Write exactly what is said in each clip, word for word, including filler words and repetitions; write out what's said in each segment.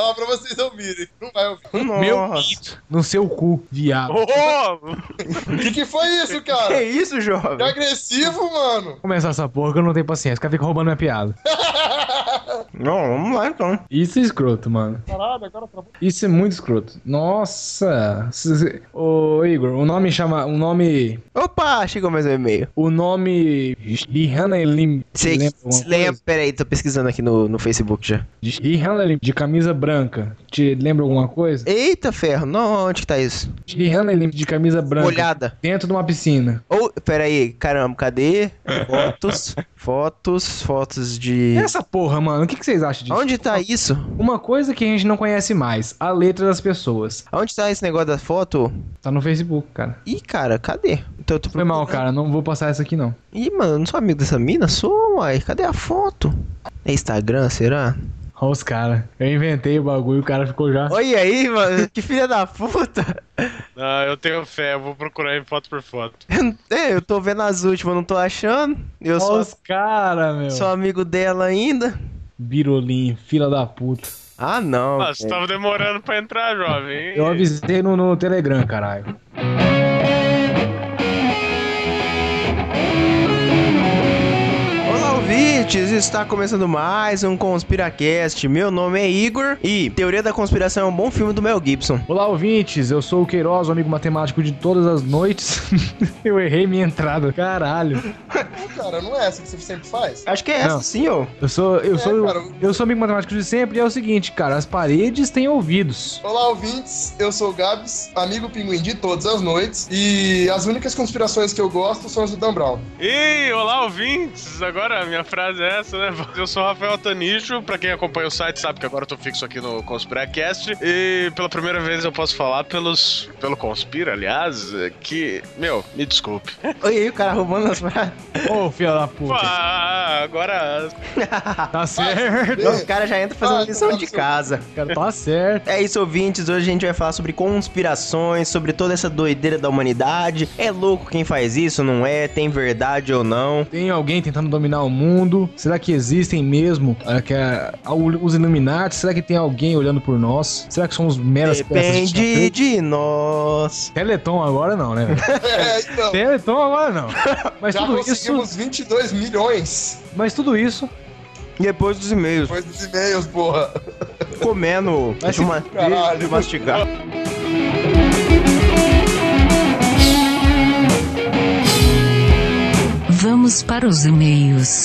Ó, pra vocês ouvirem. Não vai ouvir. Nossa. Meu pinto no seu cu, viado. O que que foi isso, Que cara? isso, Que jovem? agressivo, mano. Vou começar essa porra que eu não tenho paciência. O cara fica roubando minha piada. Não, vamos lá então. Isso é escroto, mano. Caralho, agora travou. Isso é muito escroto. Nossa. Ô, Igor, o nome chama... O nome... Opa, chegou mais um e-mail. O nome... Rihanna Elim... Você lembra alguma lembra? coisa? Pera aí, tô pesquisando aqui no, no Facebook já. Rihanna Elim, de camisa branca. Te lembra alguma coisa? Eita, ferro. Não, onde que tá isso? Rihanna Elim, de camisa branca. Olhada. Dentro de uma piscina. Ou, pera aí, caramba, cadê? Fotos, fotos, fotos de... E essa porra, mano, o que, que vocês acham disso? Onde tá isso? Uma coisa que a gente não conhece mais, a letra das pessoas. Onde tá esse negócio da foto? Tá no Facebook, cara. Ih, cara, cadê? Então, eu tô Foi mal, procurando. cara, não vou passar essa aqui, não. Ih, mano, eu não sou amigo dessa mina? Sou, uai. Cadê a foto? É Instagram, será? Olha os caras. Eu inventei o bagulho e o cara ficou já... Olha aí, mano. Que filha da puta. Ah, eu tenho fé, eu vou procurar em foto por foto. É, eu tô vendo as últimas, não tô achando. Eu Olha sou, os caras, meu. sou amigo dela ainda. Birolinho, fila da puta. Ah, não. Ah, você velho. tava demorando pra entrar, jovem. Eu avisei no, no Telegram, caralho. Olá, ouvintes! Está começando mais um ConspiraCast. Meu nome é Igor e Teoria da Conspiração é um bom filme do Mel Gibson. Olá, ouvintes. Eu sou o Queiroz, o amigo matemático de todas as noites. Eu errei minha entrada. Caralho. Não, cara, não é essa que você sempre faz? Acho que é essa, Não. sim, ô. Eu sou, eu É, sou, cara. eu sou amigo matemático de sempre e é o seguinte, cara. As paredes têm ouvidos. Olá, ouvintes. Eu sou o Gabs, amigo pinguim de todas as noites. E as únicas conspirações que eu gosto são as do Dan Brown. E olá, ouvintes! Agora a minha frase é essa, né? Eu sou o Rafael Tanicho, pra quem acompanha o site sabe que agora eu tô fixo aqui no ConspiraCast. E pela primeira vez eu posso falar pelos, pelo Conspira, aliás, que, meu, me desculpe. Olha aí, o cara roubando as frases. Ô, filha da puta. Ah, agora... Tá certo. O cara já entra fazendo Vai, lição vai, de vai. casa. Cara, tá certo. É isso, ouvintes. Hoje a gente vai falar sobre conspirações, sobre toda essa doideira da humanidade. É louco quem faz isso, não é? Tem verdade ou não? Tem alguém tentando dominar o mundo? Será que existem mesmo é, que é, os Illuminati? Será que tem alguém olhando por nós? Será que somos meras peças de Depende tapete? de nós. Teleton agora não, né? velho? É, então. Teleton agora não. Mas Já tudo isso, conseguimos vinte e dois milhões mas tudo isso Depois dos e-mails. depois dos e-mails, porra. Comendo. Vai Deixa eu, ma- Caralho. deixa eu mastigar. Vamos para os e-mails.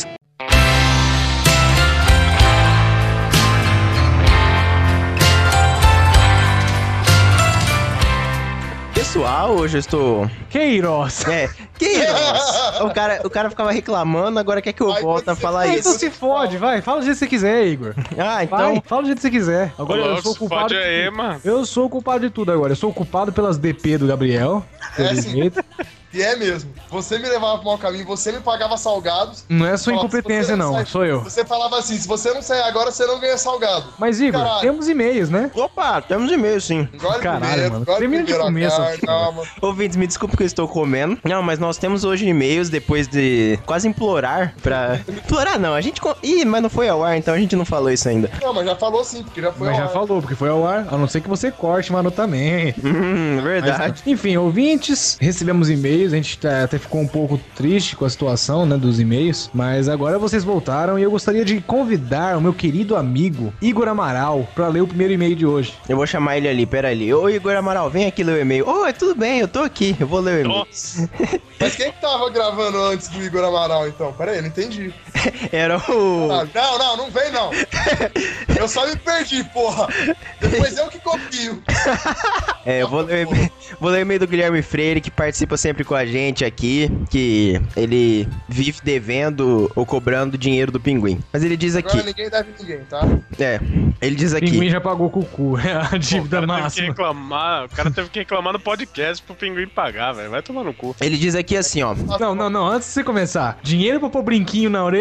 Pessoal, hoje eu estou... Queiroz. É, que nossa. O cara, o cara ficava reclamando, agora quer que eu Ai, volte a você falar fez Ah, então isso. se fode, vai. Fala do jeito que você quiser, Igor. Ah, então... Vai, fala do jeito que você quiser. Agora eu Louco, sou o se culpado. fode aí, mano. Eu sou o culpado de tudo agora. Eu sou o culpado pelas D P do Gabriel. É, pelo sim. jeito. E é mesmo. Você me levava pro mau caminho, você me pagava salgados. Não é sua Falava, incompetência, se você não. sai- Sou eu. Você falava assim, se você não sair agora, você não ganha salgado. Mas, Igor, Caralho. temos e-mails, né? Opa, temos e-mail sim. Engole Caralho, primeiro, mano. engole Termina de primeiro a comer essa carne, porra. calma. Ouvintes, me desculpe que eu estou comendo. Não, mas nós temos hoje e-mails depois de quase implorar pra... Implorar não, a gente... con- Ih, mas não foi ao ar, então a gente não falou isso ainda. Não, mas já falou sim, porque já foi Mas ao já ar. falou, porque foi ao ar. A não ser que você corte, mano, também. Hum, Mas, verdade. enfim, ouvintes, recebemos e-mails, a gente tá- até ficou um pouco triste com a situação, né, dos e-mails, mas agora vocês voltaram e eu gostaria de convidar o meu querido amigo Igor Amaral pra ler o primeiro e-mail de hoje. Eu vou chamar ele ali, pera ali. Ô, Igor Amaral, vem aqui ler o e-mail. Ô, tudo bem, eu tô aqui, eu vou ler o e-mail. Nossa. Mas quem que tava gravando antes do Igor Amaral, então? Pera aí, não entendi. Era o... Ah, não, não, não vem não. Eu só me perdi, porra. Depois eu que copio. É, eu vou ler, o e-mail- vou ler o e-mail do Guilherme Freire, que participa sempre com a gente aqui, que ele vive devendo ou cobrando dinheiro do Pinguim. Mas ele diz Agora aqui, ninguém deve ninguém, tá? é, ele diz O aqui... Pinguim já pagou com o cu, é a Pô, o dívida cara teve que máxima. reclamar, o cara teve que reclamar no podcast pro Pinguim pagar, velho. Vai tomar no cu. Ele diz aqui assim, ó. Não, não, não, antes de você começar, dinheiro pra pôr brinquinho na orelha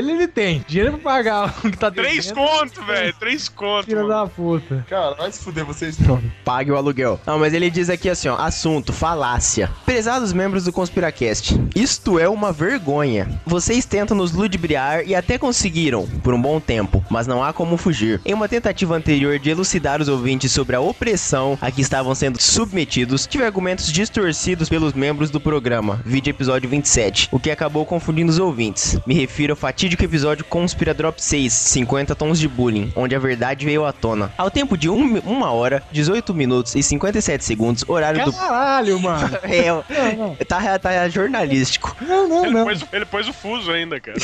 dele ele tem. Dinheiro pra pagar o que tá devendo. Três conto, velho. Três conto. Filha mano. da puta. Cara, vai se fuder vocês não. Pague o aluguel. Não, mas ele diz aqui assim, ó. Assunto, falácia. Prezados membros do Conspiracast, isto é uma vergonha. Vocês tentam nos ludibriar e até conseguiram, por um bom tempo, mas não há como fugir. Em uma tentativa anterior de elucidar os ouvintes sobre a opressão a que estavam sendo submetidos, tive argumentos distorcidos pelos membros do programa, vídeo episódio vinte e sete, o que acabou confundindo os ouvintes. Me refiro ao fatídico episódio Conspiradrop seis, cinquenta tons de bullying, onde a verdade veio à tona. Ao tempo de um, uma hora, dezoito minutos e cinquenta e sete segundos, horário do... Caralho, mano. É, Não, não. tá, tá jornalístico. Não, não, Ele não. pôs, ele pôs o fuso ainda, cara.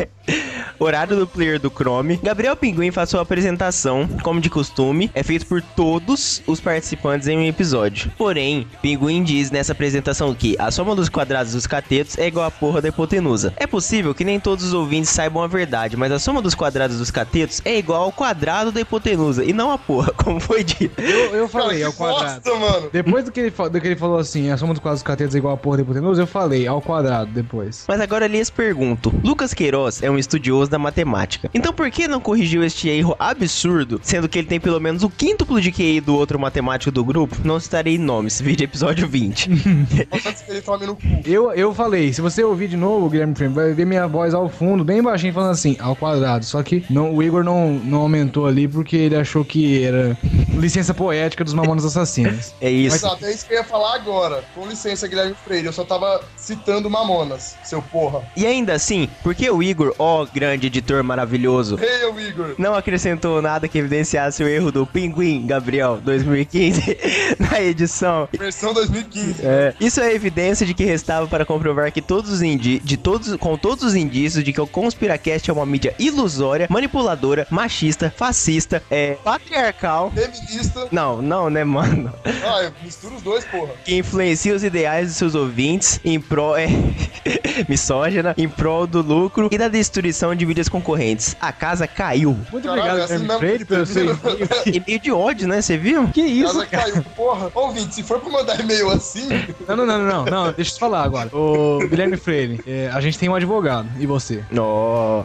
Horário do player do Chrome. Gabriel Pinguim faz sua apresentação, como de costume, é feito por todos os participantes em um episódio. Porém, Pinguim diz nessa apresentação que a soma dos quadrados dos catetos é igual a porra da hipotenusa. É possível que nem todos os ouvintes saibam a verdade, mas a soma dos quadrados dos catetos é igual ao quadrado da hipotenusa e não a porra, como foi dito. Eu, eu falei, Cara, ao que quadrado. bosta, mano. Depois do que, ele, fa- do que ele falou assim, a soma dos quadrados dos catetos é igual a porra da hipotenusa, eu falei, ao quadrado depois. Mas agora lhes pergunto, Lucas Queiroz é um estudioso da matemática, então por que não corrigiu este erro absurdo, sendo que ele tem pelo menos o quíntuplo de Q I do outro matemático do grupo? Não citarei nomes, vídeo episódio vinte. Antes que ele tome no cu. Eu, eu falei, se você ouvir de novo, Guilherme Frame, vai ver minha voz ao fundo, bem baixinho, falando assim, ao quadrado. Só que não, o Igor não, não aumentou ali porque ele achou que era licença poética dos Mamonas Assassinos. É isso. Exato, é isso que eu ia falar agora. Com licença, Guilherme Freire, eu só tava citando Mamonas, seu porra. E ainda assim, por que o Igor, ó grande editor maravilhoso, Hey, o Igor. não acrescentou nada que evidenciasse o erro do Pinguim Gabriel dois mil e quinze na edição? Versão dois mil e quinze. É, isso é evidência de que restava para comprovar que todos os indi de todos, com todos os indícios de que o Conspiracast é uma mídia ilusória, manipuladora, machista, fascista, é, patriarcal. Feminista. Não, não, né, mano? Ah, eu misturo os dois, porra. Que influencia os ideais dos seus ouvintes em prol... É, misógina, em prol do lucro e da destruição de mídias concorrentes. A casa caiu. Muito Caralho, obrigado, é assim Guilherme mesmo Freire, que pelo seu termina. e-mail. E meio de ódio, né? Você viu? Que isso, Casa cara? caiu, porra. Ouvinte, se for pra mandar e-mail assim... Não, não, não, não, não, deixa eu te falar agora. Ô, Guilherme Freire, é, a gente tem um advogado, e você? Nó.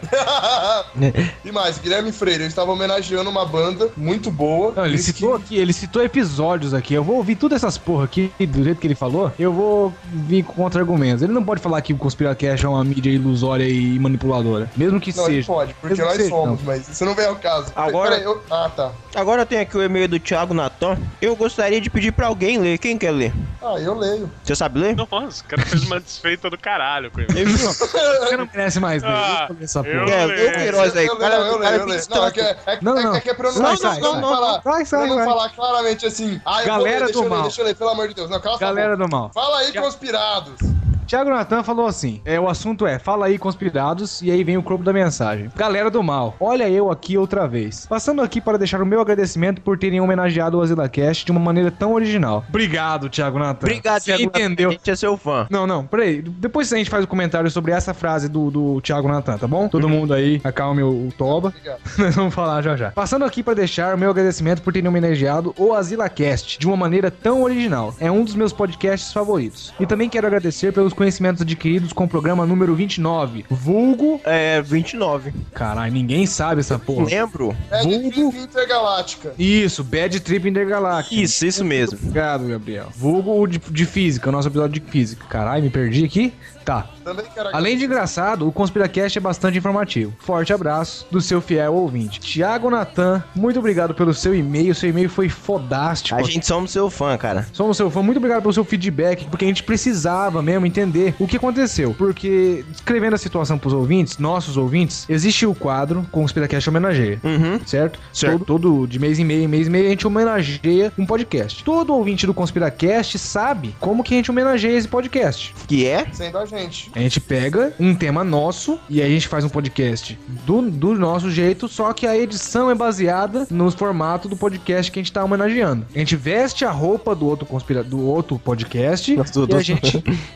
E mais, Guilherme Freire, eu estava homenageando uma banda muito boa. Não, ele Disse citou que- aqui, ele citou episódios aqui. Eu vou ouvir todas essas porra aqui, do jeito que ele falou, eu vou vir com contra-argumentos. Ele não pode falar que o Conspiracast é uma mídia ilusória e manipuladora. Mesmo que Não, ele seja. pode, porque Mesmo que nós seja, somos, não. mas isso não vem ao caso. Agora- Peraí, eu... Ah, tá. Agora tem aqui o e-mail do Thiago Natan. Eu gostaria de pedir pra alguém ler. Quem quer ler? Ah, eu leio. Você sabe ler? Nossa, o cara fez uma desfeita do caralho com ele. Ele não, você não merece mais ler. Ah, Deixa eu ler essa eu porra. É, leio. o Queiroz aí. Eu o cara- leio, eu o cara leio, eu tem leio. Não, é que é, é, Não, é, não. é que é pra eu não, Sai, não, sai, não sai. falar, Sai, sai, pra eu não vai. falar claramente assim. Ah, eu Galera vou ler, deixa do eu ler, mal. deixa eu ler, pelo amor de Deus. Não, cala sua Galera boca. do mal. Fala aí, Já- conspirados. Thiago Natan falou assim: é, o assunto é, fala aí, conspirados, e aí vem o corpo da mensagem. Galera do mal, olha eu aqui outra vez. Passando aqui para deixar o meu agradecimento por terem homenageado o AzilaCast de uma maneira tão original. Obrigado, Thiago Natan. Obrigado, Você Thiago Natan. entendeu? A gente é seu fã. Não, não, peraí. Depois a gente faz o comentário sobre essa frase do, do Thiago Natan, tá bom? Todo mundo aí, acalme o, o Toba. Obrigado. Nós vamos falar já já. Passando aqui para deixar o meu agradecimento por terem homenageado o AzilaCast de uma maneira tão original. É um dos meus podcasts favoritos. E também quero agradecer pelos conhecimentos adquiridos com o programa número vinte e nove. Vulgo... É, vinte e nove. Caralho, ninguém sabe essa porra. Lembro? É de Vulgo- Trip Intergaláctica. Isso, Bad Trip Intergaláctica. Isso, isso mesmo. Obrigado, Gabriel. Vulgo o de, de física, o nosso episódio de física. Caralho, me perdi aqui? Tá. Também quero Além de engraçado, o Conspiracast é bastante informativo. Forte abraço do seu fiel ouvinte. Thiago Natan, muito obrigado pelo seu e-mail. Seu e-mail foi fodástico. A gente somos seu fã, cara. Somos seu fã, muito obrigado pelo seu feedback, porque a gente precisava mesmo entender o que aconteceu. Porque, descrevendo a situação pros ouvintes, nossos ouvintes, existe o quadro Conspiracast Homenageia. Uhum. Certo? Certo. Todo, todo de mês em mês, mês em mês, a gente homenageia um podcast. Todo ouvinte do Conspiracast sabe como que a gente homenageia esse podcast. Que é? Sendo a gente. A gente pega um tema nosso e aí a gente faz um podcast do, do nosso jeito, só que a edição é baseada no formato do podcast que a gente tá homenageando. A gente veste a roupa do outro, conspira do outro podcast Nossa, do- e a do- gente, é, a gente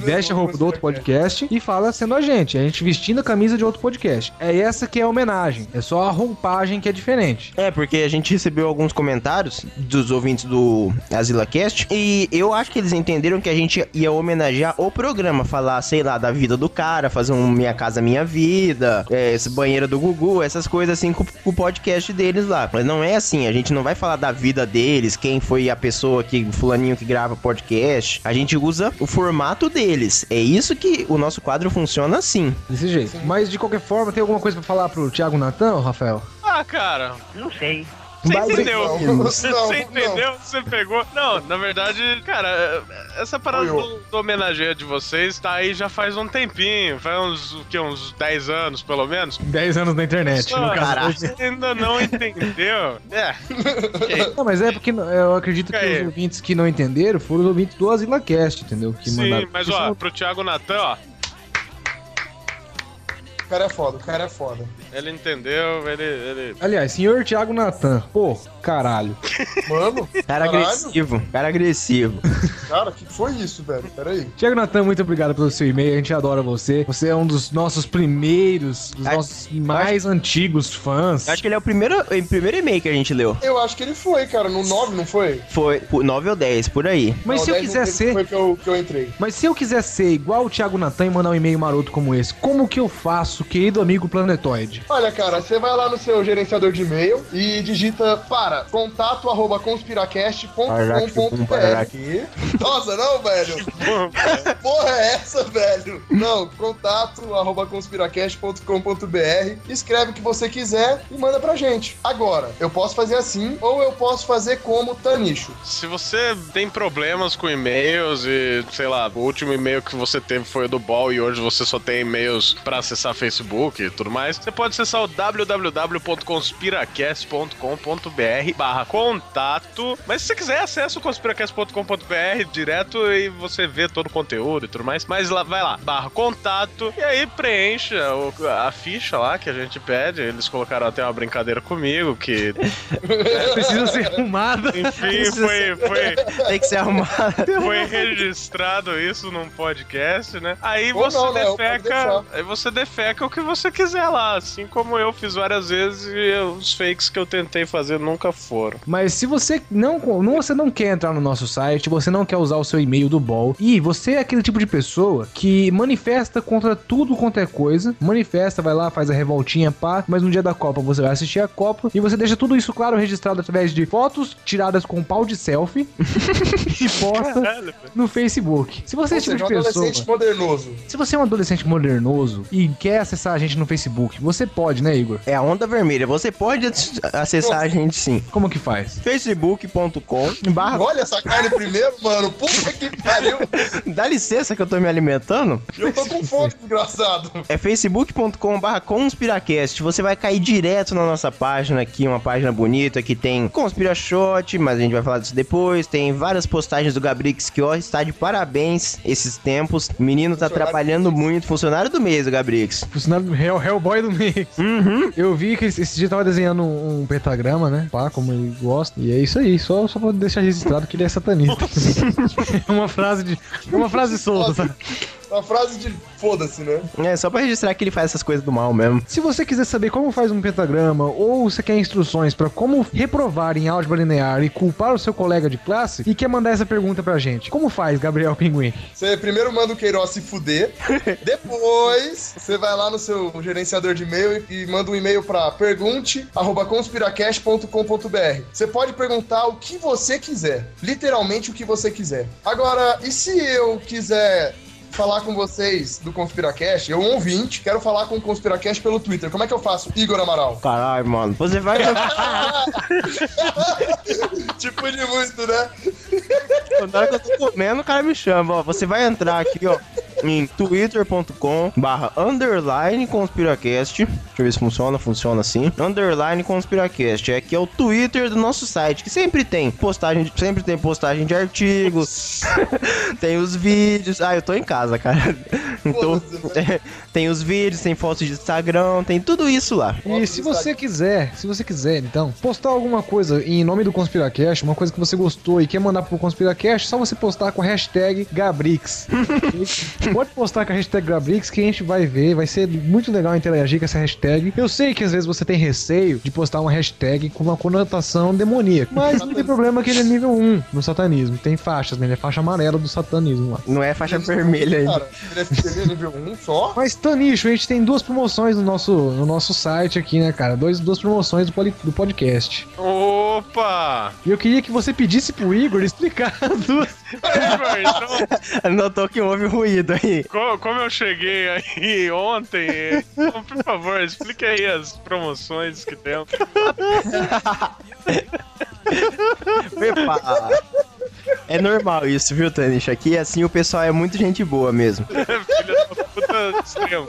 veste a roupa do outro podcast e fala sendo a gente. A gente vestindo a camisa de outro podcast. É essa que é a homenagem. É só a roupagem que é diferente. É, porque a gente recebeu alguns comentários dos ouvintes do AsilaCast e eu acho que eles entenderam que a gente ia homenagear o programa, falar, sei lá, da vida do cara, fazer um Minha Casa Minha Vida, é, esse banheiro do Gugu, essas coisas assim com, com o podcast deles lá. Mas não é assim, a gente não vai falar da vida deles, quem foi a pessoa que, fulaninho que grava podcast. A gente usa o formato deles. É isso que o nosso quadro funciona assim. Desse jeito. Sim. Mas de qualquer forma, tem alguma coisa pra falar pro Thiago Natan, Rafael? Ah, cara, não sei. Você Mas entendeu? não, Você não, entendeu? Você pegou? Não, na verdade, cara, essa parada do, do homenageia de vocês tá aí já faz um tempinho. Faz uns, o quê? Uns dez anos, pelo menos. dez anos na internet. Só, no caso. Você ainda não entendeu? É. Não, mas é porque eu acredito que Aí. os ouvintes que não entenderam foram os ouvintes do AsilaCast, entendeu? Que Sim, mandaram. mas Isso ó, não- pro Thiago Natan, ó, O cara é foda, o cara é foda. ele entendeu, ele... ele... Aliás, senhor Thiago Natan, pô, caralho. Mano, Cara caralho. agressivo, cara agressivo. Cara, que foi isso, velho? Pera aí. Thiago Natan, muito obrigado pelo seu e-mail, a gente adora você. Você é um dos nossos primeiros, dos Acho- nossos mais antigos fãs. Eu acho que ele é o primeiro, o primeiro e-mail que a gente leu. Eu acho que ele foi, cara, no nove, não foi? Foi nove ou dez, por aí. Mas Não, se eu dez não quiser teve, ser... Foi que eu, que eu entrei. Mas se eu quiser ser igual o Thiago Natan e mandar um e-mail maroto como esse, como que eu faço, querido amigo Planetoide? Olha, cara, você vai lá no seu gerenciador de e-mail e digita para contato arroba conspiracast ponto com ponto b r. Nossa, não, velho. Porra é essa, velho? Não, contato arroba conspiracast ponto com ponto b r. Escreve o que você quiser e manda pra gente. Agora, eu posso fazer assim ou eu posso fazer como Tanicho. Se você tem problemas com e-mails e, sei lá, o último e-mail que você teve foi o do Ball e hoje você só tem e-mails pra acessar Facebook e tudo mais, você pode acessar o w w w ponto conspiracast ponto com ponto b r barra contato. Mas se você quiser, acessa o conspiracast ponto com ponto b r direto e você vê todo o conteúdo e tudo mais. Mas lá, vai lá, barra contato, e aí preencha o- a ficha lá que a gente pede. Eles colocaram até uma brincadeira comigo que, Precisa ser arrumada. enfim, foi... foi Tem que ser arrumado. Foi registrado isso num podcast, né? Aí Ou você não, né? Pode defeca. deixar. Aí você defeca o que você quiser lá. Assim como eu fiz várias vezes e os fakes que eu tentei fazer nunca foram. Mas se você não, não, você não quer entrar no nosso site, você não quer usar o seu e-mail do Ball, e você é aquele tipo de pessoa que manifesta contra tudo quanto é coisa, manifesta, vai lá, faz a revoltinha, pá, mas no dia da Copa você vai assistir a Copa e você deixa tudo isso claro registrado através de fotos tiradas com pau de selfie e posta Caralho, no Facebook. Se você é Ou esse tipo seja, de um pessoa... adolescente modernoso. Se você é um adolescente modernoso e quer acessar a gente no Facebook, você pode, né, Igor? É a onda vermelha. Você pode ac- acessar a gente sim. Como que faz? facebook ponto com barra... Olha essa carne primeiro, mano. Puta que pariu. Dá licença que eu tô me alimentando. Eu tô com fome, desgraçado. É facebook ponto com barra conspiracast. Você vai cair direto na nossa página aqui, uma página bonita que tem Conspirashot, mas a gente vai falar disso depois. Tem várias postagens do Gabrix que, ó, está de parabéns esses tempos. O menino tá Funcionário trabalhando muito. Funcionário do mês, o Gabrix. Funcionário do Hell, Hellboy do mês. Uhum. Eu vi que esse esse dia tava desenhando um, um pentagrama, né? Pá, como ele gosta. E é isso aí, só, só pra deixar registrado que ele é satanista. É uma frase de. É uma frase solta, sabe? Uma frase de foda-se, né? É, só pra registrar que ele faz essas coisas do mal mesmo. Se você quiser saber como faz um pentagrama ou você quer instruções pra como reprovar em álgebra linear e culpar o seu colega de classe e quer mandar essa pergunta pra gente, como faz, Gabriel Pinguim? Você primeiro manda o Queiroz se fuder, depois você vai lá no seu gerenciador de e-mail e manda um e-mail pra pergunte arroba conspiracast ponto com ponto b r. Você pode perguntar o que você quiser, literalmente o que você quiser. Agora, e se eu quiser falar com vocês do Conspiracast, eu um ouvinte, quero falar com o Conspiracast pelo Twitter, como é que eu faço, Igor Amaral? Caralho, mano. Você vai... Tipo de muito, né? Na hora que eu tô comendo, o cara me chama, ó. Você vai entrar aqui, ó, em twitter ponto com barra underline conspiracast. Deixa eu ver se funciona, funciona assim. Underline conspiracast. É que é o Twitter do nosso site, que sempre tem postagem, sempre tem postagem de artigos. Tem os vídeos. Ah, eu tô em casa, cara. Então, Foda-se, né? tem os vídeos, tem fotos de Instagram, tem tudo isso lá. E se você quiser, se você quiser, então, postar alguma coisa em nome do Conspiracast, uma coisa que você gostou e quer mandar pro Conspiracast, só você postar com a hashtag Gabrix. Pode postar com a hashtag Gabrix que a gente vai ver, vai ser muito legal interagir com essa hashtag. Eu sei que às vezes você tem receio de postar uma hashtag com uma conotação demoníaca, mas não tem problema que ele é nível um no satanismo. Tem faixas, né? Ele é faixa amarela do satanismo lá. Não é faixa vermelha ainda. Cara, ele é nível um só? Mas, Tanicho, a gente tem duas promoções no nosso, no nosso site aqui, né, cara? Dois, duas promoções do, poli, do podcast. Opa! E eu queria que você pedisse pro Igor explicar as duas. Igor, então, Notou que houve ruído aí. co- como eu cheguei aí ontem, então, por favor, explique aí as promoções que temos. Epa. É normal isso, viu, Tanish? Aqui, assim, o pessoal é muito gente boa mesmo. Filha da puta extremo.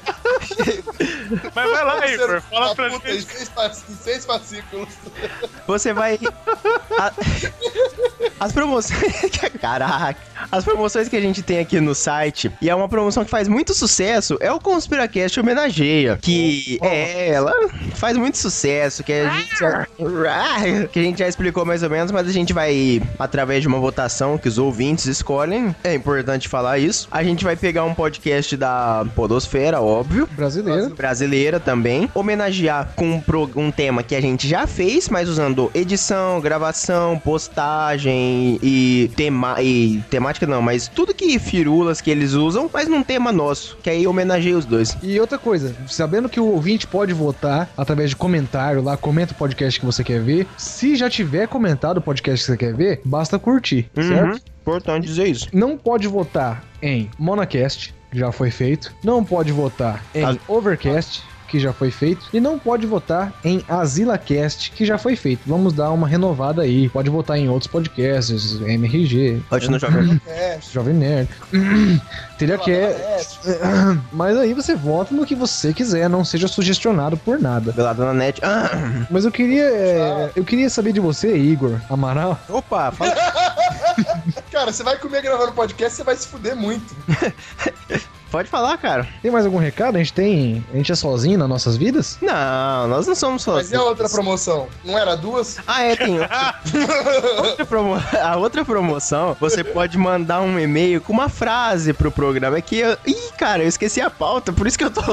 Mas vai lá, Igor, fala pra Puta, em gente. seis, fac- em seis fascículos. Você vai... A- As promoções... Caraca. As promoções que a gente tem aqui no site, e é uma promoção que faz muito sucesso, é o Conspiracast Homenageia. Que é, ela faz muito sucesso, que a gente já... que a gente já explicou mais ou menos, mas a gente vai, através de uma votação que os ouvintes escolhem, é importante falar isso, a gente vai pegar um podcast da podosfera, óbvio, Brasileiro. brasileira também, homenagear com um, pro- um tema que a gente já fez, mas usando edição, gravação, postagem e, tema, e temática não, mas tudo que firulas que eles usam, mas num tema nosso, que aí homenageia os dois. E outra coisa, sabendo que o ouvinte pode votar através de comentário lá, comenta o podcast que você quer ver. Se já tiver comentado o podcast que você quer ver, basta curtir, certo? Uhum, importante dizer isso. Não pode votar em Monacast, que já foi feito. Não pode votar em As- Overcast, que já foi feito. E não pode votar em AsilaCast, que já foi feito. Vamos dar uma renovada aí. Pode votar em outros podcasts, M R G, Pode no Jovem. É, Jovem Nerd, Telhacast. é. Mas aí você vota no que você quiser, não seja sugestionado por nada. Pelado na net. Ah, Mas eu queria, é, eu queria saber de você, Igor Amaral. opa, fala. Cara, você vai comer gravando podcast, você vai se fuder muito. Pode falar, cara. Tem mais algum recado? A gente tem, a gente é sozinho nas nossas vidas? Não, nós não somos só. Mas e a outra promoção? Não era duas? Ah, é, tem outra. outra promo... A outra promoção, você pode mandar um e-mail com uma frase pro programa. É que eu... Ih, cara, eu esqueci a pauta, por isso que eu tô...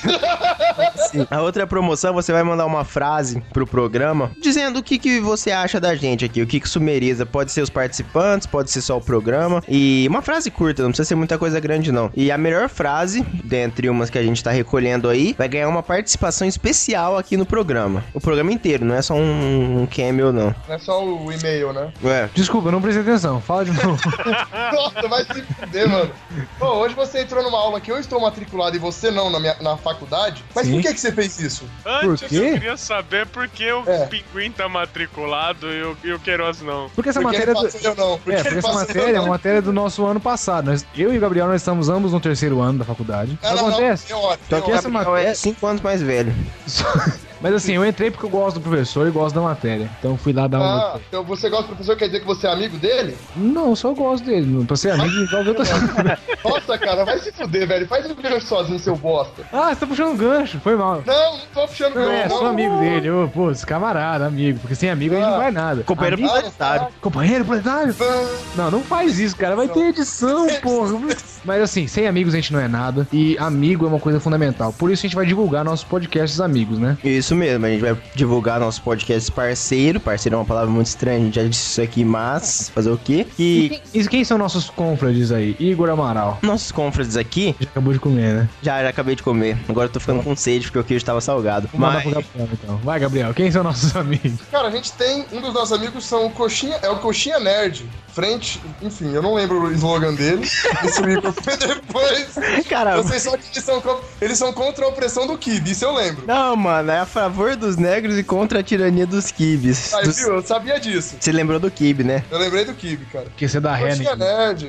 Sim. A outra promoção, você vai mandar uma frase pro programa dizendo o que, que você acha da gente aqui, o que, que sumeriza. Pode ser os participantes, pode ser só o programa. E uma frase curta, não precisa ser muita coisa grande, não. E a melhor frase, dentre umas que a gente tá recolhendo aí, vai ganhar uma participação especial aqui no programa. O programa inteiro, não é só um, um cameo, não. Não é só o e-mail, né? Ué. Desculpa, eu não prestei atenção. Fala de novo. Nossa, vai se fuder, mano. Pô, hoje você entrou numa aula que eu estou matriculado e você não na, minha, na faculdade. Mas Sim. por que, que você fez isso? Antes Por quê? eu queria saber por que o É. Pinguim tá matriculado e o, e o Queiroz não. Porque essa Porque matéria... ele do- passou, eu não. Porque É, ele porque essa passou, matéria eu é não. uma matéria do nosso ano passado. Nós, eu e o Gabriel, nós estamos ambos no terceiro ano da faculdade. Ah, não, Acontece. não, teórico, Só que teórico. essa essa matéria- é cinco anos mais velho. Mas assim, eu entrei porque eu gosto do professor e gosto da matéria. Então fui lá dar uma... Ah, então você gosta do professor, quer dizer que você é amigo dele? Não, eu só gosto dele. Não, pra ser amigo, envolve outras coisas. Nossa, cara, vai se fuder, velho. Faz o gancho sozinho, seu bosta. Ah, você tá puxando gancho. Foi mal. Não, não tô puxando Não, é, gancho, sou amigo dele. Ô, pô, esse camarada, amigo. Porque sem amigo a gente não vai nada. Companheiro Amigo- planetário. Companheiro planetário? Ah, Não, não faz isso, cara. Vai ter edição, porra. Mas assim, sem amigos a gente não é nada. E amigo é uma coisa fundamental. Por isso a gente vai divulgar nossos podcasts amigos, né? Isso mesmo, a gente vai divulgar nosso podcast parceiro. Parceiro é uma palavra muito estranha, a gente já disse isso aqui, mas fazer o quê? E E quem, e quem são nossos confrades aí? Igor Amaral. nossos confrades aqui, Já acabou de comer, né? já, já acabei de comer. Agora eu tô ficando com sede porque o queijo tava salgado. Vou mandar Mas pro Gabriel, então. Vai, Gabriel. Quem são nossos amigos? Cara, a gente tem. Um dos nossos amigos são o Coxinha. É o Coxinha Nerd. Frente. Enfim, eu não lembro o slogan dele. Isso o Igor foi depois. Cara, Eu sei só que eles são, co- eles são contra a opressão do Kid, isso eu lembro. não, mano, é a favor dos negros e contra a tirania dos kibes. Aí, Dos- viu? Eu sabia disso. Você lembrou do kibe, né? Eu lembrei do Kib, cara. Porque você dá ré, Coxinha né? Nerd.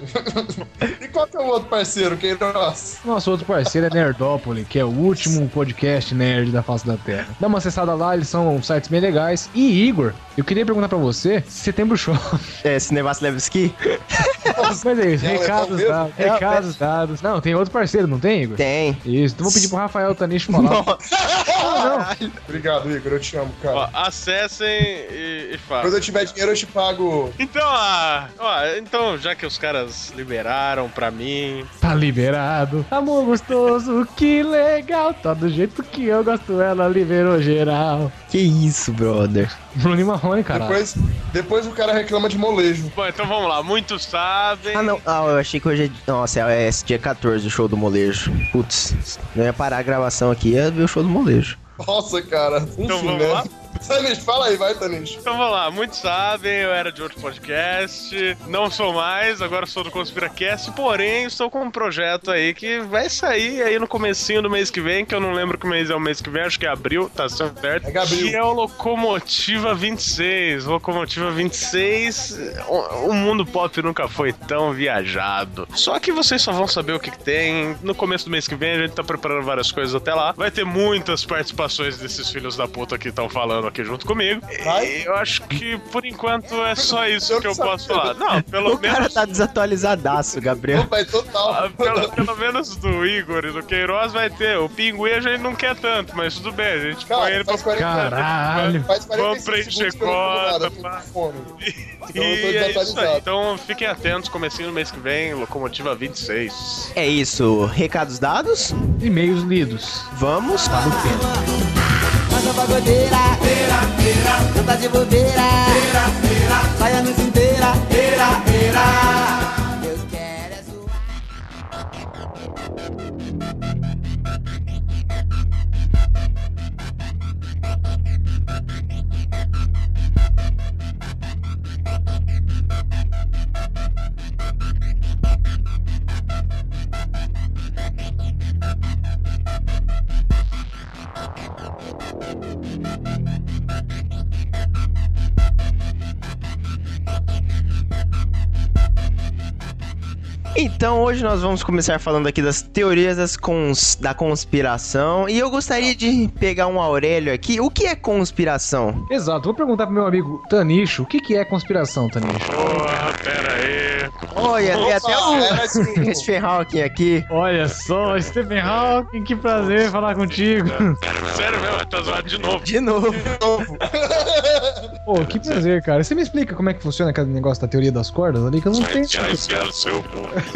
E qual que é o outro parceiro? Queiroz? Nosso outro parceiro é Nerdópolis, que é o último podcast nerd da face da Terra. Dá uma acessada lá, eles são sites bem legais. E Igor, eu queria perguntar pra você, Setembro Show. É, Cinevaslevski. Nossa. Mas é isso, Quer recados levar dados, mesmo? recados dados. Não, tem outro parceiro, não tem, Igor? Tem. Isso, então vou pedir pro Rafael Tanicho falar. Obrigado, Igor. Eu te amo, cara. Ó, acessem e, e façam. Quando eu tiver dinheiro, eu te pago. Então, ah, ó, então, já que os caras liberaram pra mim. Tá liberado. Amor gostoso, que legal. Tá do jeito que eu gosto, ela liberou geral. Que isso, brother. Bruno e Marrone, cara. Depois, depois o cara reclama de molejo. Bom, então vamos lá, muitos sabem. Ah, não. Ah, eu achei que hoje é... Nossa, é esse dia quatorze o show do molejo. Putz, não ia parar a gravação aqui, ia ver o show do molejo. Nossa, cara. Enfim, Então vamos né? lá? Tanish, fala aí, vai, Tanish. Então vamos lá, muitos sabem, eu era de outro podcast, não sou mais, agora sou do ConspiraCast, porém estou com um projeto aí que vai sair aí no comecinho do mês que vem, que eu não lembro que mês é o mês que vem, acho que é abril, tá certo? É Gabriel. Que é o Locomotiva vinte e seis. Locomotiva vinte e seis, o, o mundo pop nunca foi tão viajado. Só que vocês só vão saber o que, que tem no começo do mês que vem, a gente tá preparando várias coisas até lá. Vai ter muitas participações desses filhos da puta que estão falando aqui junto comigo. Vai? E eu acho que por enquanto é só isso Eu que eu não posso sabia. falar. Não, pelo O cara menos. tá desatualizadaço, Gabriel. Opa, é total. ah, Pelo, pelo menos do Igor e do Queiroz vai ter. O Pinguim a gente não quer tanto, mas tudo bem, a gente Cara, põe ele pra. faz quarenta Caralho. Faz Vamos quarenta e cinco preencher segundos que eu não como nada, cota, eu tô pá. com fome. E Então eu tô é isso aí. desatualizado. Então fiquem atentos, comecinho no mês que vem, Locomotiva vinte e seis. É isso. Recados dados? E-mails lidos. Vamos. Tá no tempo. Nossa pagodeira, feira, feira, canta de bobeira, feira, feira, sai a noite inteira, feira, feira. Eu quero é zoar. Então hoje nós vamos começar falando aqui das teorias das cons... da conspiração. E eu gostaria de pegar um Aurélio aqui. O que é conspiração? Exato, vou perguntar pro meu amigo Tanicho, o que que é conspiração, Tanicho? Porra, pera aí. Olha, tem até Opa, o é, mas- Stephen Hawking aqui. Olha só, Stephen Hawking, que prazer falar contigo. Sério mesmo, tá zoado de novo. De novo. novo. Pô, que prazer, cara. Você me explica como é que funciona aquele negócio da teoria das cordas ali, que eu não tenho. Já enfiaram o seu cu.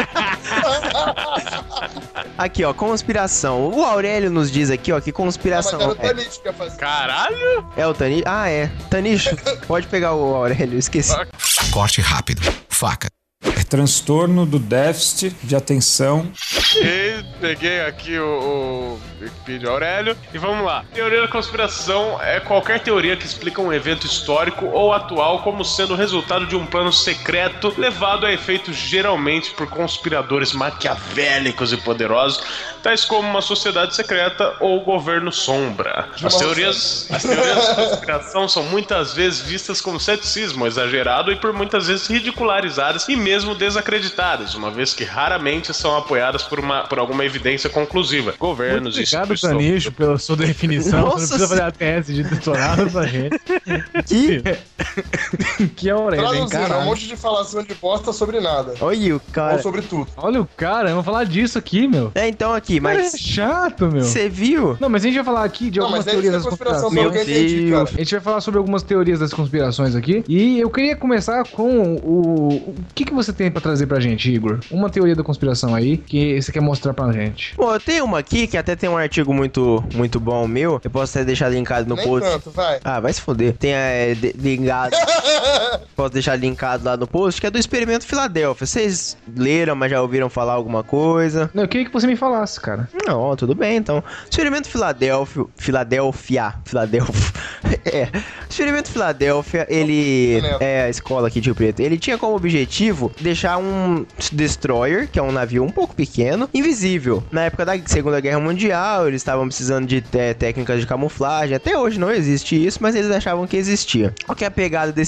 Aqui, ó, conspiração. O Aurélio nos diz aqui, ó, que Ah, mas conspiração era o é. Tanish que ia fazer. Caralho! É o Tanicho? Ah, é. Tanicho, pode pegar o Aurélio, esqueci. Corte rápido. Faca. É transtorno do déficit de atenção. E peguei aqui o, o Wikipedia Aurélio e vamos lá. Teoria da conspiração é qualquer teoria que explica um evento histórico ou atual como sendo resultado de um plano secreto levado a efeito geralmente por conspiradores maquiavélicos e poderosos, tais como uma sociedade secreta ou governo sombra. As teorias, as teorias da conspiração são muitas vezes vistas como ceticismo exagerado e por muitas vezes ridicularizadas e mesmo desacreditadas, uma vez que raramente são apoiadas por, uma, por alguma evidência conclusiva. Governos e Obrigado, instituições. Tanicho, pela sua definição. Nossa Você não precisa fazer a tese de doutorado pra gente. Que? Que é Aurélio, hein, Traduzindo, é um caralho. monte de falação de bosta sobre nada. Olha o cara. Ou sobre tudo. Olha o cara, vamos falar disso aqui, meu. É, então aqui, Cara, é mas chato, meu. você viu? Não, mas a gente vai falar aqui de Não, algumas mas deve teorias ser das conspiração conspirações. pelo que eu entendi, cara. A gente vai falar sobre algumas teorias das conspirações aqui. E eu queria começar com o... O que, que você tem pra trazer pra gente, Igor? Uma teoria da conspiração aí que você quer mostrar pra gente. Bom, eu tenho uma aqui que até tem um artigo muito, muito bom meu. Eu posso até deixar linkado no Nem post. tanto, vai. Ah, vai se foder. Tem é, de- linkado. Posso deixar linkado lá no post, que é do Experimento Filadélfia. Vocês leram, mas já ouviram falar alguma coisa? Não, eu queria que você me falasse, cara. Não, ó, tudo bem, então. Experimento Filadélfia. Filadélfia. Filadélfia. É. Experimento Filadélfia, ele. É a escola aqui de Rio Preto. Ele tinha como objetivo deixar um destroyer, que é um navio um pouco pequeno, invisível. Na época da Segunda Guerra Mundial, eles estavam precisando de te- técnicas de camuflagem. Até hoje não existe isso, mas eles achavam que existia. Qual que é a pegada desse experimento?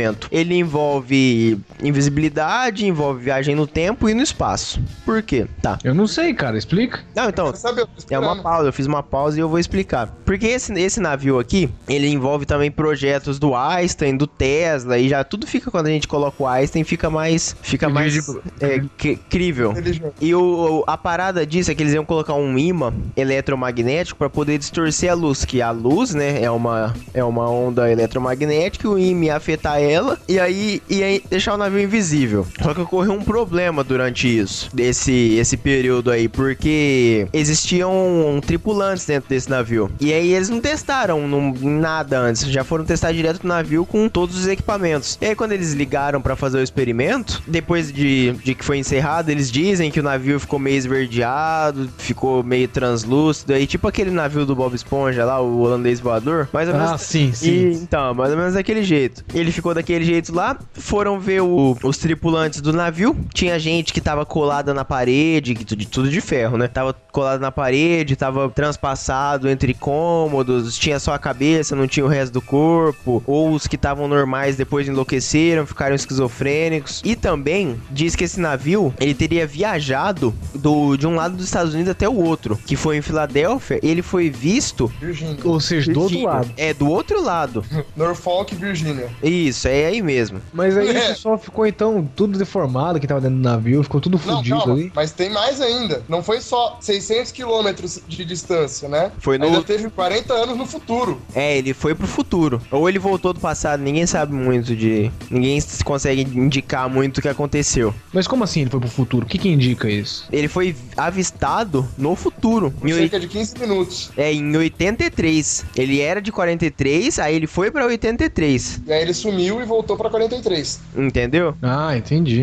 experimento? Ele envolve invisibilidade, envolve viagem no tempo e no espaço. Por quê? Tá. Eu não sei, cara, explica. Não, então, Você sabe, eu tô é esperando. uma pausa, eu fiz uma pausa e eu vou explicar. Porque esse, esse navio aqui, ele envolve também projetos do Einstein, do Tesla, e já tudo fica, quando a gente coloca o Einstein, fica mais, fica mais é, cr- crível. Inteligente. E o, a parada disso é que eles iam colocar um imã eletromagnético para poder distorcer a luz, que a luz, né, é uma, é uma onda eletromagnética, o imã ia afetar ela, e aí ia deixar o navio invisível. Só que ocorreu um problema durante isso, desse esse período aí, porque existiam tripulantes dentro desse navio. E aí eles não testaram num, nada antes, já foram testar direto no navio com todos os equipamentos. E aí quando eles ligaram para fazer o experimento, depois de, de que foi encerrado, eles dizem que o navio ficou meio esverdeado, ficou meio translúcido, aí tipo aquele navio do Bob Esponja lá, o holandês voador, mais ou menos. Ah, sim, sim. E, então, mais ou menos daquele jeito. Ele ficou daquele jeito lá, foram ver o, os tripulantes do navio, tinha gente que tava colada na parede, que tudo, tudo de ferro, né? Tava colado na parede, tava transpassado entre cômodos, tinha só a cabeça, não tinha o resto do corpo, ou os que estavam normais depois enlouqueceram, ficaram esquizofrênicos. E também diz que esse navio, ele teria viajado do, de um lado dos Estados Unidos até o outro, que foi em Filadélfia, ele foi visto... Virgínia. Ou seja, do outro lado. É, do outro lado. Norfolk, Virgínia. Isso, é aí mesmo. Mas aí É. o pessoal ficou então tudo deformado que tava dentro do navio, ficou tudo Não, fudido calma, ali. mas tem mais ainda. Não foi só seiscentos quilômetros de distância, né? Foi no- Ainda teve quarenta anos no futuro. É, ele foi pro futuro. Ou ele voltou do passado, ninguém sabe muito de... Ninguém consegue indicar muito o que aconteceu. Mas como assim ele foi pro futuro? O que que indica isso? Ele foi avistado no futuro. Por Em oi- cerca de quinze minutos. É, em oitenta e três. Ele era de quarenta e três, aí ele foi pra oitenta e três. E aí ele sumiu e voltou pra quarenta e três. Entendeu? Ah, entendi.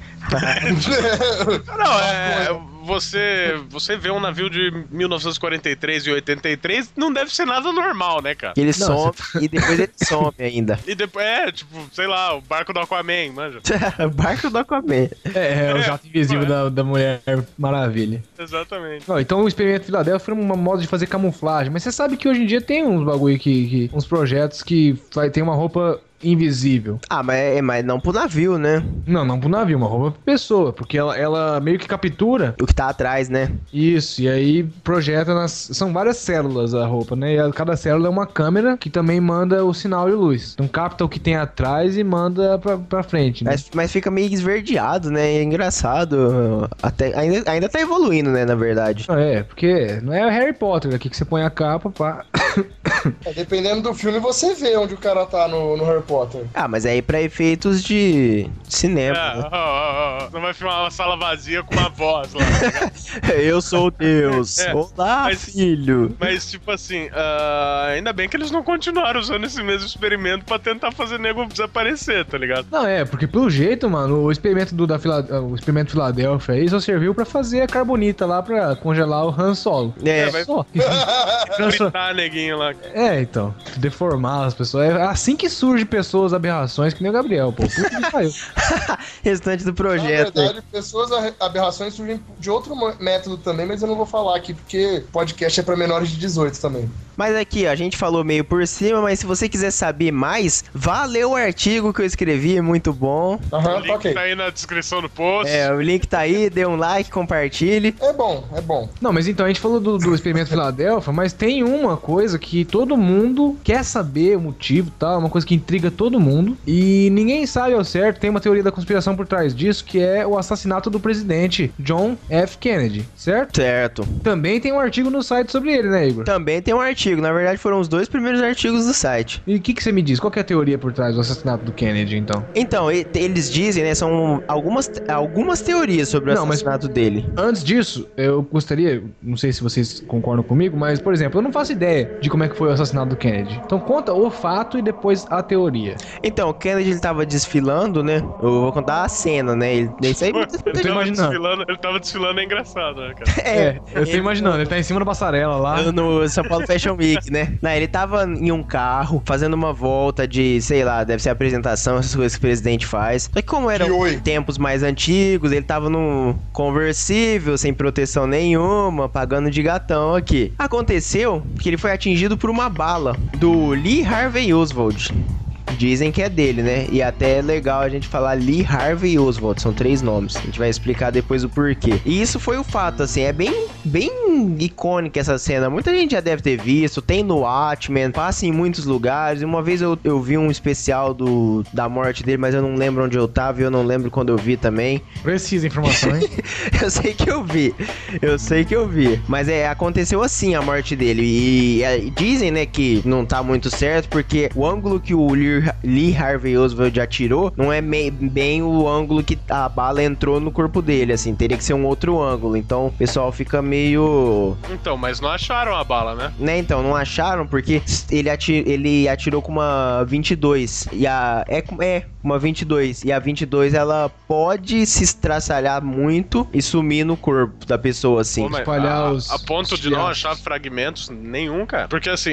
Não, é. Você, você vê um navio de mil novecentos e quarenta e três e oitenta e três, não deve ser nada normal, né, cara? Ele Não, some e depois ele some ainda. E depois, é, tipo, sei lá, o barco do Aquaman, manja. Barco do Aquaman. É, é o jato invisível da, da Mulher Maravilha. Exatamente. Ó, então o experimento Filadélfia foi uma moda de fazer camuflagem. Mas você sabe que hoje em dia tem uns bagulho que, que uns projetos que vai ter uma roupa invisível. Ah, mas, é, mas não pro navio, né? Não, não pro navio, uma roupa pra pessoa. Porque ela, ela meio que captura O que tá atrás, né? isso, e aí projeta nas... São várias células a roupa, né? E a- cada célula é uma câmera que também manda o sinal de luz. Então capta o que tem atrás e manda pra, pra frente, né? Mas, mas fica meio esverdeado, né? É engraçado. Até, ainda, ainda tá evoluindo, né? Na verdade. Ah, é, porque não é o Harry Potter aqui que você põe a capa, pá. É, dependendo do filme, você vê onde o cara tá no, no Harry Potter. Ah, mas aí pra efeitos de cinema. É, né? ó, ó, ó, não vai filmar uma sala vazia com uma voz lá. Eu sou Deus. É, Olá, mas- filho. Mas, tipo assim, ah, ainda bem que eles não continuaram usando esse mesmo experimento pra tentar fazer nego desaparecer, tá ligado? Não, é, porque pelo jeito, mano, o experimento do da Fila... o experimento Filadélfia aí só serviu pra fazer a carbonita lá pra congelar o Han Solo. É, vai- Só. Fritar neguinho lá. É, então, deformar as pessoas. É assim que surge pessoas aberrações que nem o Gabriel, pô. Puta que pariu. restante do Na projeto. verdade, pessoas a- aberrações surgem de outro mo- método também, mas eu não vou falar aqui porque podcast é pra menores de dezoito também. Mas aqui, ó, a gente falou meio por cima, mas se você quiser saber mais, vá ler o artigo que eu escrevi, é muito bom. O Aham, link tá ok. tá aí na descrição do post. É, o link tá aí, dê um like, compartilhe. É bom, é bom. Não, mas então, a gente falou do, do experimento Filadélfia, mas tem uma coisa que todo mundo quer saber o motivo, tá? Uma coisa que intriga todo mundo. E ninguém sabe ao certo, tem uma teoria da conspiração por trás disso, que é o assassinato do presidente John F. Kennedy, certo? Certo. Também tem um artigo no site sobre ele, né, Igor? Também tem um artigo, na verdade foram os dois primeiros artigos do site. E o que, que você me diz? Qual que é a teoria por trás do assassinato do Kennedy, então? Então, e- eles dizem, né, são algumas, algumas teorias sobre o Não, mas- assassinato dele. Antes disso, eu gostaria, não sei se vocês concordam comigo, mas, por exemplo, eu não faço ideia de como é que foi o assassinato do Kennedy. Então conta o fato e depois a teoria. Então, o Kennedy ele tava desfilando, né? Eu vou contar a cena, né? Ele, isso aí, muita- Ele muita tava, imaginando. desfilando, ele tava desfilando, é engraçado, né, cara? É, eu tô ele- imaginando, ele tá em cima da passarela lá. No São Paulo Fashion Week, né? Não, ele tava em um carro, fazendo uma volta de, sei lá, deve ser apresentação, essas coisas que o presidente faz. Só que como eram De oi. tempos mais antigos, ele tava num conversível, sem proteção nenhuma, pagando de gatão aqui. Aconteceu que ele foi atingido por uma bala do Lee Harvey Oswald. Dizem que é dele, né? E até é legal a gente falar Lee Harvey Oswald, são três nomes. A gente vai explicar depois o porquê. E isso foi o fato, assim, é bem, bem icônica essa cena. Muita gente já deve ter visto, tem no Watchmen, passa em muitos lugares. Uma vez eu, eu vi um especial do, da morte dele, mas eu não lembro onde eu tava e eu não lembro quando eu vi também. Precisa informação, hein? Eu sei que eu vi, eu sei que eu vi. Mas é, aconteceu assim a morte dele. E, e dizem, né, que não tá muito certo, porque o ângulo que o Lee, Lee Harvey Oswald atirou não é me, bem o ângulo que a bala entrou no corpo dele, assim, teria que ser um outro ângulo. Então o pessoal fica meio... Então, mas não acharam a bala, né? Né, então, não acharam porque ele, atir, ele atirou com uma vinte e dois. E a... É, é uma vinte e dois. E a vinte e dois, ela pode se estraçalhar muito e sumir no corpo da pessoa, assim. Pô, mas espalhar a, os... a ponto os de não fiatos. achar fragmentos nenhum, cara. Porque assim,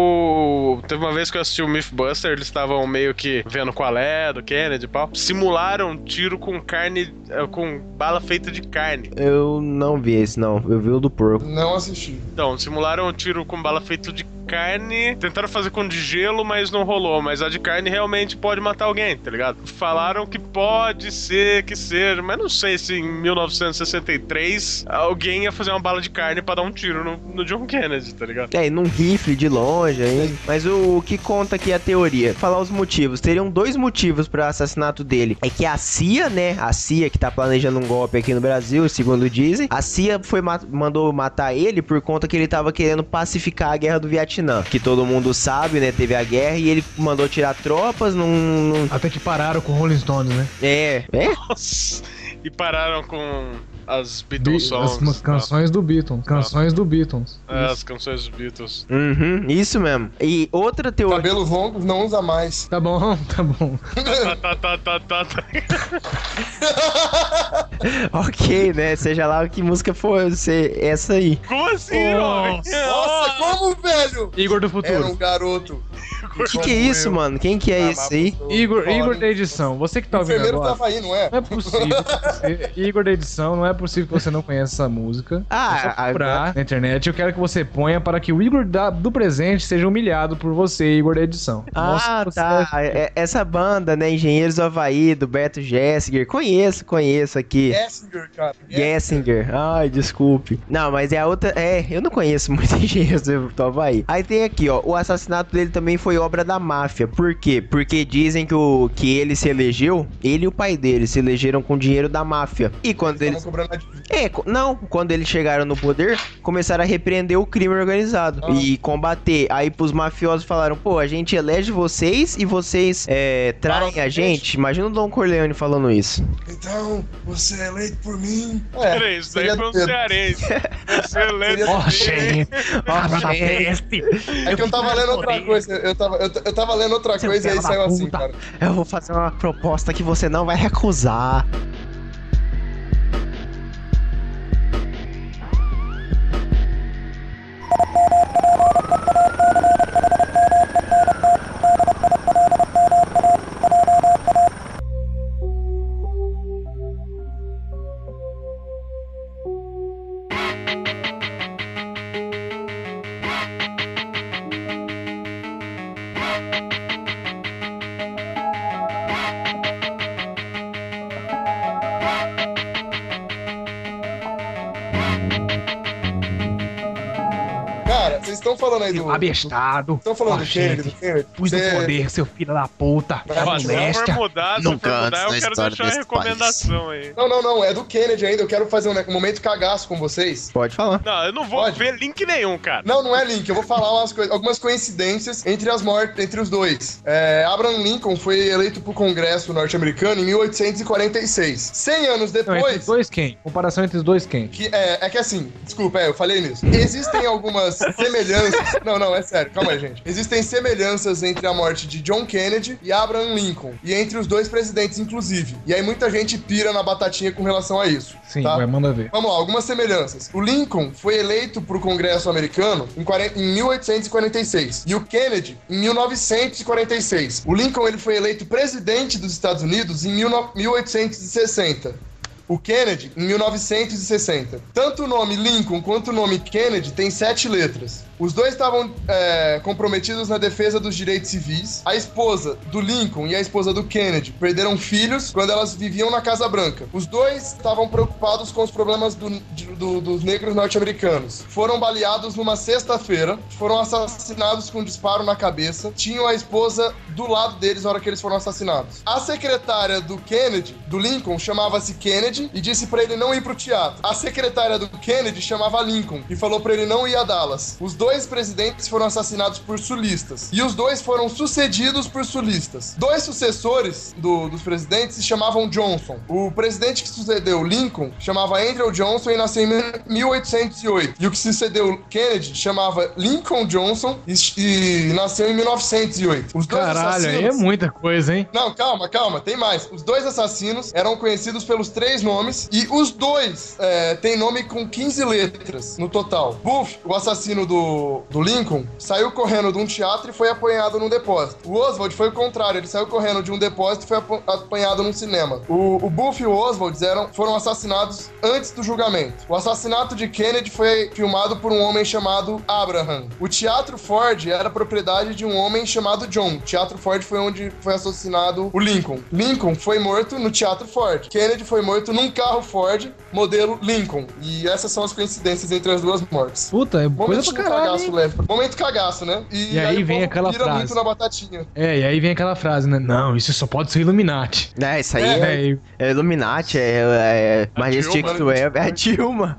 eu... Teve uma vez que eu assisti o Mythbuster, eles estavam meio que vendo qual é, do Kennedy e pau. Simularam tiro com carne, com bala feita de carne. Eu não vi esse, não. Eu vi o do porco. Não assisti. Então, simularam um tiro com bala feita de carne, tentaram fazer com de gelo, mas não rolou. Mas a de carne realmente pode matar alguém, tá ligado? Falaram que pode ser que seja, mas não sei se em mil novecentos e sessenta e três alguém ia fazer uma bala de carne pra dar um tiro no, no John Kennedy, tá ligado? É, num rifle de longe, hein? Mas o, o que conta aqui é a teoria. Falar os motivos. Teriam dois motivos para assassinato dele. É que a C I A, né? A C I A que tá planejando um golpe aqui no Brasil, segundo dizem. A C I A foi, mandou matar ele por conta que ele tava querendo pacificar a guerra do Vietnã. Que todo mundo sabe, né? Teve a guerra e ele mandou tirar tropas num... num... Até que pararam com o Rolling Stones, né? É, é? Nossa. E pararam com as Beatles songs. As, as canções do Beatles. Canções do Beatles. É, as canções dos Beatles. Uhum, isso mesmo. E outra teoria... Cabelos longos não usa mais. Tá bom, tá bom. tá, tá, tá, tá, tá. Ok, né? Seja lá que música for ser essa aí. Como assim, homem? Nossa, como, velho? Igor do futuro. Era um garoto. O que, que é isso, mano? Quem que é esse aí? Igor, Igor da edição. Você que tá O ouvindo enfermeiro agora. tava aí, não é? Não é possível. que você- Igor da edição, não é possível que você não conheça essa música. Ah, é só procurar agora- na internet. Eu quero que você ponha para que o Igor da- do presente seja humilhado por você, Igor da edição. Ah, Mostra que tá. você é- É- Essa banda, né? Engenheiros do Havaí, do Beto Gessinger. Conheço, conheço aqui. Gessinger, cara. Gessinger. Ai, desculpe. Não, mas é a outra... É, eu não conheço muito Engenheiros do Havaí. Aí tem aqui, ó. O assassinato dele também foi obra da máfia. Por quê? Porque dizem que, o, que ele se elegeu, ele e o pai dele se elegeram com dinheiro da máfia. E quando Eles eles... estavam cobrando a dívida. É, co- não, quando eles chegaram no poder, começaram a repreender o crime organizado Ah. e combater. Aí pros mafiosos falaram, pô, a gente elege vocês e vocês é, traem Para, a gente. Imagina o Don Corleone falando isso. Então, você é eleito por mim. Peraí, isso daí seria foi um Pedro. cearense. Você lê Ó, gente. Ó, gente. É que eu tava lendo outra coisa. Eu tava, eu, eu tava lendo outra Seu coisa e aí filho da saiu assim, puta. cara. Eu vou fazer uma proposta que você não vai recusar. Cara, vocês estão falando aí do... Abestado. Estão falando Ó, do Kennedy, do gente. Kennedy? Pus no Cê- poder, seu filho da puta. Tá Ó, no se não for leste. mudar, se não Nunca for antes mudar, na eu quero história deixar uma desse recomendação aí. Não, não, não. É do Kennedy ainda. Eu quero fazer um, né, um momento cagaço com vocês. Pode falar. Não, eu não vou Pode. ver link nenhum, cara. Não, não é link. Eu vou falar umas coi- algumas coincidências entre as mortes, entre os dois. É, Abraham Lincoln foi eleito pro Congresso norte-americano em mil oitocentos e quarenta e seis. cem anos Não, entre os depois... dois quem? Comparação entre os dois quem? Que é, é que assim, desculpa, é, eu falei nisso. Existem algumas semelhanças. Não, não, é sério, calma aí, gente. Existem semelhanças entre a morte de John Kennedy e Abraham Lincoln. E entre os dois presidentes, inclusive. E aí muita gente pira na batatinha com relação a isso. Sim, tá? vai, manda ver. Vamos lá, algumas semelhanças. O Lincoln foi eleito pro Congresso americano em, quarenta em mil oitocentos e quarenta e seis. E o Kennedy em mil novecentos e quarenta e seis. O Lincoln ele foi eleito presidente dos Estados Unidos em mil oitocentos e sessenta. O Kennedy, em mil novecentos e sessenta. Tanto o nome Lincoln quanto o nome Kennedy tem sete letras. Os dois estavam é, comprometidos na defesa dos direitos civis. A esposa do Lincoln e a esposa do Kennedy perderam filhos quando elas viviam na Casa Branca. Os dois estavam preocupados com os problemas do, de, do, dos negros norte-americanos. Foram baleados numa sexta-feira, foram assassinados com um disparo na cabeça. Tinham a esposa do lado deles na hora que eles foram assassinados. A secretária do Kennedy, do Lincoln, chamava-se Kennedy e disse pra ele não ir pro teatro. A secretária do Kennedy chamava Lincoln e falou pra ele não ir a Dallas. Os dois presidentes foram assassinados por sulistas e os dois foram sucedidos por sulistas. Dois sucessores do, dos presidentes se chamavam Johnson. O presidente que sucedeu Lincoln chamava Andrew Johnson e nasceu em mil oitocentos e oito. E o que sucedeu Kennedy chamava Lincoln Johnson e, e nasceu em mil novecentos e oito. Os dois Caralho, assassinos... aí é muita coisa, hein? Não, calma, calma, tem mais. Os dois assassinos eram conhecidos pelos três nomes e os dois é, têm nome com quinze letras no total. Booth, o assassino do, do Lincoln, saiu correndo de um teatro e foi apanhado num depósito. O Oswald foi o contrário, ele saiu correndo de um depósito e foi apanhado num cinema. O, o Booth e o Oswald eram, foram assassinados antes do julgamento. O assassinato de Kennedy foi filmado por um homem chamado Abraham. O Teatro Ford era propriedade de um homem chamado John. O Teatro Ford foi onde foi assassinado o Lincoln. Lincoln foi morto no Teatro Ford. Kennedy foi morto num carro Ford, modelo Lincoln. E essas são as coincidências entre as duas mortes. Puta, é coisa Momento pra caralho, cagaço, hein? leve. Momento cagaço, né? E aí o vem povo aquela pira frase. muito na batatinha. É, e aí vem aquela frase, né? Não, isso só pode ser Illuminati. É, isso aí É, é, é Illuminati, é, é Majestic Dilma, Web, é a Dilma.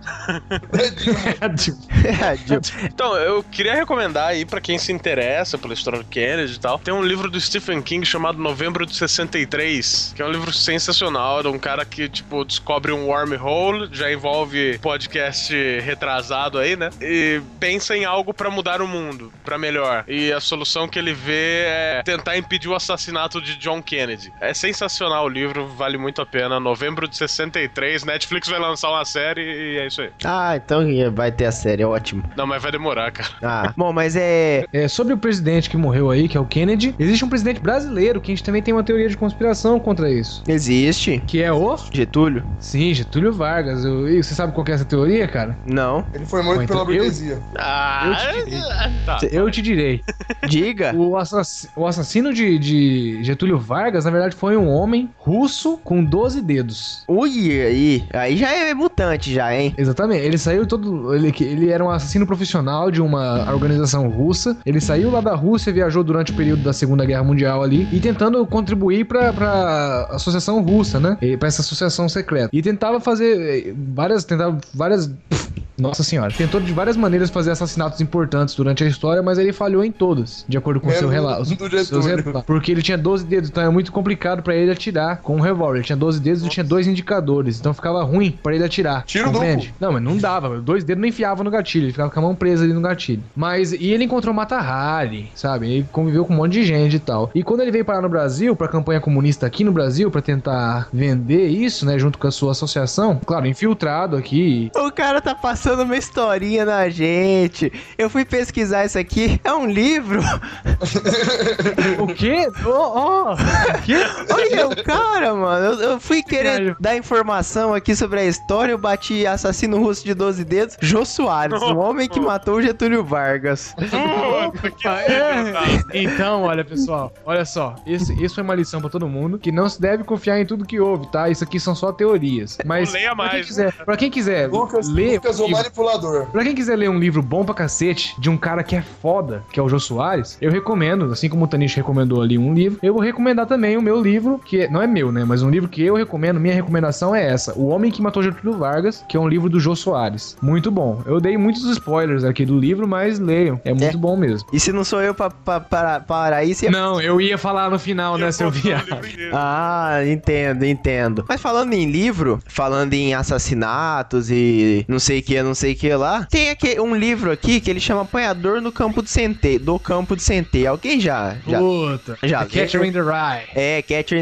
é tipo, É a Dilma. Então, eu queria recomendar aí pra quem se interessa pela história do Kennedy e tal, tem um livro do Stephen King chamado Novembro de sessenta e três, que é um livro sensacional, de um cara que, tipo, descobre um wormhole, já envolve podcast retrasado aí, né? E pensa em algo pra mudar o mundo, pra melhor. E a solução que ele vê é tentar impedir o assassinato de John Kennedy. É sensacional o livro, vale muito a pena. Novembro de sessenta e três, Netflix vai lançar uma série e é isso aí. Ah, então vai ter a série, é ótimo. Não, mas vai demorar, cara. Ah, bom, mas é... é, sobre o presidente que morreu aí, que é o Kennedy, existe um presidente brasileiro que a gente também tem uma teoria de conspiração contra isso. Existe. Que é o... Getúlio? Sim, Getúlio Vargas. Eu- e você sabe qual que é essa teoria, cara? Não. Ele foi morto Bom, então pela eu- burguesia. Ah, Eu te direi. tá. Eu te direi. Diga. O, assass- o assassino de, de Getúlio Vargas, na verdade, foi um homem russo com doze dedos. Ui, aí. Aí já é mutante já, hein? Exatamente. Ele saiu todo... Ele, ele era um assassino profissional de uma organização russa. Ele saiu lá da Rússia, viajou durante o período da Segunda Guerra Mundial ali e tentando contribuir pra, pra associação russa, né? E pra essa associação secreta. E tentava fazer eh, várias... Tentava várias... Nossa senhora. Tentou de várias maneiras fazer assassinatos importantes durante a história, mas ele falhou em todas, de acordo com o Menos seu relato. do seus Getúlio. relatos. Porque ele tinha doze dedos, então era muito complicado pra ele atirar com um revólver. Ele tinha doze dedos e tinha dois indicadores, então ficava ruim pra ele atirar. Tiro compreende? duplo. Não, mas não dava. Dois dedos não enfiavam no gatilho, ele ficava com a mão presa ali no gatilho. Mas, e ele encontrou Mata Hari, sabe? Ele conviveu com um monte de gente e tal. E quando ele veio parar no Brasil, pra campanha comunista aqui no Brasil, pra tentar vender isso, né, junto com a sua associação, claro, infiltrado aqui. O cara tá passando uma historinha na gente. Eu fui pesquisar isso aqui. É um livro. O quê? Ó, ó. O quê? Olha o cara, mano. Eu, eu fui querer Caralho. dar informação aqui sobre a história. Eu bati assassino russo de doze dedos. Jô Soares, o homem que matou o Getúlio Vargas. Puta que É. pariu. Então, olha, pessoal, olha só. Esse, isso foi uma lição pra todo mundo, que não se deve confiar em tudo que houve, tá? Isso aqui são só teorias. Mas Leia pra quem mais. quiser, pra quem quiser Lucas, ler Lucas um o livro- manipulador. Pra quem quiser ler um livro bom pra cacete, de um cara que é foda, que é o Jô Soares, eu recomendo, assim como o Tanish recomendou ali um livro, eu vou recomendar também o meu livro, que é- não é meu, né, mas um livro que eu recomendo, minha recomendação é essa, O Homem que Matou Getúlio Vargas, que é um livro do Jô Soares. Muito bom. Eu dei muitos spoilers aqui do livro, mas leiam, é muito É. bom mesmo. E se não sou eu pra, pra, pra, parar isso, ia... Não, eu ia falar no final, né, seu viado. Ah, entendo, entendo. Mas falando em livro, falando em assassinatos e não sei o que, não sei o que lá, tem aqui um livro aqui que ele chama Apanhador no Campo de Centeio, do Campo de Centeio. Alguém já? já Puta. Já The Catcher in the Rye. É, Catcher in the Rye.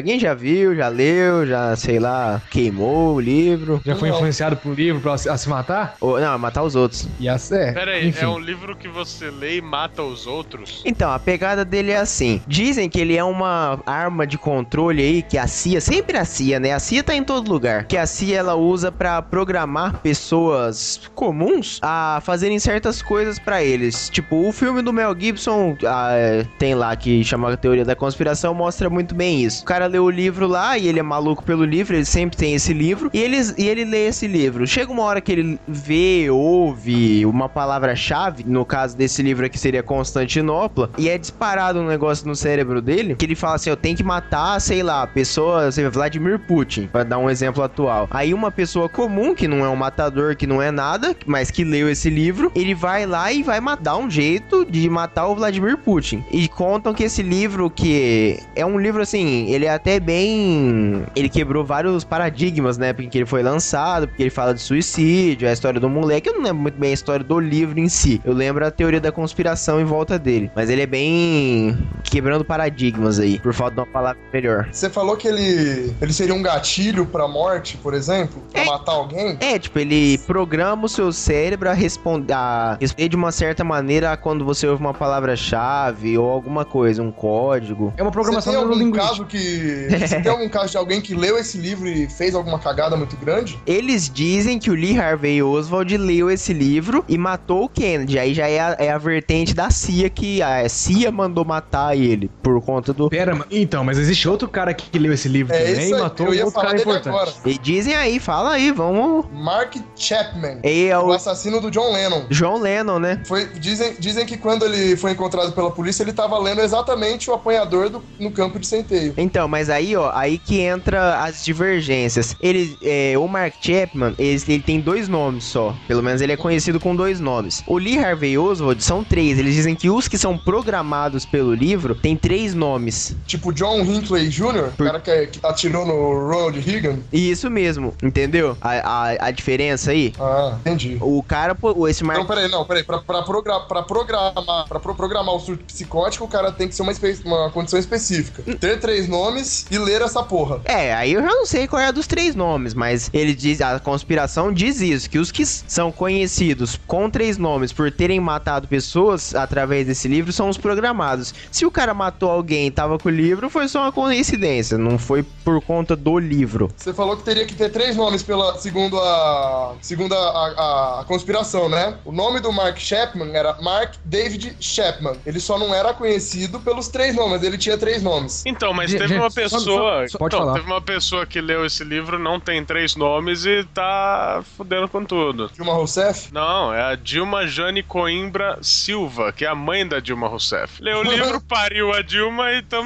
Alguém já viu, já leu, já, sei lá, queimou o livro? Já foi Não. influenciado por livro pra se, a se matar? Ou, não, matar os outros. E a é, Pera aí, enfim. é um livro que você lê e mata os outros? Então, a pegada dele é assim. Dizem que ele é uma arma de controle aí, que a C I A, sempre a C I A, né? A C I A tá em todo lugar. Que a C I A, ela usa pra programar pessoas comuns a fazerem certas coisas pra eles. Tipo, o filme do Mel Gibson, ah, tem lá, que chama a Teoria da Conspiração, mostra muito bem isso. O cara lê o livro lá e ele é maluco pelo livro, ele sempre tem esse livro, e ele, e ele lê esse livro. Chega uma hora que ele vê, ouve uma palavra-chave, no caso desse livro aqui seria Constantinopla, e é disparado um negócio no cérebro dele, que ele fala assim, eu tenho que matar, sei lá, pessoa, sei lá, Vladimir Putin, pra dar um exemplo atual. Aí uma pessoa comum, que não é um matador, que não é nada, mas que leu esse livro, ele vai lá e vai dar um jeito de matar o Vladimir Putin. E contam que esse livro, que é um livro assim, ele é até bem... ele quebrou vários paradigmas, né, porque ele foi lançado, porque ele fala de suicídio, a história do moleque. Eu não lembro muito bem a história do livro em si, eu lembro a teoria da conspiração em volta dele, mas ele é bem quebrando paradigmas aí, por falta de uma palavra melhor. Você falou que ele, ele seria um gatilho pra morte, por exemplo? Pra É. matar alguém? É, tipo, ele programa o seu cérebro a responder, a responder de uma certa maneira quando você ouve uma palavra-chave ou alguma coisa, um código. É uma Você programação tem algum neurolinguística. caso que... Você tem algum caso de alguém que leu esse livro e fez alguma cagada muito grande? Eles dizem que o Lee Harvey Oswald leu esse livro e matou o Kennedy. Aí já é a, é a vertente da C I A, que a C I A mandou matar ele por conta do... Pera, ma- então, mas existe outro cara que leu esse livro É também isso e aí, matou eu ia outro falar cara dele importante. agora. E dizem aí, fala aí, vamos... Mark Chapman, E é o o assassino do John Lennon. John Lennon, né? Foi, dizem, dizem que quando ele foi encontrado pela polícia, ele tava lendo exatamente o apanhador do- no campo de centeio. Então, mas aí, ó, aí que entra as divergências. Ele, é, o Mark Chapman, ele, ele tem dois nomes só. Pelo menos ele é conhecido com dois nomes. O Lee Harvey Oswald são três. Eles dizem que os que são programados pelo livro tem três nomes. Tipo John Hinckley Júnior, o cara que, que atirou no Ronald Reagan. E isso mesmo, entendeu? A, a, a diferença aí. Ah, entendi. O cara, pô, esse Mark... Não, peraí, não, peraí. Pra, pra, progra pra programar, pra pro programar o surto psicótico, o cara tem que ser uma, espe uma condição específica. Ter três nomes e ler essa porra. É, aí eu já não sei qual é a dos três nomes, mas ele diz, a conspiração diz isso, que os que são conhecidos com três nomes por terem matado pessoas através desse livro são os programados. Se o cara matou alguém e tava com o livro, foi só uma coincidência, não foi por conta do livro. Você falou que teria que ter três nomes pela, segundo a segundo a, a, a conspiração, né? O nome do Mark Chapman era Mark David Chapman. Ele só não era conhecido pelos três nomes, ele tinha três nomes. Então, mas Gente, teve uma só- pessoa. só- só- pode então, falar. teve uma pessoa que leu esse livro, não tem três nomes e tá fudendo com tudo. Dilma Rousseff? Não, é a Dilma Jane Coimbra Silva, que é a mãe da Dilma Rousseff. Leu o livro, pariu a Dilma e tamo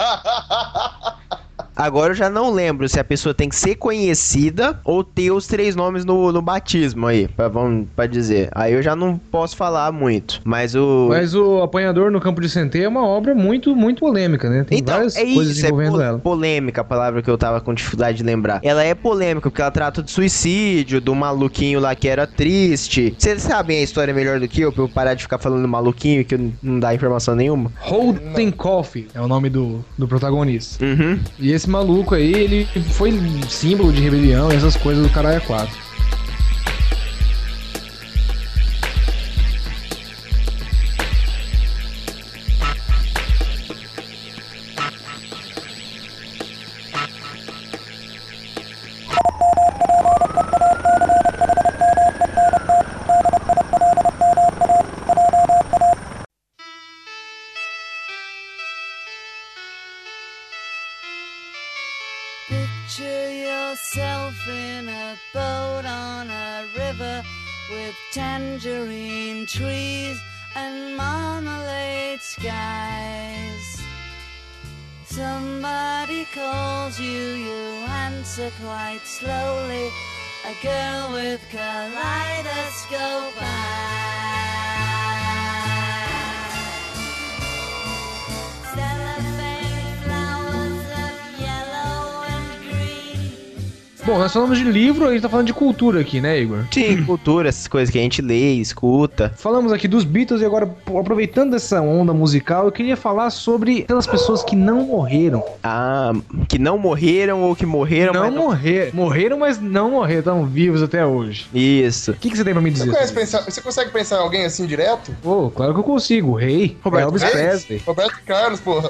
aí. Agora eu já não lembro se a pessoa tem que ser conhecida ou ter os três nomes no, no batismo aí, pra, vamos, pra dizer. Aí eu já não posso falar muito, mas o... Mas o Apanhador no Campo de Centeio é uma obra muito, muito polêmica, né? Tem Então, várias é coisas isso, é envolvendo po- ela. polêmica, a palavra que eu tava com dificuldade de lembrar. Ela é polêmica, porque ela trata de suicídio, do maluquinho lá que era triste. Vocês sabem a história melhor do que eu, pra eu parar de ficar falando maluquinho, que não dá informação nenhuma? Holden Coffey é o nome do, do protagonista. Uhum. E esse maluco aí, ele foi símbolo de rebelião e essas coisas do caralho a quatro. Picture yourself in a boat on a river with tangerine trees and marmalade skies. Somebody calls you, you answer quite slowly. A girl with kaleidoscope eyes. Cellophane flowers of yellow and green, Bom, nós falamos de livro, a gente tá falando de cultura aqui, né, Igor? Sim, cultura, essas coisas que a gente lê, escuta. Falamos aqui dos Beatles e agora, pô, aproveitando essa onda musical, eu queria falar sobre aquelas pessoas que não morreram. Ah, que não morreram ou que morreram, Não mas não... morreram. Morreram, mas não morreram, estão vivos até hoje. Isso. O que, que você tem pra me Você, dizer? conhece pensar, você consegue pensar em alguém assim direto? Pô, claro que eu consigo. O rei, Roberto Elvis Carlos? Presley. Roberto Carlos, porra.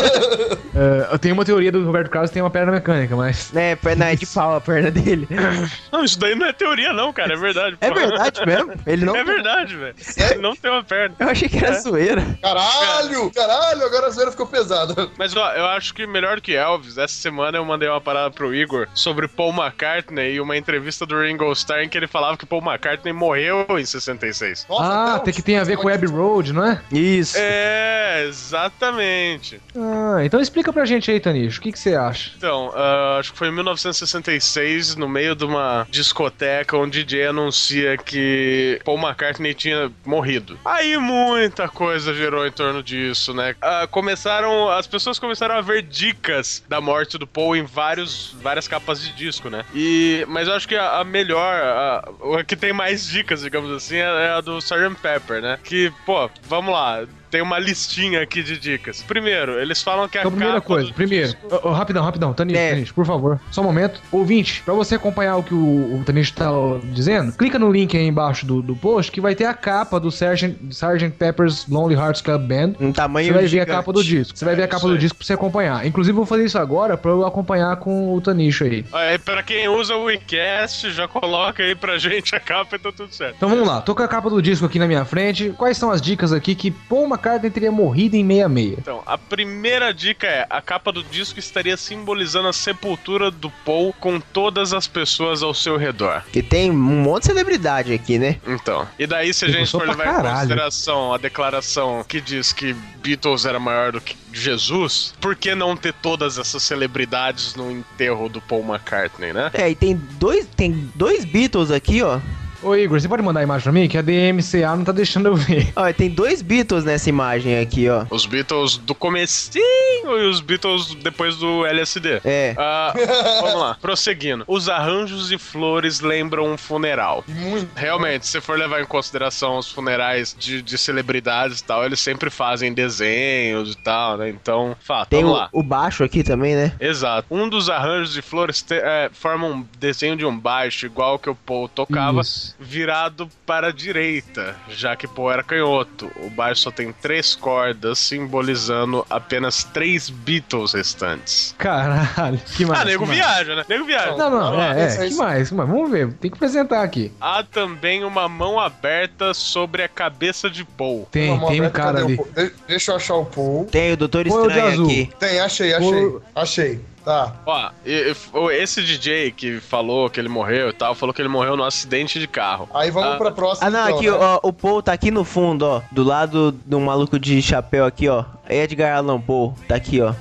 É, eu tenho uma teoria do Roberto Carlos que tem uma perna mecânica, mas... É, perna é de pau a perna dele. Não, isso daí não é teoria, não, cara. É verdade. É pô. verdade mesmo? Ele não... É verdade, velho. Ele não tem uma perna. Eu achei que era É. zoeira. Caralho! Caralho, agora a zoeira ficou pesada. Mas, ó, eu acho que melhor que Elvis, essa semana eu mandei uma parada pro Igor sobre Paul McCartney e uma entrevista do Ringo Starr em que ele falava que Paul McCartney morreu em sessenta e seis. Nossa, Ah, não, tem que tem a ver com Abbey Road, não é? Isso. É, exatamente. Ah, então explica pra gente aí, Tanicho, o que, que você acha? Então, ah, acho que foi em mil novecentos e sessenta e seis, no meio de uma discoteca, um D J anuncia que Paul McCartney tinha morrido. Aí muita coisa gerou em torno disso, né? Ah, começaram, as pessoas começaram a ver dicas da morte do Paul em vários, várias capas de disco, né? E, mas eu acho que a, a melhor, a, a que tem mais dicas, digamos assim, é a do sergeant Pepper, né? Que, pô, vamos lá. Tem uma listinha aqui de dicas. Primeiro, eles falam que a Então, primeira capa coisa, do primeiro, disco- Ô, ô, rapidão, rapidão, Tanicho, É. Tanicho, por favor, só um momento. Ouvinte, pra você acompanhar o que o, o Tanicho tá ó, dizendo, clica no link aí embaixo do, do post que vai ter a capa do sergeant sergeant Pepper's Lonely Hearts Club Band. Um tamanho Você vai ver a gigante. capa do disco. Você vai ver a É, capa isso do aí. disco pra você acompanhar. Inclusive, eu vou fazer isso agora pra eu acompanhar com o Tanicho aí. Aí, pra quem usa o WeCast, já coloca aí pra gente a capa e tá tudo certo. Então vamos lá, tô com a capa do disco aqui na minha frente. Quais são as dicas aqui que Paul McCartney teria morrido em meia meia? Então, a primeira dica é: a capa do disco estaria simbolizando a sepultura do Paul com todas as pessoas ao seu redor. Que tem um monte de celebridade aqui, né? Então, e daí se a Eu gente sou for pra levar em caralho. consideração a declaração que diz que Beatles era maior do que Jesus, por que não ter todas essas celebridades no enterro do Paul McCartney, né? É, e tem dois, tem dois Beatles aqui, ó. Ô Igor, você pode mandar a imagem pra mim? Que a D M C A não tá deixando eu ver. Ó, tem dois Beatles nessa imagem aqui, ó. Os Beatles do comecinho e os Beatles depois do L S D. É. Ah, vamos lá, prosseguindo. Os arranjos e flores lembram um funeral. Muito. Realmente, se for levar em consideração os funerais de, de celebridades e tal, eles sempre fazem desenhos e tal, né? Então, fato, Tem vamos o, lá. o baixo aqui também, né? Exato. Um dos arranjos de flores te, é, forma um desenho de um baixo igual que o Paul tocava, Isso. virado para a direita, já que Paul era canhoto. O baixo só tem três cordas, simbolizando apenas três Beatles restantes. Caralho, que mais? Ah, nego que mais? viaja, né? Nego viaja. Não, não, Vamos lá, é, essa é. aí Que sim. mais? Que mais? Vamos ver. Tem que apresentar aqui. Há também uma mão aberta sobre a cabeça de Paul. Tem, Vamos, tem um Alberto, cara cadê ali. o Paul? De- deixa eu achar o Paul. Tem o Doutor Pô, é o de Estranho azul. aqui. Tem, achei, achei. Paul- Achei. Tá. Ó, e- e- o- esse D J que falou que ele morreu e tal, falou que ele morreu num acidente de carro. Aí vamos Ah. pra próxima. Ah, não, então, aqui, né? ó, o Paul tá aqui no fundo, ó. Do lado do maluco de chapéu aqui, ó. Edgar Allan Poe, tá aqui, ó.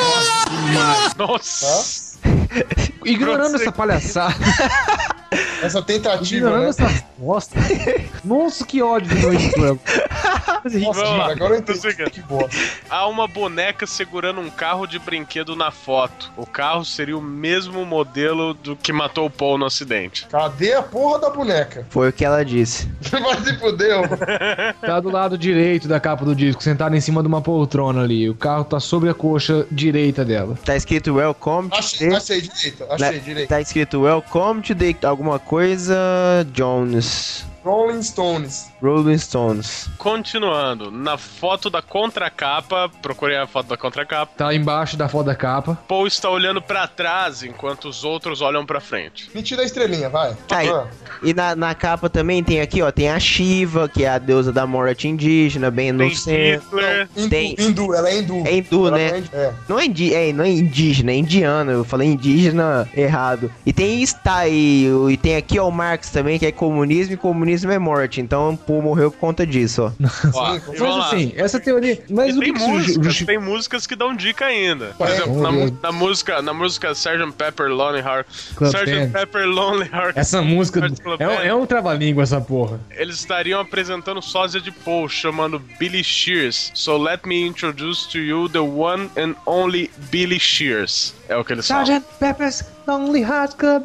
Nossa! Ignorando Prossiga. essa palhaçada. Essa tentativa, Ignorando né? essa bosta. Nossa, que ódio de noite, Cleo. Nossa, Vamos cara, lá, agora eu entendi. prosseguindo. Que bosta. Há uma boneca segurando um carro de brinquedo na foto. O carro seria o mesmo modelo do que matou o Paul no acidente. Cadê a porra da boneca? Foi o que ela disse. Mas se fudeu. Tá do lado direito da capa do disco, sentado em cima de uma poltrona ali. O carro tá sobre a coxa direita dela. Tá escrito Welcome to Achei, the... achei direito, achei Na- direito. Tá escrito Welcome to the... alguma coisa... Jones. Rolling Stones. Rolling Stones. Continuando, na foto da contracapa, procurei a foto da contracapa, Tá embaixo da foto da capa. Paul está olhando pra trás enquanto os outros olham pra frente. Me tira a estrelinha, vai. Tá aí. Ah, E na, na capa também tem aqui, ó, tem a Shiva, que é a deusa da morte indígena, bem no Tem centro. Hitler. hindu, Tem- hindu, ela é hindu. É hindu, Ela né? É. Não é, indi é, não é indígena, é indiano. Eu falei indígena errado. E tem está e, e tem aqui, ó, o Marx também, que é comunismo, e comunismo mesmo é morte, então o Paul morreu por conta disso, ó. Ó, Sim, e Mas vamos lá. assim, essa teoria... Mas E o tem que que isso músicas, justi- tem músicas que dão dica ainda. Por É, exemplo, na, vamos mu- ver. na música, na música sergeant Pepper Lonely Heart, Club sergeant Band. Pepper Lonely Heart, Essa música Hearts Club é, um- Band, é um trava-língua, essa porra. eles estariam apresentando sósia de Paul, chamando Billy Shears. So let me introduce to you the one and only Billy Shears. É o que eles falam. sergeant Pepper's Lonely Hearts Club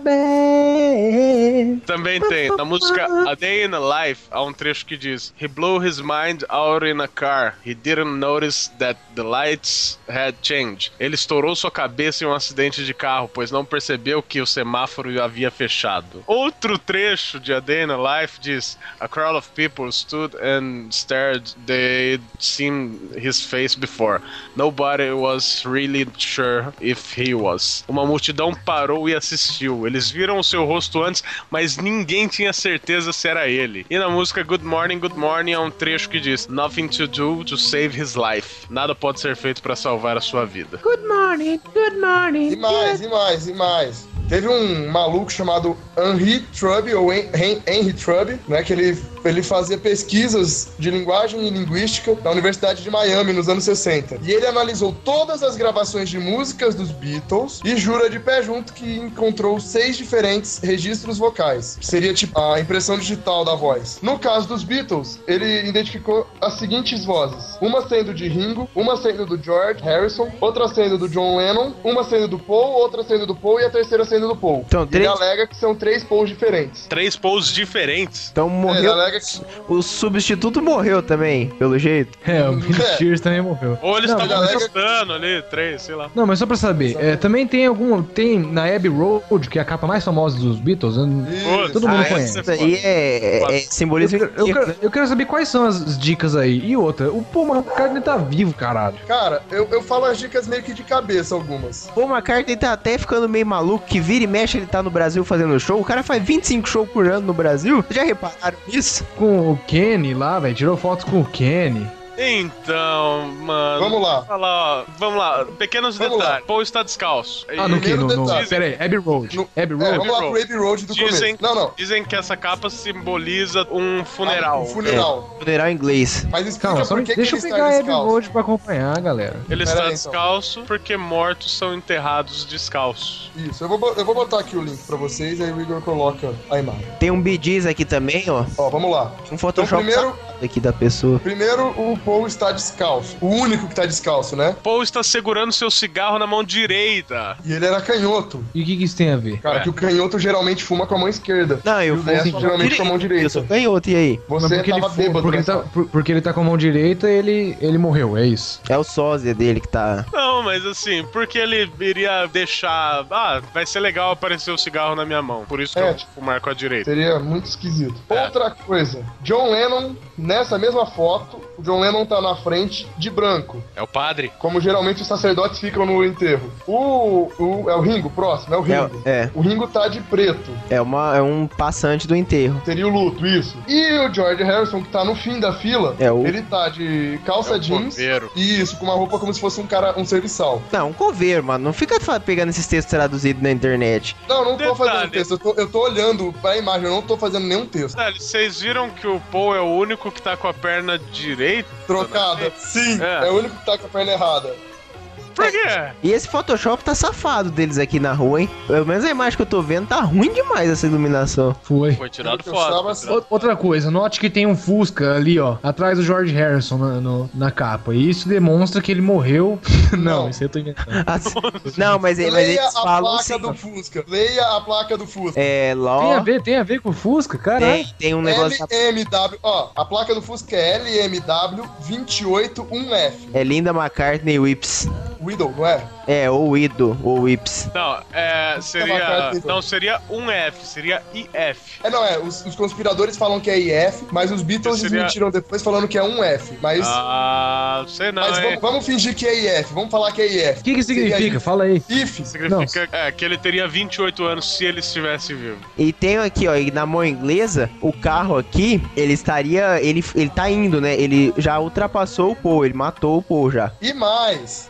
Band. Também tem, na música A Day in a Life, há um trecho que diz: He blew his mind out in a car. He didn't notice that the lights had changed. Ele estourou sua cabeça em um acidente de carro, pois não percebeu que o semáforo havia fechado. Outro trecho de A Day in a Life diz: A crowd of people stood and stared. They'd seen his face before. Nobody was really sure if he was. Uma multidão parou e assistiu. Eles viram o seu rosto antes, mas ninguém tinha certeza se era ele. E na música Good Morning, Good Morning há um trecho que diz: Nothing to do to save his life. Nada pode ser feito para salvar a sua vida. Good morning, good morning. E mais, e mais, e mais. Teve um maluco chamado Henry Truby, ou Hen- Hen- Henry Truby, né, que ele, ele fazia pesquisas de linguagem e linguística na Universidade de Miami nos anos sessenta. E ele analisou todas as gravações de músicas dos Beatles e jura de pé junto que encontrou seis diferentes registros vocais, que seria tipo a impressão digital da voz. No caso dos Beatles, ele identificou as seguintes vozes: uma sendo de Ringo, uma sendo do George Harrison, outra sendo do John Lennon, uma sendo do Paul, outra sendo do Paul e a terceira sendo do Paul. Então, Ele três- alega que são três Pauls diferentes. Três Pauls diferentes. Então Ele morreu. alega que... O substituto morreu também, pelo jeito. É, o Billy É. Shears também morreu. Ou eles Não, estavam ele alega- testando ali, três, sei lá. Não, mas só pra saber, é, também tem algum. Tem na Abbey Road, que é a capa mais famosa dos Beatles, eu não- Putz, todo mundo ah, conhece. essa Isso aí é, é, é Eu, simbolismo. quero- eu, quero, eu quero saber quais são as dicas aí. E outra, o Paul McCartney tá vivo, caralho. Cara, eu, eu falo as dicas meio que de cabeça, algumas. O McCartney tá até ficando meio maluco, que vira e mexe ele tá no Brasil fazendo show. O cara faz vinte e cinco shows por ano no Brasil. Já repararam nisso? Com o Kenny lá, velho, tirou fotos com o Kenny. Então, mano. Vamos lá. Falar, ó, vamos lá, pequenos Vamos detalhes. lá. Paul está descalço. Ah, no E- que? No, no, detalhe. pera aí, Abbey Road. No- Abbey É, Road. vamos lá Road. pro Abbey Road do Dizem, começo. Não, não. dizem que essa capa simboliza um funeral. Um funeral. Funeral inglês. Mas explica Calma, só por me- que, que deixa ele eu está pegar Abbey descalço. Road pra acompanhar, galera. Ele Pera está aí, então. descalço porque mortos são enterrados descalços. Isso, eu vou, bo- eu vou botar aqui o link pra vocês, aí o Igor coloca a imagem. Tem um Bee Gees aqui também, ó. Ó, vamos lá. Um Photoshop Então, primeiro- safado aqui da pessoa. Primeiro, o Paul está descalço. O único que tá descalço, né? Paul está segurando seu cigarro na mão direita. E ele era canhoto. E o que, que isso tem a ver? Cara, É. que o canhoto geralmente fuma com a mão esquerda. Não, eu E o destro fumo geralmente com a mão Eu direita. sou canhoto, e aí? Mas Você porque ele, tava fu- bêbado, porque, né? ele tá, por- porque ele tá com a mão direita, ele, ele morreu, é isso. É o sósia dele que tá... Não, mas assim, porque ele iria deixar. Ah, vai ser legal aparecer o cigarro na minha mão. Por isso que É. eu fumar com a direita. Seria muito esquisito. É. Outra coisa, John Lennon, nessa mesma foto, o John Lennon tá na frente de branco, É o padre. como geralmente os sacerdotes ficam no enterro. O, o é o Ringo, próximo, é o Ringo. É, é. O Ringo tá de preto, É, uma, é um passante do enterro. seria o luto, isso. E o George Harrison, que tá no fim da fila, É o- ele tá de calça É o jeans, coveiro. isso, com uma roupa como se fosse um cara, um serviçal. Não, um coveiro, mano. Não fica fa- pegando esses textos traduzidos na internet. Não, não tô Detalhe. fazendo texto, eu tô, eu tô olhando pra imagem, eu não tô fazendo nenhum texto. Detalhe, vocês viram que o Paul é o único que tá com a perna direita? Trocada, sim, É. é o único que tá com a perna errada. Por quê? E esse Photoshop tá safado deles aqui na rua, hein? Pelo menos a imagem que eu tô vendo tá ruim demais essa iluminação. Foi. Foi tirado Pelo que eu foto. saiba, foi tirado- O- Outra coisa, note que tem um Fusca ali, ó, atrás do George Harrison na, no- na capa. E isso demonstra que ele morreu. Não, Não. isso aí eu tô inventando. Assim- não, mas, mas Leia eles a falam placa assim, do ó. Fusca. Leia a placa do Fusca. É, Tem a Law. ver, tem a ver com o Fusca, caralho. Tem, tem um negócio. L M W, ó, a placa do Fusca é L M W dois oito um F. É Linda McCartney Whips. Widow, não é? É, ou Ido, ou Whips. Não, é. Seria. McCartney. Não seria um F, seria I F. É, não é. Os, os conspiradores falam que é I F, mas os Beatles Seria- desmentiram depois falando que é um F. Mas, Ah, sei não, mas hein? vamos, vamos fingir que é I F. Vamos falar que é I F. O que que significa? Seria Fala aí. If. Significa é, que ele teria vinte e oito anos se ele estivesse vivo. E tem aqui, ó, e na mão inglesa, o carro aqui, ele estaria. Ele, ele tá indo, né? Ele já ultrapassou o Paul, ele matou o Paul já. E mais, o carro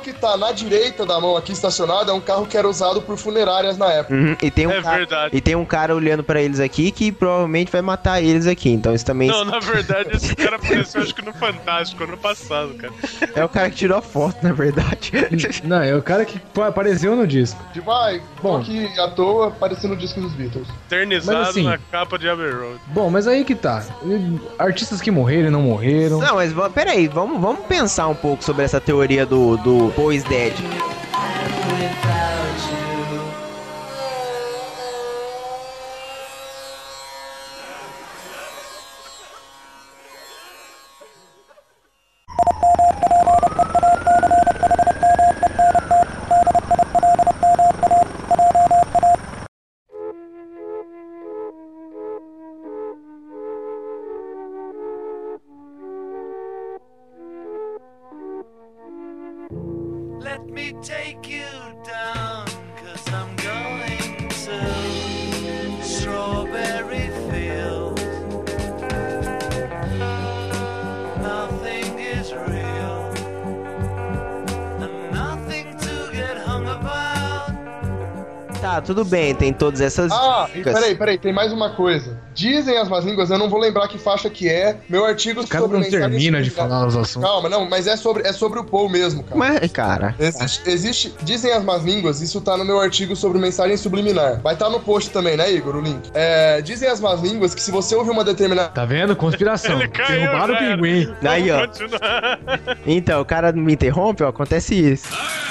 que tá na direita da mão aqui estacionado é um carro que era usado por funerárias na época. Uhum, e tem um É cara, verdade. E tem um cara olhando pra eles aqui que provavelmente vai matar eles aqui. Então isso também Não, na verdade, esse cara apareceu acho que no Fantástico, ano passado, cara. é o cara que tirou a foto, na verdade. Não, é o cara que pô, apareceu no disco. Tipo, ai, Bom. bom, aqui à toa aparecendo no disco dos Beatles. Eternizado Mas assim- na capa de Abbey Road. Bom, mas aí que tá. Artistas que morreram e não morreram. Não, mas va- peraí, vamos, vamos pensar um pouco sobre essa teoria do, do Pois Dead. Let me take you down, 'cause I'm going to Strawberry Fields. Nothing is real, and nothing to get hung about. Tá, tudo bem, tem todas essas Ah, e dicas. peraí, peraí, tem mais uma coisa. Dizem as más línguas, eu não vou lembrar que faixa que é. Meu artigo O cara não mensagens termina de subliminares. falar os assuntos. Calma, não, mas é sobre, é sobre o Paul mesmo, cara. Mas, cara, Existe, existe, dizem as más línguas, isso tá no meu artigo sobre mensagem subliminar. Vai estar tá no post também, né, Igor, o link. É, dizem as más línguas que se você ouvir uma determinada... Tá vendo? Conspiração. Ele caiu, Derrubaram o já era. pinguim. Aí, ó. Vamos continuar. Então, o cara me interrompe, ó, acontece isso.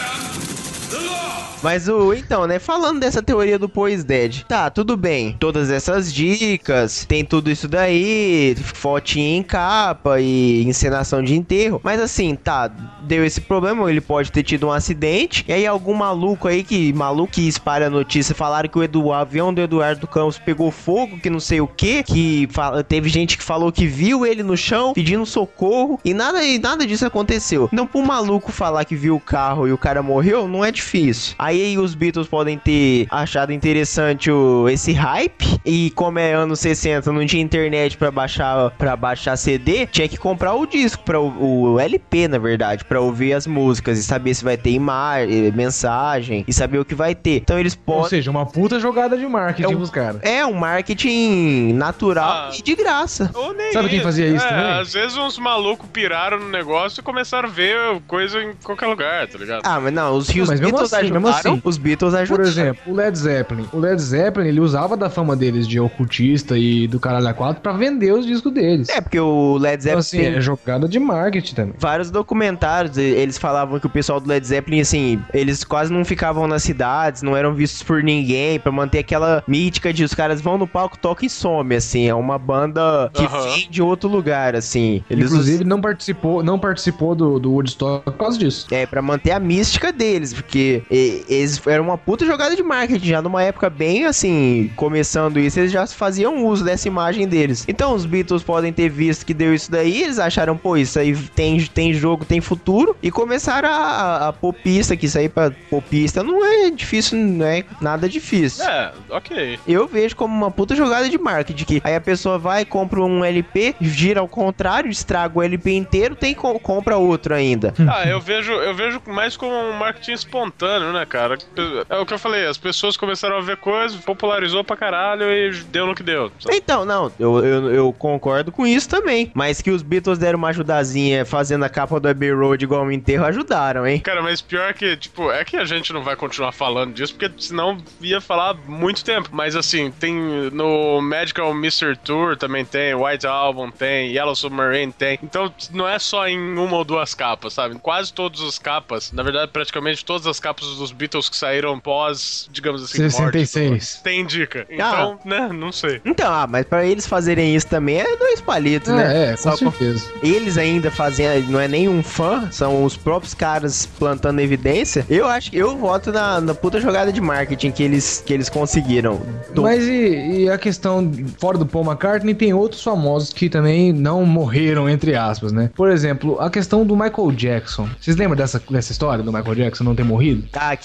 Mas o, então, né, falando dessa teoria do Pois Dead, tá, tudo bem, todas essas dicas, tem tudo isso daí, fotinha em capa e encenação de enterro, mas assim, tá, deu esse problema, ele pode ter tido um acidente, e aí algum maluco aí, que maluco que espalha a notícia, falaram que o, Edu, o avião do Eduardo Campos pegou fogo, que não sei o que, que fala, teve gente que falou que viu ele no chão, pedindo socorro, e nada, e nada disso aconteceu. Então, pro maluco falar que viu o carro e o cara morreu, não é difícil. Aí os Beatles podem ter achado interessante o, esse hype, e como é anos sessenta, não tinha internet pra baixar, pra baixar C D, tinha que comprar o disco, pra, o, o L P, na verdade, pra ouvir as músicas e saber se vai ter imagem, mensagem, e saber o que vai ter. Então eles Ou podem... seja, uma puta jogada de marketing É um- dos caras. É um marketing natural Ah. e de graça. Ou nem Sabe quem fazia isso é, também? Às vezes uns malucos piraram no negócio e começaram a ver coisa em qualquer lugar, tá ligado? Ah, mas não, os, os mas mesmo Beatles assim, mesmo ajudaram, assim. os Beatles Por ajudaram. exemplo, o Led Zeppelin. O Led Zeppelin, ele usava da fama deles de ocultista e do caralho a quatro pra vender os discos deles. É, porque o Led Então, Zeppelin assim, tem é jogada de marketing também. vários documentários, e- eles falavam que o pessoal do Led Zeppelin, assim, eles quase não ficavam nas cidades, não eram vistos por ninguém, pra manter aquela mítica de os caras vão no palco, tocam e some, assim, é uma banda que Aham. vem de outro lugar, assim. Eles Inclusive, não participou, não participou do, do Woodstock por causa disso. É, pra manter a mística deles, porque e- eles eram uma puta jogada de marketing, já numa época bem assim, começando isso, eles já faziam uso dessa imagem deles. Então os Beatles podem ter visto que deu isso daí, eles acharam, pô, isso aí tem, tem jogo, tem futuro, e começaram a, a, a pôr pista, que isso aí pra pôr pista não é difícil, não é nada difícil. É, ok. Eu vejo como uma puta jogada de marketing, que aí a pessoa vai, compra um L P, gira ao contrário, estraga o L P inteiro, tem co- compra outro ainda. Ah, eu vejo, eu vejo mais como um marketing espontâneo, né, cara? É o que eu falei, as pessoas começaram a ver coisas, popularizou pra caralho e deu no que deu. sabe? Então, não, eu, eu, eu concordo com isso também. Mas que os Beatles deram uma ajudazinha fazendo a capa do Abbey Road igual um enterro, ajudaram, hein? Cara, mas pior que, tipo, é que a gente não vai continuar falando disso, porque senão ia falar muito tempo. Mas assim, tem no Magical Mystery Tour também tem, White Album tem, Yellow Submarine tem. Então não é só em uma ou duas capas, sabe? Quase todas as capas, na verdade, praticamente todas as capas dos Beatles que saíram pós, digamos assim, sessenta e seis. morte, tem dica. Então, né, não sei. Então, ah, mas pra eles fazerem isso também é dois palitos, né? É, é, com Só certeza. eles ainda fazendo, não é nem um fã, são os próprios caras plantando evidência. Eu acho que eu voto na, na puta jogada de marketing que eles, que eles conseguiram. Do- Mas e, e a questão, fora do Paul McCartney, tem outros famosos que também não morreram, entre aspas, né? Por exemplo, a questão do Michael Jackson. Vocês lembram dessa, dessa história do Michael Jackson não ter morrido? Ah, que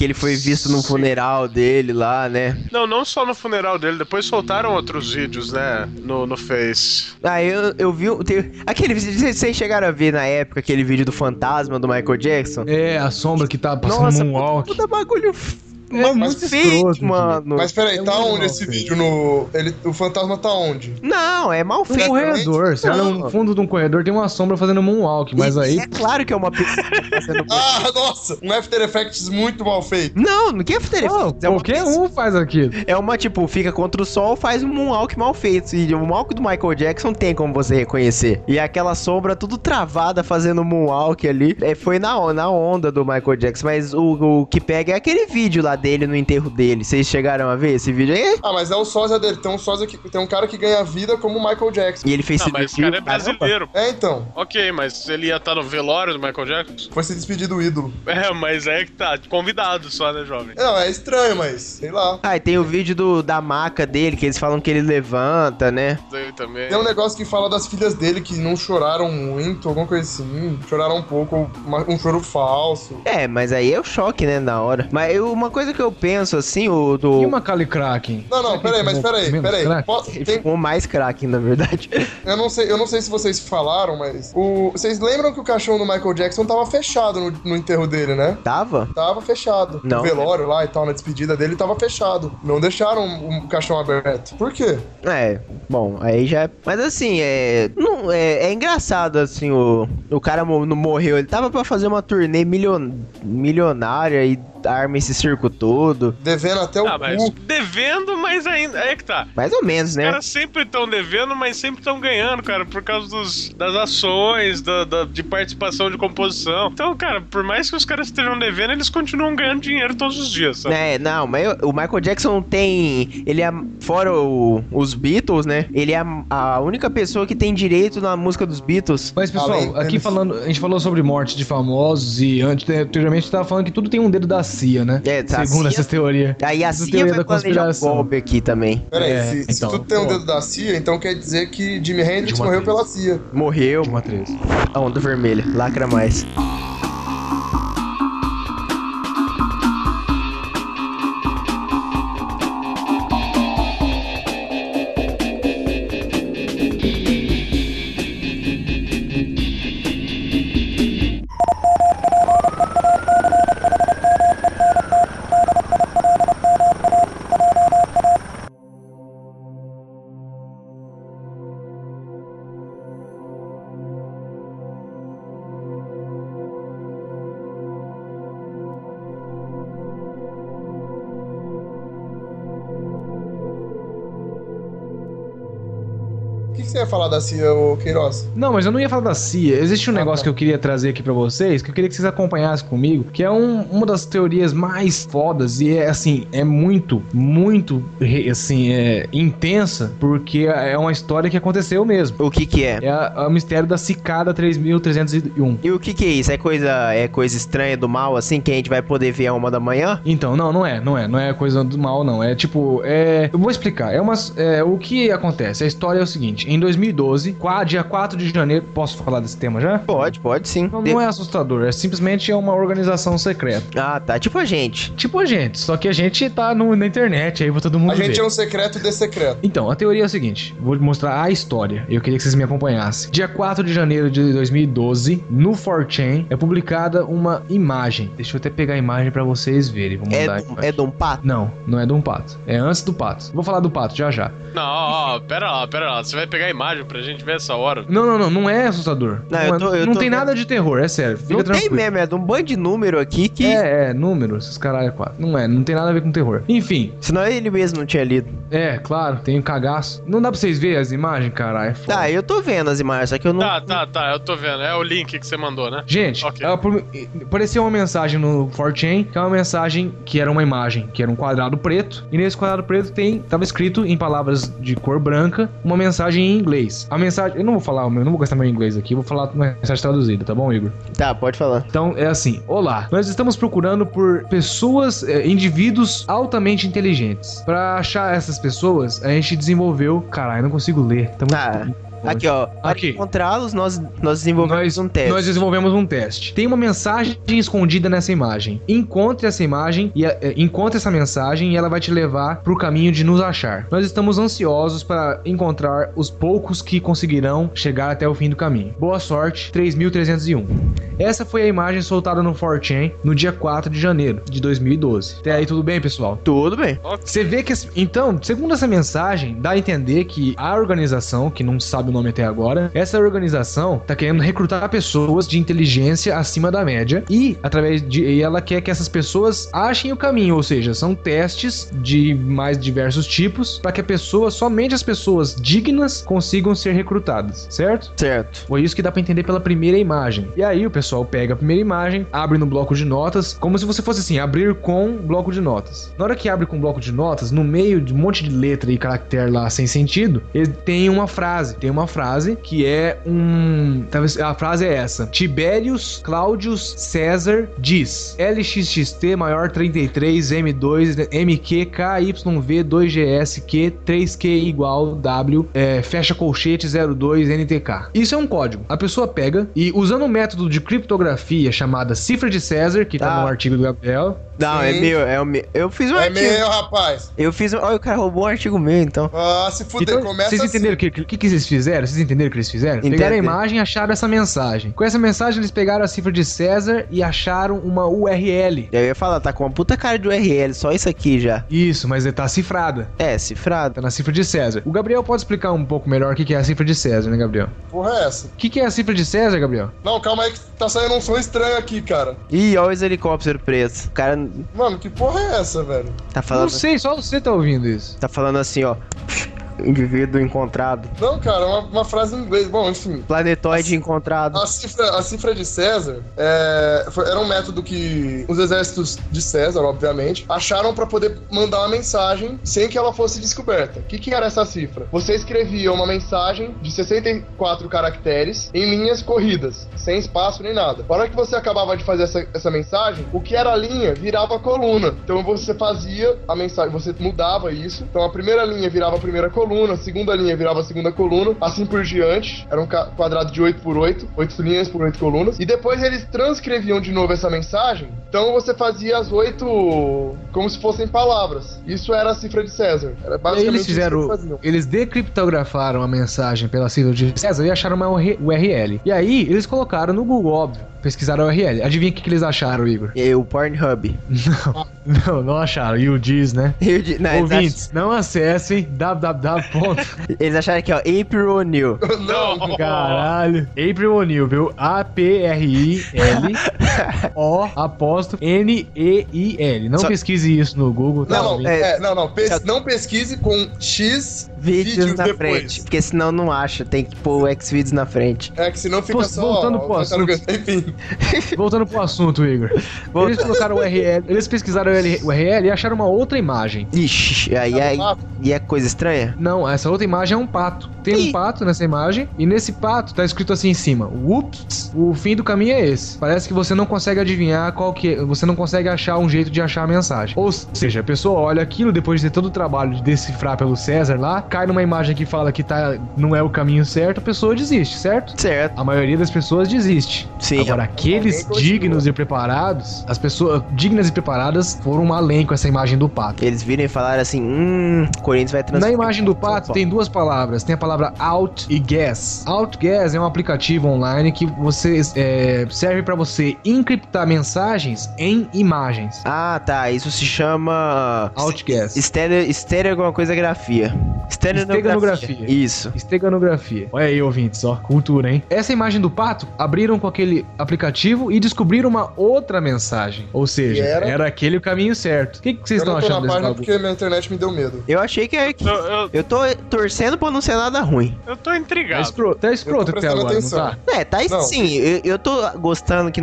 ele foi visto no funeral dele lá, né? Não, não só no funeral dele, depois soltaram outros vídeos, né, no, no Face. Ah, eu, eu vi... Tem, aquele vídeo, vocês vocês chegaram a ver na época aquele vídeo do fantasma do Michael Jackson? É, a sombra que tá passando Nossa, moonwalk. puta bagulho... É Mas muito feio, escroto, mano. Mas peraí, É tá muito onde mal esse feito. vídeo no... Ele, o fantasma tá onde? Não, é mal No feito. corredor, você olha Não. no fundo de um corredor, tem uma sombra fazendo moonwalk, mas E- aí... É claro que é uma pessoa fazendo... Ah, nossa! Um After Effects muito mal feito. Não, não quer After Não, Effects. É uma qualquer pessoa- um faz aquilo. É uma, tipo, fica contra o sol, faz um moonwalk mal feito. E o moonwalk do Michael Jackson tem como você reconhecer. E aquela sombra tudo travada fazendo moonwalk ali. É, foi na, on- na onda do Michael Jackson. Mas o, o que pega é aquele vídeo lá dele no enterro dele. Vocês chegaram a ver esse vídeo aí? Ah, mas é o sósia dele. Tem um sósia que... Tem um cara que ganha vida como o Michael Jackson. E ele fez Não, esse mas esse vídeo. cara é Caramba. brasileiro. É, então. Ok, mas ele ia estar no velório do Michael Jackson? Foi se despedir do ídolo. É, mas é que tá, convidado só, né, jovem? Não, é estranho, mas... Sei lá. Ah, e tem o vídeo do, da maca dele, que eles falam que ele levanta, né? Eu também. Tem um negócio que fala das filhas dele que não choraram muito, alguma coisa assim. Choraram um pouco, uma- um choro falso. É, mas aí é o choque, né, na hora. Mas eu- uma coisa que eu penso, assim, o do... E uma Macaulay Culkin? Não, não, peraí, mas peraí, Menos peraí. crack? Po- Ele tem- ficou mais craque, na verdade. Eu não sei, eu não sei se vocês falaram, mas o, vocês lembram que o caixão do Michael Jackson tava fechado no, no enterro dele, né? Tava? Tava fechado. Não. O velório lá e tal, na despedida dele, tava fechado. Não deixaram o caixão aberto. Por quê? É, bom, aí já... Mas assim, é... Não, é, é engraçado, assim, o, o cara mo- não morreu. Ele tava pra fazer uma turnê milion, milionária e arma esse circo todo. Devendo até o Ah, mas cu. devendo, mas ainda. É que tá. Mais ou menos, Os né? caras sempre estão devendo, mas sempre estão ganhando, cara, por causa dos, das ações, da, da- de participação de composição. Então, cara, por mais que os caras estejam devendo, eles continuam ganhando dinheiro todos os dias, sabe? É, não, mas o Michael Jackson tem... Ele é, fora o- os Beatles, né? Ele é a, a única pessoa que tem direito na música dos Beatles. Mas, pessoal, Além aqui deles- esse- falando, a gente falou sobre morte de famosos e antes, anteriormente, a gente tava falando que tudo tem um dedo da C I A, né? É, tá, Segundo a C I A essas teorias. Aí a Essa C I A teoria vai da planejar um conspiração. golpe aqui também. Peraí, É, se, se então, tudo tem um pô. dedo da C I A, então quer dizer que Jimi Hendrix De uma morreu atriz. pela C I A. Morreu. Uma três. A onda vermelha. Lacra mais. O que, que você ia falar da C I A, ô Queiroz? Não, mas eu não ia falar da C I A. Existe um Ah, negócio tá. que eu queria trazer aqui pra vocês, que eu queria que vocês acompanhassem comigo, que é um- uma das teorias mais fodas e é assim, é muito, muito, re- assim, é intensa, porque é uma história que aconteceu mesmo. O que que é? É a- é o mistério da Cicada três mil trezentos e um. E o que que é isso? É coisa, é coisa estranha do mal, assim, que a gente vai poder ver a uma da manhã? Então, não, não é, não é, não é coisa do mal, não. É tipo, é. Eu vou explicar. É umas. É, o que acontece? A história é o seguinte: em dois mil e doze, qua- dia quatro de janeiro. Posso falar desse tema já? Pode, pode sim. Não, De- não é assustador, é simplesmente é uma organização secreta. Ah, tá. Tipo a gente. Tipo a gente, só que a gente tá no- na internet, aí todo mundo A gente vê. é um secreto de secreto. Então, a teoria é o seguinte, vou mostrar a história. Eu queria que vocês me acompanhassem. Dia quatro de janeiro de dois mil e doze, no four chan, é publicada uma imagem. Deixa eu até pegar a imagem pra vocês verem. Vou É, mandar a do- imagem. é de um pato? Não, não é de um pato. É antes do pato. Vou falar do pato já já. Não, ó, ó, pera lá, pera lá. Você vai pegar a imagem pra gente ver essa hora? Não, não, não, não é assustador. Não, Não, eu é- tô- eu não tô tem vendo. nada de terror, é sério. Fica Não tranquilo. tem mesmo, é de um bando de número aqui que... É, é, números, esses caralho é quatro. Não é, não tem nada a ver com terror. Enfim, Senão ele mesmo não tinha lido. é, claro, tem um cagaço. Não dá pra vocês verem as imagens, caralho. É foda. Tá, eu tô vendo as imagens, só que eu não... Tá, tá, tá, eu tô vendo. É o link que você mandou, né? Gente, Ok. ela pro- apareceu uma mensagem no four chan, que é uma mensagem que era uma imagem, que era um quadrado preto, e nesse quadrado preto tem, tava escrito em palavras de cor branca, uma mensagem em inglês. A mensagem, eu não vou falar, o meu, eu não vou gastar meu inglês aqui, eu vou falar uma mensagem traduzida, tá bom, Igor? Tá, pode falar. Então é assim: olá, nós estamos procurando por pessoas, eh, indivíduos altamente inteligentes. Pra achar essas pessoas, a gente desenvolveu. Caralho, eu não consigo ler. Tá muito Ah, Aqui, ó. Para Aqui. encontrá-los, nós, nós desenvolvemos Nós, um teste. nós desenvolvemos um teste. Tem uma mensagem escondida nessa imagem. Encontre essa imagem e é, encontre essa mensagem e ela vai te levar pro caminho de nos achar. Nós estamos ansiosos para encontrar os poucos que conseguirão chegar até o fim do caminho. Boa sorte, três mil trezentos e um. Essa foi a imagem soltada no four chan no dia quatro de janeiro de dois mil e doze. Até aí tudo bem, pessoal? Tudo bem. Você vê que, então, segundo essa mensagem, dá a entender que a organização, que não sabe o nome até agora, essa organização tá querendo recrutar pessoas de inteligência acima da média e, através de, e ela quer que essas pessoas achem o caminho, ou seja, são testes de mais diversos tipos para que a pessoa, somente as pessoas dignas consigam ser recrutadas, certo? Certo. Foi isso que dá pra entender pela primeira imagem. E aí o pessoal pega a primeira imagem, abre no bloco de notas, como se você fosse assim, abrir com bloco de notas. Na hora que abre com bloco de notas, no meio de um monte de letra e caractere lá sem sentido, ele tem uma frase. Tem uma frase que é um... Talvez a frase é essa. Tiberius Claudius César diz: L X X T maior trinta e três M dois M Q K Y V dois G S Q três Q igual W é, fecha colchete zero dois N T K. Isso é um código. A pessoa pega e, usando um método de criptografia chamada cifra de César, que tá, Tá. no artigo do Gabriel. Não, Sim. é meu, é o meu. Eu fiz um É artigo. meu, rapaz. Eu fiz um... Olha, o cara roubou um artigo meu, então. Ah, se fuder, Então, começa vocês assim. entenderam o que, que, que eles fizeram? Vocês entenderam o que eles fizeram? Entendi. Pegaram a imagem e acharam essa mensagem. Com essa mensagem, eles pegaram a cifra de César e acharam uma U R L. Eu ia falar, tá com uma puta cara de U R L, só isso aqui já. Isso, mas tá cifrada. É, cifrado. Tá na cifra de César. O Gabriel pode explicar um pouco melhor o que que é a cifra de César, né, Gabriel? Porra, é essa? O que que é a cifra de César, Gabriel? Não, calma aí que tá saindo um som estranho aqui, cara. Ih, olha os helicópteros pretos. O cara Mano, que porra é essa, velho? tá Não falando, sei, só você tá ouvindo isso. tá falando assim, ó. Indivíduo encontrado. Não, cara, uma, uma frase em inglês. Bom, enfim. Planetoide encontrado. A cifra, a cifra de César é, foi- era um método que os exércitos de César, obviamente, acharam pra poder mandar uma mensagem sem que ela fosse descoberta. O que, que era essa cifra? Você escrevia uma mensagem de sessenta e quatro caracteres em linhas corridas, sem espaço nem nada. Na hora que você acabava de fazer essa, essa mensagem, o que era linha virava coluna. Então você fazia a mensagem, você mudava isso. Então a primeira linha virava a primeira coluna. coluna, a segunda linha virava a segunda coluna, assim por diante. Era um ca- quadrado de oito por oito, oito linhas por oito colunas. E depois eles transcreviam de novo essa mensagem. Então você fazia as oito como se fossem palavras. Isso era a cifra de César. Era E aí basicamente eles fizeram, isso que eles faziam. eles decriptografaram a mensagem pela cifra de César e acharam uma U R L. E aí eles colocaram no Google, óbvio, pesquisaram a U R L. Adivinha o que, que eles acharam, Igor? E o Pornhub. Não, não, não acharam. E o diz, né? Eu di- não, eles, Ouvintes, não acessem www. ach- eles acharam aqui, ó, April O'Neil. Não, Caralho. April O'Neil, viu? A P R I L O apóstrofo N E I L. Não Só- pesquise isso no Google, tá? não, não, ouvindo? é, não, não, pes- não pesquise com X Vídeos, vídeos na depois. frente. Porque senão não acha. Tem que pôr o Xvideos na frente. É que senão fica Pô, só... voltando pro ó, assunto. Enfim. Voltando pro assunto, Igor. Volta- Eles colocaram o U R L, eles pesquisaram o U R L e acharam uma outra imagem. Ixi, aí, aí, e é coisa estranha? Não, essa outra imagem é um pato. Tem um Ih. pato nessa imagem e nesse pato tá escrito assim em cima: Ups, o fim do caminho é esse. Parece que você não consegue adivinhar qual que é, você não consegue achar um jeito de achar a mensagem. Ou seja, a pessoa olha aquilo depois de ter todo o trabalho de decifrar pelo César lá, cai numa imagem que fala que tá, não é o caminho certo, a pessoa desiste, certo? Certo. A maioria das pessoas desiste. Sim. Agora, aqueles Alguém continua. dignos e preparados, as pessoas dignas e preparadas foram além com essa imagem do pato. Eles viram e falaram assim, hum, Corinthians vai Na transferir. imagem do pato tem duas palavras. Tem a palavra out e guess. Outguess é um aplicativo online que você é, serve pra você encriptar mensagens em imagens. Ah, tá. Isso se chama... Outguess. Estéreo, estéreo alguma coisa grafia. Esteganografia. Isso. Esteganografia. Olha aí, ouvintes, ó. Cultura, hein? Essa imagem do pato, abriram com aquele aplicativo e descobriram uma outra mensagem. Ou seja, E era? era? aquele o caminho certo. O que, que vocês Eu não estão tô achando na desse página bagulho? porque minha internet me deu medo. Eu achei que é... Que... Eu, eu, Eu tô torcendo pra não ser nada ruim. eu tô Tá intrigado. escroto, tá escroto até prestando agora, atenção. não tá? É, tá Não. sim. Eu, eu tô gostando que não é, É uma nada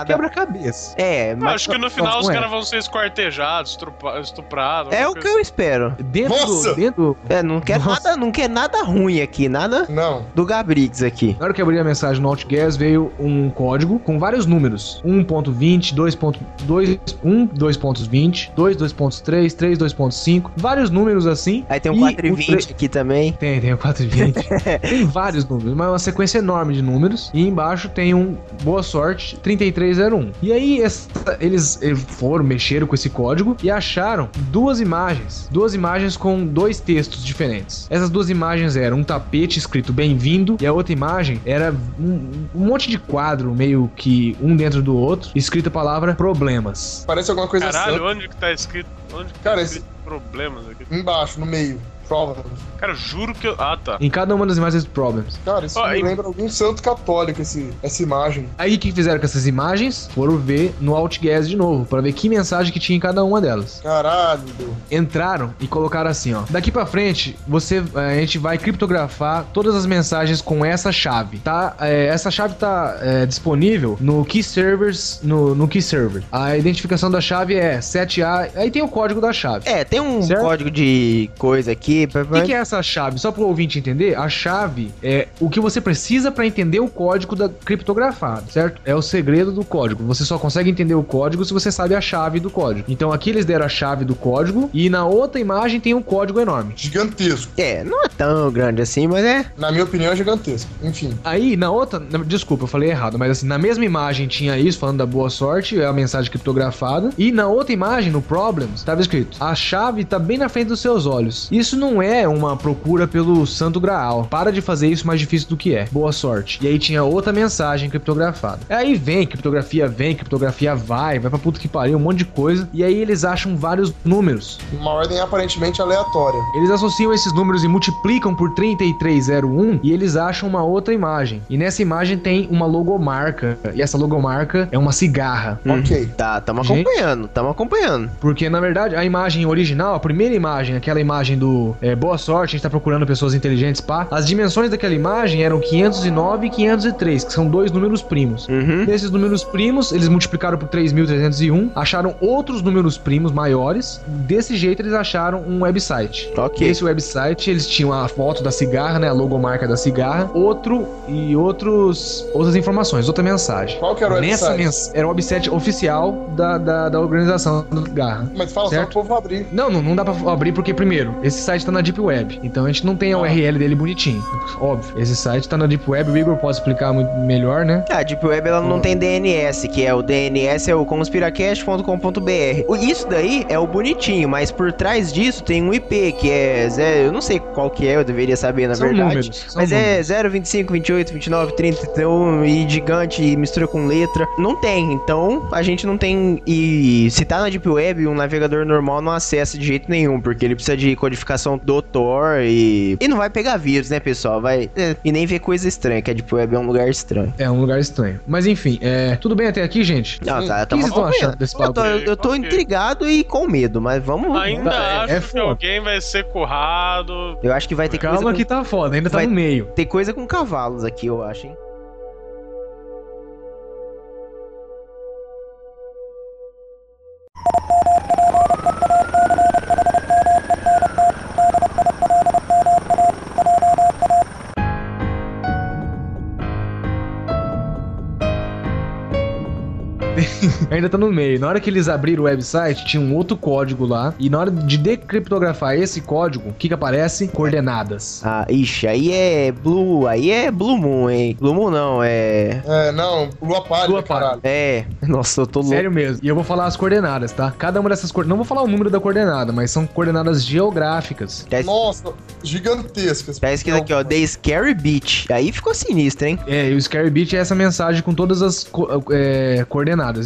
quebra-cabeça. É, Eu mas acho que no final não os é. caras vão ser esquartejados, estrupa- estuprados. é o alguma que eu espero. Dentro Nossa! do, dentro, É, não quer Nossa. nada, não quer nada ruim aqui, nada Não. do Gabrix aqui. na hora que eu abri a mensagem no Outgas, veio um código com vários números. um ponto vinte, dois ponto dois, um, dois ponto vinte, dois, dois ponto três, três, dois ponto cinco, vários números assim. Aí tem um E quatro e o vinte tre- aqui também. Tem, tem o quatro e vinte. Tem vários números, mas uma sequência enorme de números. E embaixo tem um Boa Sorte trinta e três zero um. E aí essa- eles, eles foram, mexeram com esse código e acharam duas imagens. Duas imagens com dois textos diferentes. Essas duas imagens eram um tapete escrito bem-vindo e a outra imagem era um, um monte de quadro, meio que um dentro do outro, escrita a palavra problemas. Parece alguma coisa Caralho, santa. onde que tá escrito? Onde que Cara, tá esse- escrito problemas aqui? Embaixo, no meio. Prova. Cara, eu juro que eu... Ah, tá. Em cada uma das imagens, problems. Cara, isso Ó, me e- lembra algum santo católico, esse, essa imagem. Aí o que fizeram com essas imagens? Foram ver no Outgas de novo, para ver que mensagem que tinha em cada uma delas. Caralho, meu. Entraram e colocaram assim, ó. Daqui pra frente, você, a gente vai criptografar todas as mensagens com essa chave, tá? É, essa chave tá é, disponível no Key Servers, no, no Key Server. A identificação da chave é sete A, aí tem o código da chave. É, tem um Certo? código de coisa aqui. pra- O que, que é essa chave? Só para o ouvinte entender, a chave é o que você precisa para entender o código da criptografado, certo? É o segredo do código. Você só consegue entender o código se você sabe a chave do código. Então aqui eles deram a chave do código e na outra imagem tem um código enorme. Gigantesco. É, não é tão grande assim, mas é. Na minha opinião, é gigantesco. Enfim. Aí, na outra... na- desculpa, eu falei errado, mas assim, na mesma imagem tinha isso, falando da boa sorte, é a mensagem criptografada. E na outra imagem, no Problems, estava escrito: a chave tá bem na frente dos seus olhos. Isso não é uma procura pelo Santo Graal. Para de fazer isso mais difícil do que é. Boa sorte. E aí tinha outra mensagem criptografada. Aí vem, criptografia vem, criptografia vai, vai pra puta que pariu, um monte de coisa. E aí eles acham vários números. Uma ordem aparentemente aleatória. Eles associam esses números e multiplicam por trinta e três zero um e eles acham uma outra imagem. E nessa imagem tem uma logomarca. E essa logomarca é uma cigarra. Ok. Tá, tamo Gente. acompanhando, tamo acompanhando. Porque, na verdade, a imagem original, a primeira imagem, aquela imagem do é, boa sorte, a gente tá procurando pessoas inteligentes, pá. As dimensões daquela imagem eram quinhentos e nove e quinhentos e três, que são dois números primos. Uhum. Desses números primos, eles multiplicaram por três mil trezentos e um, acharam outros números primos maiores. Desse jeito, eles acharam um website. Ok. Esse website, eles tinham a foto da cigarra, né, a logomarca da cigarra, outro e outros outras informações, outra mensagem. Qual que era o Nessa website? mens- era o website oficial da, da, da organização da cigarra. Mas fala Certo. só pro povo abrir. Não, não, não dá pra abrir porque, primeiro, esse site tá na Deep Web. Então a gente não tem a Ah. U R L dele bonitinho. Óbvio. Esse site tá na Deep Web, o Igor pode explicar muito melhor, né? A Deep Web ela não tem D N S, que é o D N S é o conspiracast ponto com ponto b r. O- Isso daí é o bonitinho, mas por trás disso tem um I P que é zero, eu não sei qual que é, eu deveria saber na São verdade. números, são Mas é números. zero, vinte e cinco, vinte e oito, vinte e nove, trinta, trinta e um e gigante e mistura com letra. Não tem, então a gente não tem. E se tá na Deep Web, um navegador normal não acessa de jeito nenhum, porque ele precisa de codificação do Tor e. E não vai pegar vírus, né, pessoal? Vai. é, E nem ver coisa estranha, que a Deep Web é um lugar estranho. É um lugar estranho. Mas enfim, é... tudo bem até aqui, gente? Não, tá, O que tamo vocês estão acompanhando. achando desse Eu tô, papo? eu tô Ok. intrigado e com medo, mas vamos. Ainda é- acho é que foda. alguém vai ser currado. Eu acho que vai ter Calma coisa. que tá foda, ainda tá Vai- no meio. Com... Tem coisa com cavalos aqui, eu acho, hein? Ainda tá no meio. Na hora que eles abriram o website, tinha um outro código lá. E na hora de decriptografar esse código, o que que aparece? Coordenadas. Ah, ixi, aí é Blue. Aí é Blue Moon, hein? Blue Moon não, é. É, não, lua pálida, Lua pálida. caralho. É. Nossa, eu tô louco. Sério mesmo. E eu vou falar as coordenadas, tá? Cada uma dessas coordenadas... Não vou falar o número da coordenada, mas são coordenadas geográficas. Tá, es- Nossa, gigantescas. tá escrito aqui, ó. The Scary Beach. Aí ficou sinistro, hein? É, e o Scary Beach é essa mensagem com todas as co- é, coordenadas. E olha as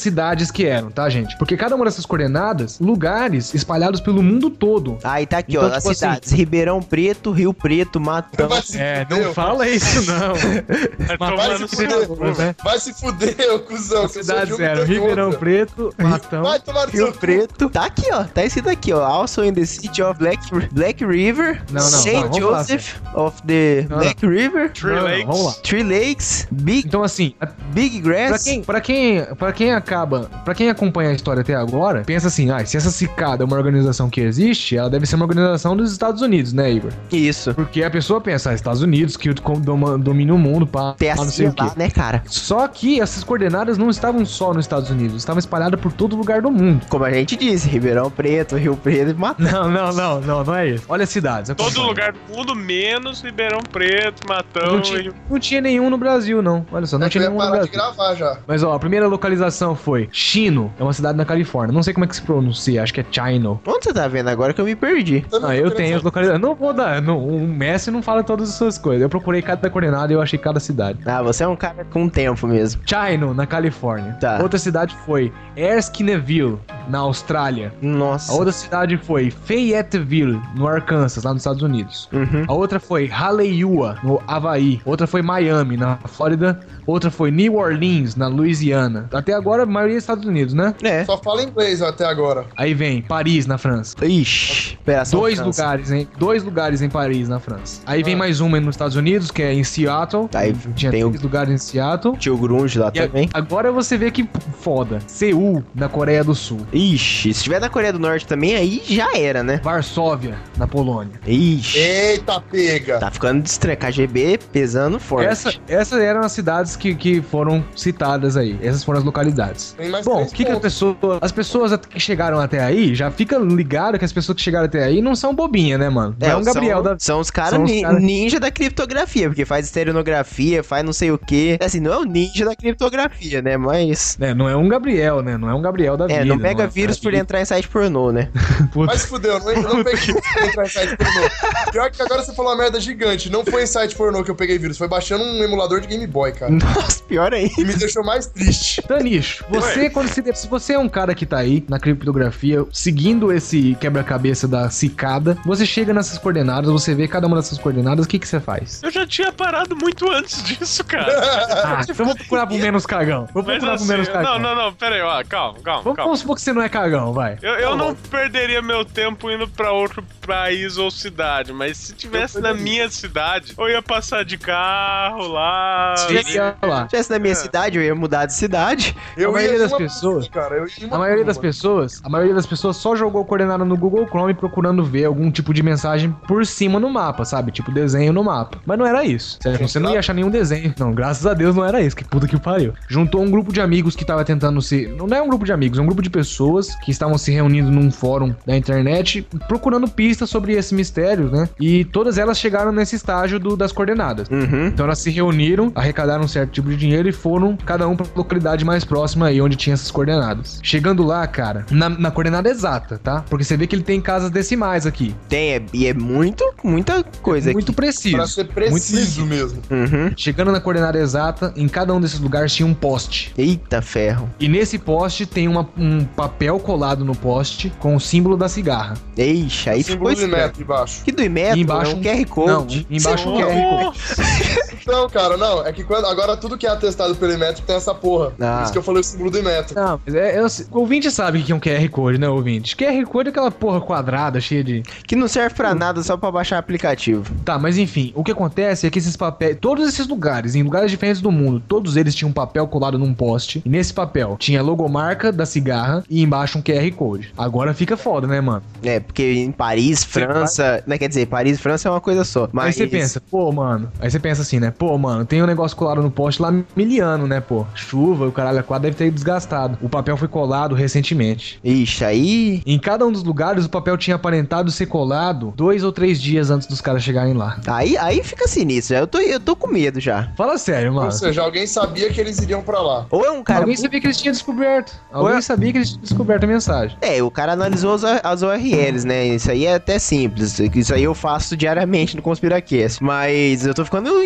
cidades que eram, tá, gente? Porque cada uma dessas coordenadas, lugares espalhados pelo mundo todo. Aí tá aqui, Então, ó, as tipo cidades. assim- Ribeirão Preto, Rio Preto, Matão. Vai se É, fuder, não fala isso, não. É Vai tomando se seu fuder, cu. né? vai se fuder, ô cuzão. As que eu sou cidades de uma eram e tem Ribeirão outra. Preto, Matão. Vai tomar no Rio seu cu. Preto. Tá aqui, ó. Tá escrito aqui, ó. Also in the city of Black, Black River. Não, não, Saint não, vamos falar Joseph of the Não, Black River. Three Não, não, Lakes. vamos lá. Three Lakes. Big, Então, assim, a- Big pra Grass. quem, pra, quem, pra quem acaba, pra quem acompanha a história até agora, pensa assim, ah, se essa cicada é uma organização que existe, ela deve ser uma organização dos Estados Unidos, né, Igor? Isso. Porque a pessoa pensa, ah, Estados Unidos, que doma- domina o mundo, pá, Tem a pá, não sei o CIA quê. lá, né, cara? Só que essas coordenadas não estavam só nos Estados Unidos, estavam espalhadas por todo lugar do mundo. Como a gente disse, Ribeirão Preto, Rio Preto e Matão. Não, não, não, não, não é isso. Olha as cidades. Todo acompanha. lugar do mundo, menos Ribeirão Preto, Matão Não e tinha, não tinha nenhum no Brasil, não. Olha só, não É que eu tinha ia nenhum no parar de Brasil. gravar já. Mas ó, a primeira localização foi Chino, é uma cidade na Califórnia. Não sei como é que se pronuncia, acho que é Chino. Onde você tá vendo agora que eu me perdi? Ah, eu tenho as localizações. Não vou dar. Não, o Messi não fala todas essas coisas. Eu procurei cada coordenada e eu achei cada cidade. Ah, você é um cara com tempo mesmo. Chino, na Califórnia. Tá. Outra cidade foi Erskyneville, na Austrália. Nossa. A outra cidade foi Fayetteville, no Arkansas, lá nos Estados Unidos. Uhum. A outra foi Haleiwa, no Havaí. Outra foi Miami, na Flórida. Outra foi New Orleans, na Louisiana. Até agora, a maioria dos Estados Unidos, né? É. Só fala inglês até agora. Aí vem Paris, na França. Ixi. Operação Dois França. lugares, hein? Dois lugares em Paris, na França. Aí vem mais uma nos Estados Unidos, que é em Seattle. Aí Tinha tem o- três lugares em Seattle. Tio Grunge lá E a- também. agora você vê que foda. Seul, na Coreia do Sul. Ixi, se tiver na Coreia do Norte também, aí já era, né? Varsóvia, na Polônia. Ixi. Eita, pega. Tá ficando estranho. K G B pesando forte. Essa, essas eram as cidades que, que foram citadas aí. Essas foram as localidades. Tem mais Bom, três o que, que as pontos. pessoas. As pessoas at- que chegaram até aí, já fica ligado que as pessoas que chegaram até aí não são bobinha, né, mano? Não é um Gabriel são, da. São os caras são os ni- cara- ninja da criptografia, porque faz estereonografia, faz não sei o que. Assim, não é o ninja da criptografia, né? Mas. É, não é um Gabriel, né? Não é um Gabriel da É, vida. não pega é- vírus por entrar em site pornô, né? Puta. Mas fudeu, eu não, eu não peguei pra entrar em site pornô. Pior que agora você falou uma merda gigante. Não foi em site pornô que eu peguei vírus, foi baixando um emulador de Game Boy, cara. Nossa, pior aí. E me deixou mais triste. Tanicho, você, quando se, se você é um cara que tá aí na criptografia, seguindo esse quebra-cabeça da cicada, você chega nessas coordenadas, você vê cada uma dessas coordenadas, o que, que você faz? Eu já tinha parado muito antes disso, cara. Ah, então vou procurar pro menos cagão. Vou Mas procurar pro assim, menos cagão. não, não, não, pera aí, ó, calma, calma, Vamos, calma. vamos supor que você não é cagão, vai. Eu, eu não perderia meu tempo indo pra outro país ou cidade, mas se tivesse na minha cidade, eu ia passar de carro lá. Chega lá. Se tivesse na minha cidade, eu ia mudar de cidade. Eu A maioria ia das uma pessoas- por uma, cara. Eu ia uma A maioria por das uma. pessoas, a maioria das pessoas só jogou coordenada no Google Chrome procurando ver algum tipo de mensagem por cima no mapa, sabe? Tipo desenho no mapa. Mas não era isso. Certo? Você não ia achar nenhum desenho. Não, graças a Deus não era isso. Que puta que pariu. Juntou um grupo de amigos que tava tentando se... Não é um grupo de amigos, é um grupo de pessoas que estavam se reunindo num fórum da internet procurando pistas sobre esse mistério, né? E todas elas chegaram nesse estágio do- das coordenadas. Uhum. Então elas se reuniram, arrecadaram um certo tipo de dinheiro e foram cada um pra localidade mais próxima aí onde tinha essas coordenadas. Chegando lá, cara, na, na coordenada exata, tá? Porque você vê que ele tem casas decimais aqui. Tem, é, e é muito, muita coisa Muito preciso. Pra ser preciso mesmo. aqui. Uhum. Chegando na coordenada exata, em cada um desses lugares tinha um poste. Eita ferro. E nesse poste tem uma- um papel colado no poste com o símbolo da cigarra. Eixa, aí ficou Símbolo de estranho. metro embaixo. Que do Imetro E embaixo é um um- Q R Code. Não, embaixo um Q R Code. Então, cara, não, é que quando, agora tudo que é atestado pelo Imetro tem essa porra. Ah. Por isso que eu falei o símbolo do Imetro. Não, mas é, é, o ouvinte sabe o que é um Q R Code, né, ouvinte? Q R Code é aquela porra quadrada, cheia de... Que não serve pra nada, só pra baixar aplicativo. Tá, mas enfim, o que acontece é que esses papéis, todos esses lugares, em lugares diferentes do mundo, todos eles tinham um papel colado num poste, e nesse papel tinha a logomarca da cigarra e embaixo um Q R Code. Agora fica foda, né, mano? É, porque em Paris, França... Né, quer dizer, Paris e França é uma coisa só. Mas Aí você pensa, pô, mano, aí você pensa assim, né, pô, mano, tem um negócio colado no poste lá miliano, né, pô, chuva, o caralho a quadra deve ter desgastado. O papel foi colado recentemente. Ixi, aí... Em cada um dos lugares, o papel tinha aparentado ser colado dois ou três dias antes dos caras chegarem lá. Aí, aí fica sinistro. Eu tô, eu tô com medo já. Fala sério, mano. Ou seja, alguém sabia que eles iriam pra lá. Ou é um cara... Alguém sabia que eles tinham descoberto. Alguém Ué? sabia que eles tinham descoberto a mensagem. É, o cara analisou as, as U R Ls, né? Isso aí é até simples. Isso aí eu faço diariamente no ConspiraCast. Mas eu tô ficando Você intrigado. não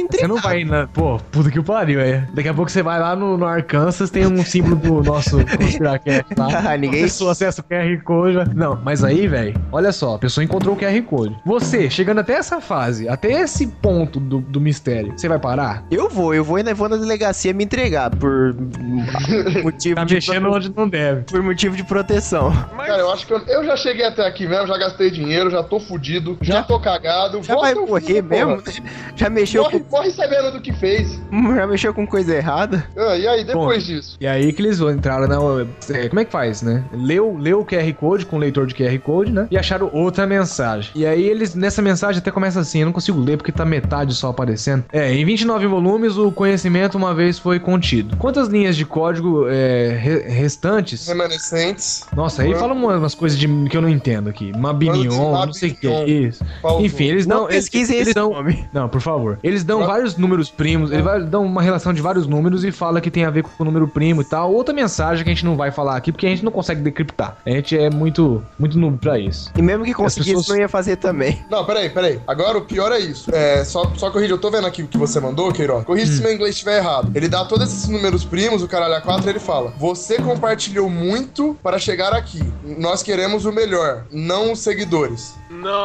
vai na... Pô, puta que pariu, é. Daqui a pouco você vai lá no, no Arkansas, tem um símbolo do nosso Conspiracast lá. Ninguém... A pessoa acessa o Q R Code. Vai... Não, mas aí, velho, olha só, a pessoa encontrou o Q R Code. Você, chegando até essa fase, até esse ponto do, do mistério, você vai parar? Eu vou, eu vou e vou na delegacia me entregar por motivo Tá de mexendo prote- onde não deve. por motivo de proteção. Cara, eu acho que eu, eu já cheguei até aqui mesmo, já gastei dinheiro, já tô fudido, já tô cagado. Já vou vai até o fim, morrer porra. mesmo? Já mexeu Morre, com... morre sabendo do que fez. Já mexeu com coisa errada? Ah, e aí, depois Bom, disso? E aí que eles entraram na... é, Como é que faz, né? Leu, leu o Q R Code com o leitor de Q R Code, né? E acharam outra mensagem. E aí eles, nessa mensagem até começa assim, eu não consigo ler porque tá metade só aparecendo. É, em vinte e nove volumes o conhecimento uma vez foi contido. Quantas linhas de código é, re- restantes? Remanescentes. Nossa, aí fala umas, umas coisas de, que eu não entendo aqui. Mabinion, não sei o que é isso. Paulo. Enfim, eles Não dão... Eles, pesquisem eles esse dão... nome. Não, por favor. Eles dão vários números primos, eles vai- dão uma relação de vários números e fala que tem a ver com o número primo e tal. Outra mensagem que a gente não vai falar aqui, porque a gente não consegue decriptar. A gente é muito, muito noob pra isso. E mesmo que conseguisse, pessoas- não ia fazer também. Não, peraí, peraí. Agora o pior é isso. É, só, só corrige, eu tô vendo aqui o que você mandou, Queiroz. Corrige se meu inglês estiver errado. Ele dá todos esses números primos, o caralho a quatro, ele fala: você compartilhou muito para chegar aqui. Nós queremos o melhor, não os seguidores.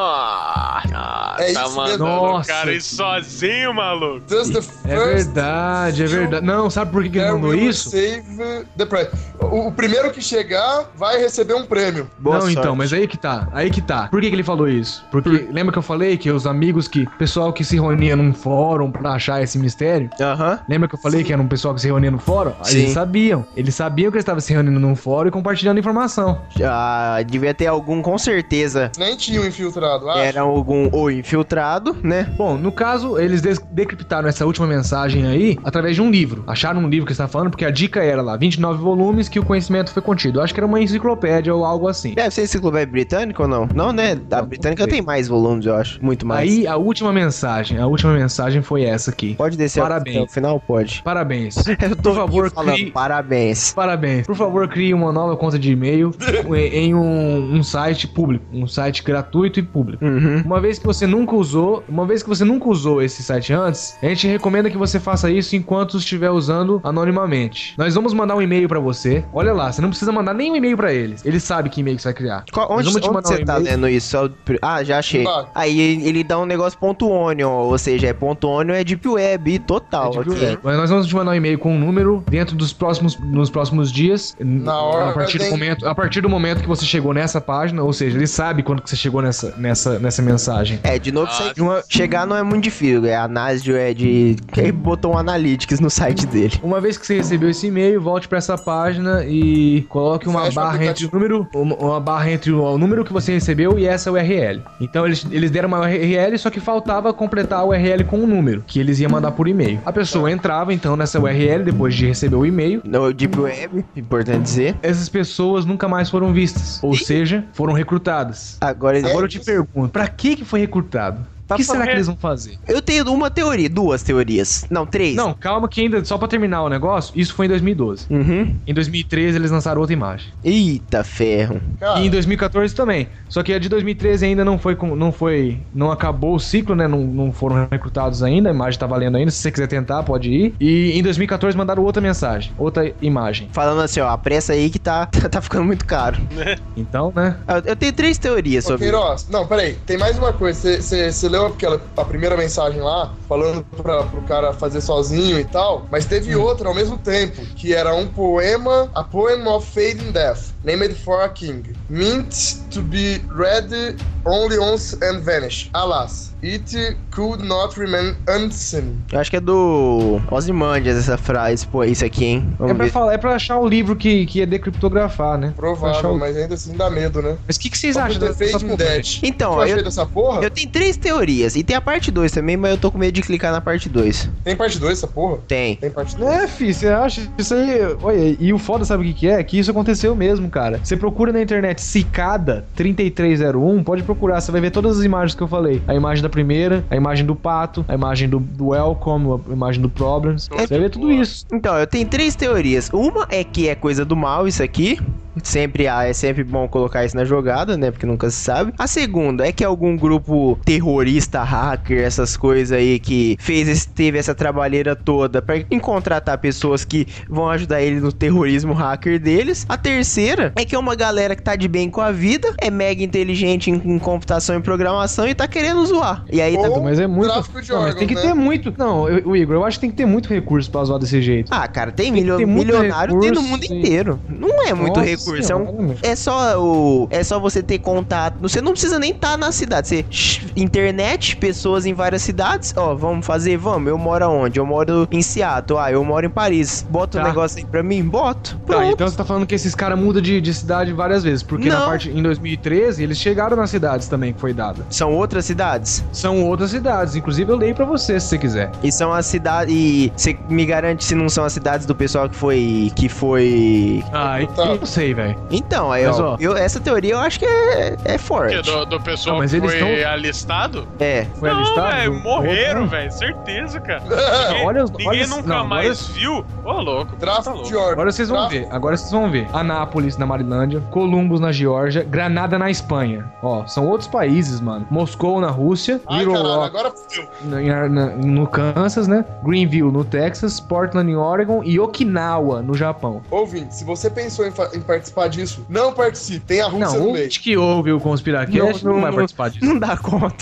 Nossa, É tá isso mandando mesmo. o Nossa, cara ir que- sozinho, maluco. Just the É first verdade, é verdade. Não, sabe por que, que ele there mandou will isso? save the prize. O, o primeiro que chegar vai receber um prêmio. Boa não, sorte. então, mas aí que tá, aí que tá. Por que, que ele falou isso? Porque lembra que eu falei que os amigos que, pessoal que se reunia num fórum pra achar esse mistério, Aham. lembra que eu falei que era um pessoal que se reunia no fórum? Aí Sim. eles sabiam, eles sabiam que eles estavam se reunindo num fórum e compartilhando informação. Já devia ter algum, com certeza. Nem tinha um infiltrado, acho. Era algum ou infiltrado, né? Bom, no caso, eles des- decriptaram essa última mensagem aí através de um livro. Acharam um livro que você tá falando, porque a dica era lá, vinte e nove volumes que o conhecimento foi contido. Eu acho que era uma enciclopédia ou algo assim. Deve ser enciclopédia britânica ou não? Não, né? A britânica tem mais volumes, eu acho. Muito mais. Aí, a última mensagem, a última mensagem foi essa aqui. Pode descer Parabéns. até o final? Pode. Parabéns. Eu tô Por favor, aqui falando, crie- parabéns. Parabéns. Por favor, crie uma nova conta de e-mail em um, um site público, um site gratuito e público. Uhum. Uma vez que você nunca usou, uma vez que você nunca usou esse site antes, a gente recomenda que você faça isso enquanto estiver usando anonimamente. Nós vamos mandar um e-mail pra você. Olha lá, você não precisa mandar nenhum e-mail pra eles. Eles sabem que e-mail que você vai criar. Qual- Nós onde vamos te onde mandar você um tá e-mail. lendo isso? Só o pri- Ah, já achei. Embaixo. Aí ele ele dá um negócio ponto .onion, ou seja, é ponto .onion é deep web total É de aqui. web. Mas nós vamos te mandar um e-mail com um número dentro dos próximos, nos próximos dias. Na hora a partir do tem- momento, a partir do momento que você chegou nessa página, ou seja, ele sabe quando que você chegou nessa, nessa, nessa mensagem. É, de novo, isso aí- De uma- chegar não é muito difícil. É análise é de. Ele botou um analytics no site dele. Uma vez que você recebeu esse e-mail, volte pra essa página e coloque uma Fecha o barra entre o número, uma, uma barra entre o, o número que você recebeu e essa U R L. Então eles, eles deram uma U R L, só que faltava completar a U R L com um número que eles iam mandar por e-mail. A pessoa entrava então nessa U R L depois de receber o e-mail. No Deep Web, importante dizer. Essas pessoas nunca mais foram vistas, ou seja, foram recrutadas. Agora, Agora eu te pergunto, pra que que foi recrutado? O que será que eles vão fazer? eu tenho uma teoria, duas teorias. Não, três. Não, calma que ainda, só pra terminar o negócio, isso foi em dois mil e doze. Uhum. Em dois mil e treze eles lançaram outra imagem. Eita ferro. Cara, E em dois mil e quatorze também. Só que a de dois mil e treze ainda não foi, com- não foi, não acabou o ciclo, né? Não, não foram recrutados ainda, a imagem tá valendo ainda. Se você quiser tentar, pode ir. E em dois mil e quatorze mandaram outra mensagem, outra imagem. Falando assim, ó, a pressa aí que tá, tá ficando muito caro. Então, né? Eu, eu tenho três teorias Ô, sobre Queiroz, não, peraí, tem mais uma coisa. Você leu aquela, a primeira mensagem lá, falando pra, pro cara fazer sozinho e tal, mas teve outra ao mesmo tempo, que era um poema, a poem of fading death, named for a king, meant to be read only once and vanish. Alas, it could not remain unseen. Eu acho que é do Ozymandias essa frase, pô, isso aqui, hein? É Vamos pra, ver. falar, é pra achar o livro que, que ia decriptografar, né? Pra achar Provável, o- mas ainda assim dá medo, né? Mas o que, que vocês Só acham por ter dessa fading porra? death. Então, Eu ó, achei eu, dessa porra? eu tenho três teorias. E tem a parte dois também, mas eu tô com medo de clicar na parte dois. Tem parte dois essa porra? Tem. Tem parte dois. É, fi, você acha isso aí. Olha, e o foda, sabe o que, que é? Que isso aconteceu mesmo, cara. Você procura na internet Cicada trinta e três zero um, pode procurar, você vai ver todas as imagens que eu falei. A imagem da primeira, a imagem do pato, a imagem do, do Welcome, a imagem do Problems. Você vai ver tudo isso. Então, eu tenho três teorias. Uma é que é coisa do mal isso aqui, Sempre há, é sempre bom colocar isso na jogada, né? Porque nunca se sabe. A segunda é que algum grupo terrorista, hacker, essas coisas aí que fez esse, teve essa trabalheira toda pra contratar pessoas que vão ajudar ele no terrorismo hacker deles. A terceira é que é uma galera que tá de bem com a vida, é mega inteligente em, em computação e programação e tá querendo zoar. E aí tá... Ou Mas é muito... tráfico de Não, mas órgãos, tem que né? ter muito... Não, eu- o Igor, eu acho que tem que ter muito recurso pra zoar desse jeito. Ah, cara, tem, Tem que milio... ter muito milionário tem no recurso mundo e- inteiro. Não é muito Nossa recurso, é, senhora, um... meu. é só o é só você ter contato. Você não precisa nem estar na cidade. Você shh, internet, pessoas em várias cidades. Ó, vamos fazer, vamos. Eu moro aonde? Eu moro em Seattle. Ah, eu moro em Paris. Bota um Tá. negócio aí pra mim, boto. Tá, Pronto. então você tá falando que esses caras mudam de, de cidade várias vezes, porque na Não. parte em dois mil e treze eles chegaram nas cidades também que foi dada. São outras cidades. São outras cidades, inclusive eu leio pra você se você quiser. E são as cidades. E você me garante se não são as cidades do pessoal que foi. Que foi. Ah, Tá. eu não sei, velho. Então, aí, Mas, ó, ó. eu- essa teoria eu acho que é, é Que forte. do, do pessoal Não, mas que eles foi tão- alistado? É. Foi não, alistado? velho, Não- morreram, não. velho, certeza, cara. Não, Ninguém, olha os- ninguém olha os- nunca não, agora mais os- viu. Ô, louco. tá Tráfico louco. de órgãos. Agora vocês vão Tráfico- ver, agora vocês vão ver. Anápolis, na Marilândia, Columbus, na Geórgia, Granada, na Espanha. Ó, são outros países, mano. Moscou, na Rússia, Ai, Little caralho, Rock, agora fudeu. na- na- no Kansas, né? Greenville, no Texas, Portland, em Oregon e Okinawa, no Japão. Ouvinte, se você pensou em, fa- em participar disso, não participe. Tem a Rússia Não, no o meio. ouvinte que ouve o Conspiracast não, Não, vai não- participar disso. Não dá conta.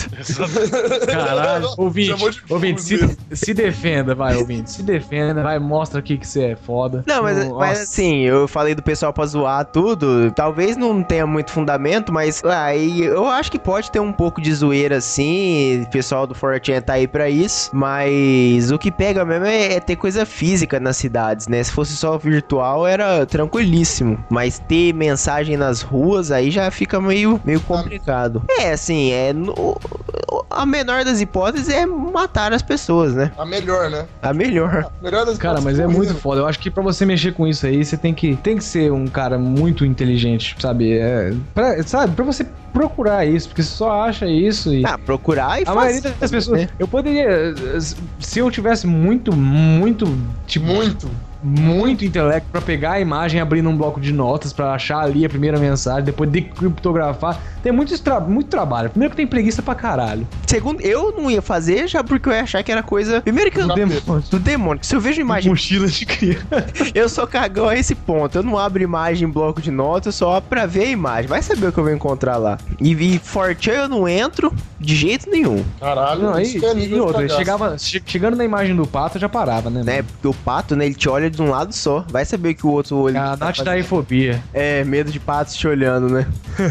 Caralho, ouvinte, Chamou de ouvinte, burros se, mesmo. se defenda, vai, ouvinte, se defenda, vai, mostra aqui que você é foda. Não, mas, Nossa. mas assim, eu falei do pessoal pra zoar tudo. Talvez não tenha muito fundamento, mas aí eu acho que pode ter um pouco de zoeira assim. O pessoal do Fortran tá aí pra isso. Mas o que pega mesmo é, é ter coisa física nas cidades, né? Se fosse só virtual, era tranquilíssimo. Mas ter mensagem nas ruas aí já fica meio, meio complicado. É, assim, é. no- a menor das hipóteses é matar as pessoas, né? A melhor, né? A melhor. A melhor das Cara, mas é muito foda. Eu acho que pra você mexer com isso aí, você tem que, tem que ser um cara muito inteligente, sabe? É, pra, sabe? Pra você procurar isso, porque você só acha isso e... Ah, procurar e A fazer. maioria das pessoas... né? Eu poderia... Se eu tivesse muito, muito... Tipo, Muito. muito intelecto pra pegar a imagem, abrir num bloco de notas, pra achar ali a primeira mensagem, depois decriptografar. Tem muito, tra muito trabalho. Primeiro que tem preguiça pra caralho. Segundo, eu não ia fazer já porque eu ia achar que era coisa. Primeiro que eu. Do demônio. Do demônio. Que se eu vejo imagem. Mochila de criança. Eu sou cagão a esse ponto. Eu não abro imagem em bloco de notas, eu só abro pra ver a imagem. Vai saber o que eu vou encontrar lá. E, e Fortran eu não entro de jeito nenhum. Caralho, Não, aí, isso que é e nível de outra, cagaço. chegava, che- chegando na imagem do pato, eu já parava, né? Né? mano? Porque o pato, né? Ele te olha de um lado só. Vai saber que o outro olho. A tá Nath fazendo. da efobia. É, medo de patos te olhando, né?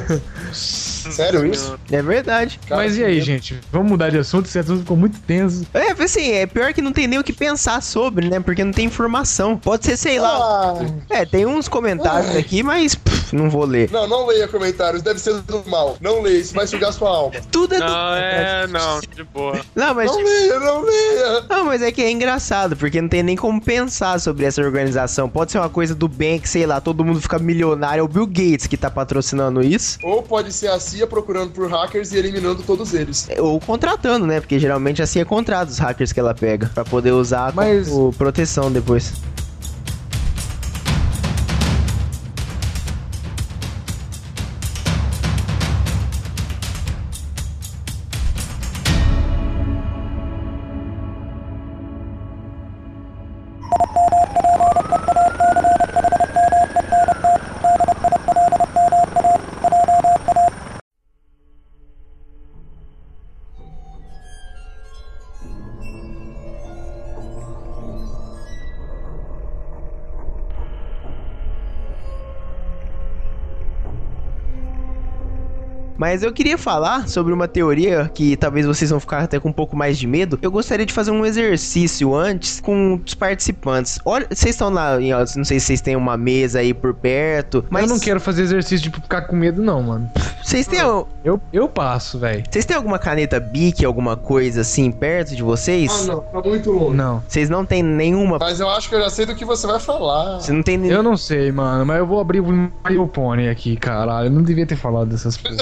Sério isso? É verdade. Cara, Mas e que aí, medo. gente? Vamos mudar de assunto, esse assunto ficou muito tenso. É, assim, é pior que não tem nem o que pensar sobre, né? Porque não tem informação. Pode ser, sei lá. Ah, É, tem uns comentários aqui, mas pff, não vou ler. não, não leia comentários, deve ser do mal. Não leia, isso vai sugar sua alma. Tudo é do... Não, é, não, de boa. Não, mas... Não leia, não leia. Não, mas é que é engraçado, porque não tem nem como pensar sobre essa organização. Pode ser uma coisa do bem que, sei lá, todo mundo fica milionário. É o Bill Gates que tá patrocinando isso. Ou pode ser a C I A procurando por hackers e eliminando todos eles. Ou contratando, né? Porque geralmente a C I A contrata os hackers que ela pega pra poder usar Mas- como proteção depois. Mas eu queria falar sobre uma teoria que talvez vocês vão ficar até com um pouco mais de medo. Eu gostaria de fazer um exercício antes com os participantes. Olha, vocês estão lá, em- não sei se vocês têm uma mesa aí por perto, mas Eu não quero fazer exercício de ficar com medo, não, mano. Vocês têm, al- Eu, eu passo, velho. vocês têm alguma caneta Bic, alguma coisa assim perto de vocês? Ah, não, tá muito longe. Não. Vocês não tem nenhuma. Mas eu acho que eu já sei do que você vai falar. Você não tem nenhum. Eu não sei, mano, mas eu vou abrir o meu pônei aqui, caralho. Eu não devia ter falado dessas coisas.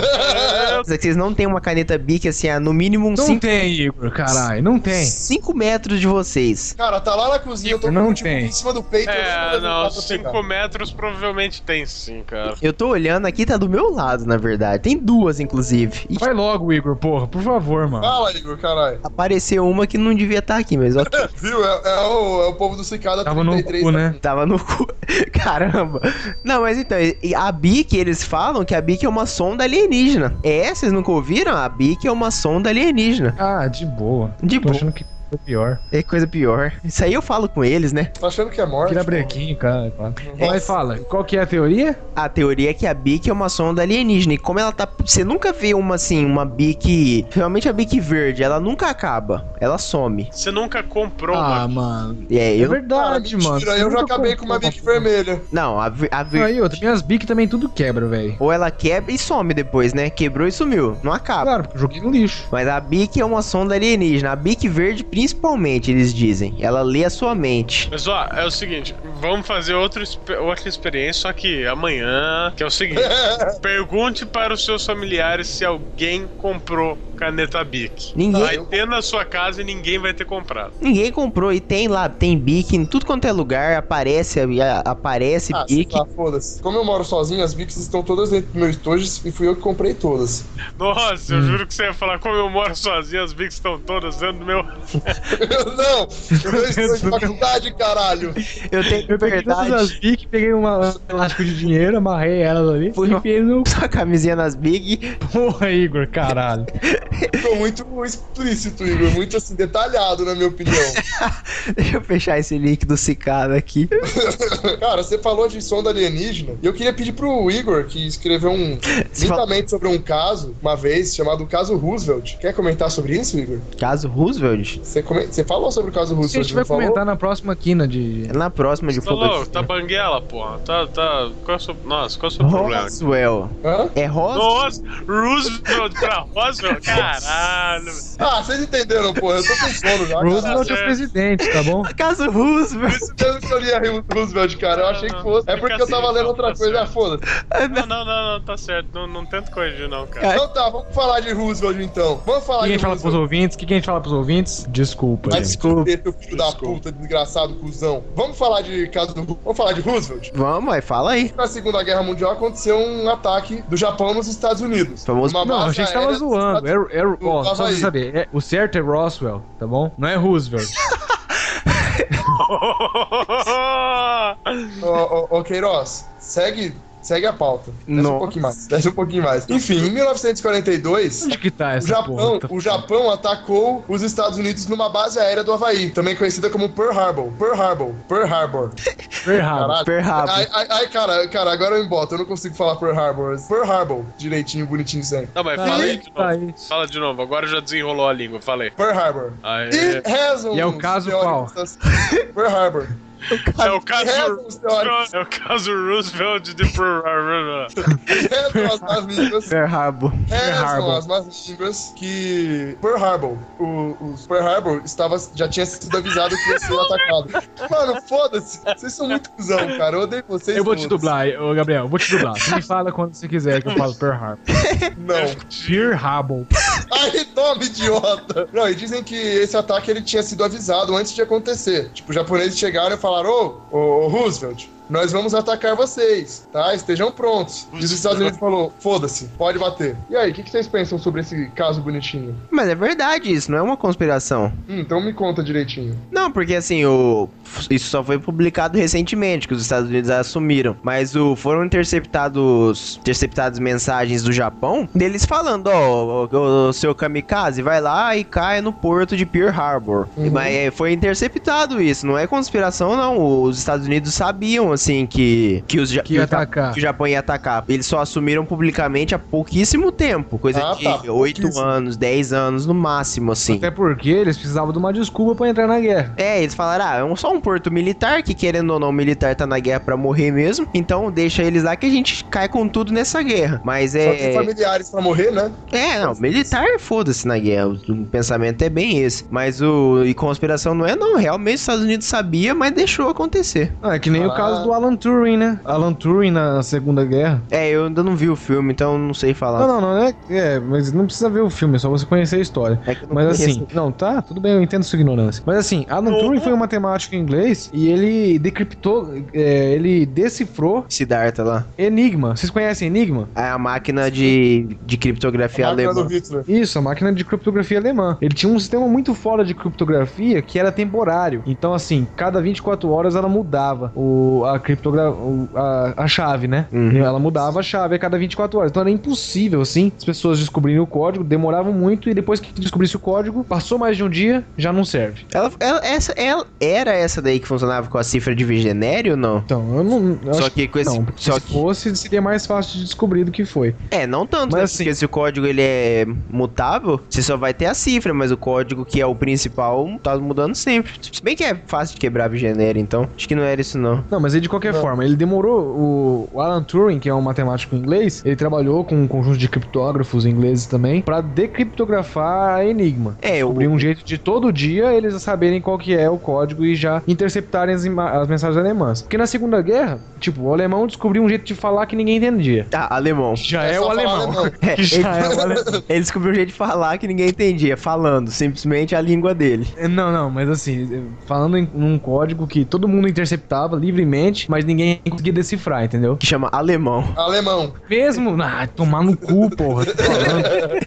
Vocês não tem uma caneta Bic assim, a no mínimo uns Não cinco tem, Igor, caralho. Não tem. cinco metros de vocês. Cara, tá lá na cozinha, eu tô Não com o tipo, tem. em cima do peito. eu É, vou levantar não, pra cinco pegar. metros provavelmente tem sim, cara. Eu tô olhando aqui, tá do meu lado, na verdade. Tem duas, inclusive. E Vai logo, Igor, porra, por favor, mano. Fala, Igor, caralho. apareceu uma que não devia estar aqui, mas ok. Viu? É, é o, é o povo do Cicada Tava no cu, né? Tava no cu. Caramba. Não, mas então, e a Bic, eles falam que a Bic é uma sonda alienígena. É, vocês nunca ouviram? A Bic é uma sonda alienígena. Ah, de boa. De Tô boa. achando que foi pior. É coisa pior. Isso aí eu falo com eles, né? Tá achando que é morte? Tira pô? brequinho, cara. claro. Nossa. Mas fala, qual que é a teoria? A teoria é que a Bic é uma sonda alienígena. E como ela tá. Você nunca vê uma assim, uma Bic. Realmente a Bic verde, ela nunca acaba. Ela some. Você nunca comprou Ah, uma. mano. E é, É eu. verdade, Cara, mano. mentira, eu já Nunca acabei com uma comprou bic vermelha. Não, a, ver- a verde. Aí, outra, minhas bic também tudo quebra, velho. Ou ela quebra e some depois, né? Quebrou e sumiu. Não acaba. Claro, porque eu joguei no lixo. Mas a Bic é uma sonda alienígena. A Bic verde, principalmente, eles dizem. Ela lê a sua mente. Mas ó, é o seguinte, vamos fazer outro, expe- outra experiência, só que amanhã, que é o seguinte, pergunte para os seus familiares se alguém comprou caneta Bic. Ninguém- Vai ter na sua casa e ninguém vai ter comprado. Ninguém comprou e tem lá, tem Bic em tudo quanto é lugar. Aparece, a- aparece Ah, Bic. sei lá, foda-se. Como eu moro sozinho, as bics estão todas dentro do meu estojo e fui eu que comprei todas. Nossa, eu Hum. juro que você ia falar, como eu moro sozinho, as Bics estão todas dentro do meu... Não, eu não estou de faculdade, caralho. Eu tenho Eu peguei todas verdade. as bic, peguei uma um elástico de dinheiro, amarrei elas ali. Fui e enfiei no... Sua camisinha nas Big. Porra, Igor, caralho. Ficou muito explícito, Igor. Muito assim, detalhado, na minha opinião. Deixa eu fechar esse link do Cicada aqui. Cara, você falou de sonda alienígena. E eu queria pedir pro Igor, que escreveu um Você fala- lindamente sobre um caso, uma vez, chamado Caso Roosevelt. Quer comentar sobre isso, Igor? Caso Roosevelt. Você, come... você falou sobre o caso A Roosevelt, gente vai não falou? comentar na próxima quina de... Na próxima de Tá louco, fogo. tá banguela, porra. Tá, tá... Qual é o seu... Nossa, qual é o seu problema? Roswell. Hã? É Ros... Nossa, Roosevelt pra Roosevelt? Caralho. Ah, vocês entenderam, porra. Eu tô com sono já, Roosevelt caralho. é o presidente, tá bom? Caso Roosevelt. Isso mesmo que eu li a Roosevelt, cara. Eu achei que fosse. É porque eu tava lendo outra coisa. Ah, foda-se. Não, não, não, não, tá certo. Não, não tento corrigir, não, cara. Então tá, vamos falar de Roosevelt então. Vamos O falar que a de gente fala pros Roosevelt. ouvintes? O que a gente fala pros ouvintes? Desculpa, Vai gente. se fuder, teu filho da puta, desgraçado, cuzão. Vamos falar de caso do... Vamos falar de Roosevelt? Vamos, vai, fala aí. Na Segunda Guerra Mundial aconteceu um ataque do Japão nos Estados Unidos. Famoso- Uma Não, a base gente tava aérea dos zoando. Estados É, é, ó, do só pra Havaí. você saber, é- o certo é Roswell, tá bom? Não é Roosevelt. Ô, ô, ô, Queiroz, segue, segue a pauta. Desce Nossa. um pouquinho mais. Desce um pouquinho mais. Enfim, em mil novecentos e quarenta e dois... Onde que tá O essa Japão, porra? Tá- o Japão atacou os Estados Unidos numa base aérea do Havaí, também conhecida como Pearl Harbor. Pearl Harbor. Pearl Harbor. Errado. Caralho. Pearl Harbor. Ai, ai, ai, cara, cara, agora eu emboto, eu não consigo falar Pearl Harbor. Pearl Harbor, direitinho, bonitinho sempre. Não, mas Tá fala aí aí, de tá novo. isso. Fala de novo, agora já desenrolou a língua, falei. Pearl Harbor. Aê. E rezam E é o os caso teóricos- Pearl Harbor. É o caso... Rezam os teóricos. É o caso Roosevelt de Pearl Harbor. Rezam as más línguas. Pearl Harbor. Rezam Harbor. as más línguas que Pearl Harbor, o, o Pearl Harbor estava, já tinha sido avisado que ia ser atacado. Mano, foda-se. Vocês são muito cuzão, cara. Eu odeio vocês. Eu vou te todos. dublar, ô Gabriel, eu vou te dublar. Você me fala quando você quiser que eu falo Pearl Harbor. Não. Pearl Harbor. Aí, toma, idiota! Não, e dizem que esse ataque ele tinha sido avisado antes de acontecer. Tipo, os japoneses chegaram e falaram: Ô, ô, ô Roosevelt, nós vamos atacar vocês, tá? Estejam prontos. E os Estados Unidos falou: foda-se, pode bater. E aí, o que, que vocês pensam sobre esse caso bonitinho? Mas é verdade isso, não é uma conspiração. Hum, então me conta direitinho. Não, porque assim, o... isso só foi publicado recentemente, que os Estados Unidos assumiram. Mas o... foram interceptados interceptadas mensagens do Japão, deles falando, ó, o, o seu kamikaze vai lá e cai no porto de Pearl Harbor. Uhum. Mas é, foi interceptado isso, não é conspiração não. Os Estados Unidos sabiam sabiam, assim, que, que, os, ja- Que ia o Ja- atacar. que o Japão ia atacar. Eles só assumiram publicamente há pouquíssimo tempo. Coisa Ah, de tá, oito pouquíssimo. anos, dez anos no máximo, assim. Até porque eles precisavam de uma desculpa pra entrar na guerra. É, eles falaram, ah, é um- só um porto militar, que querendo ou não, o militar tá na guerra pra morrer mesmo, então deixa eles lá que a gente cai com tudo nessa guerra. Mas Só tem é... familiares pra morrer, né? É, não, militar foda-se na guerra, o, o pensamento é bem esse. Mas o... e conspiração não é não, realmente os Estados Unidos sabia, mas deixou acontecer. Ah, é que nem o Ah. caso do Alan Turing, né? Alan Turing na Segunda Guerra. É, eu ainda não vi o filme, então não sei falar. Não, não, não é, é, mas não precisa ver o filme, é só você conhecer a história. É que eu não Mas conheço. assim, não, tá, tudo bem, eu entendo sua ignorância. Mas assim, Alan Turing foi um matemático inglês e ele decriptou, é, ele decifrou Siddhartha lá. Enigma. Vocês conhecem Enigma? É a máquina de, de criptografia A máquina alemã. do Hitler. Isso, a máquina de criptografia alemã. Ele tinha um sistema muito foda de criptografia que era temporário. Então, assim, cada vinte e quatro horas ela mudava o, a, criptogra o, a, a chave, né? Uhum. Ela mudava a chave a cada vinte e quatro horas. Então era impossível, assim, as pessoas descobrirem o código, demoravam muito e depois que descobrisse o código, passou mais de um dia, já não serve. Ela, ela, essa, ela, era essa daí que funcionava com a cifra de Vigenério ou não? Então, eu não. Eu Só acho que com esse- Não, porque só se que- fosse, seria mais fácil de descobrir do que foi. É, não tanto, Mas né? assim- Porque se o código ele é mutável, você só vai ter a cifra, mas o código que é o principal tá mudando sempre. Se bem que é fácil de quebrar Vigenério, então acho que não era isso não. Não, mas ele de qualquer Não. forma, ele demorou. O, o Alan Turing, que é um matemático inglês, ele trabalhou com um conjunto de criptógrafos ingleses também pra decriptografar a Enigma. É, o, Descobrir um jeito de todo dia eles saberem qual que é o código e já interceptarem as, ima- as mensagens alemãs. Porque na Segunda Guerra, tipo, o alemão descobriu um jeito de falar que ninguém entendia. ah, alemão. Já É é, só o falar alemão. alemão. É, ele, Já é o alemão. ele descobriu um jeito de falar que ninguém entendia, falando, simplesmente a língua dele. Não, não, mas assim, falando em um código que todo mundo interceptava livremente, mas ninguém conseguia decifrar, entendeu? Que chama alemão. Alemão. Mesmo, ah, tomar no cu, porra. Tô falando.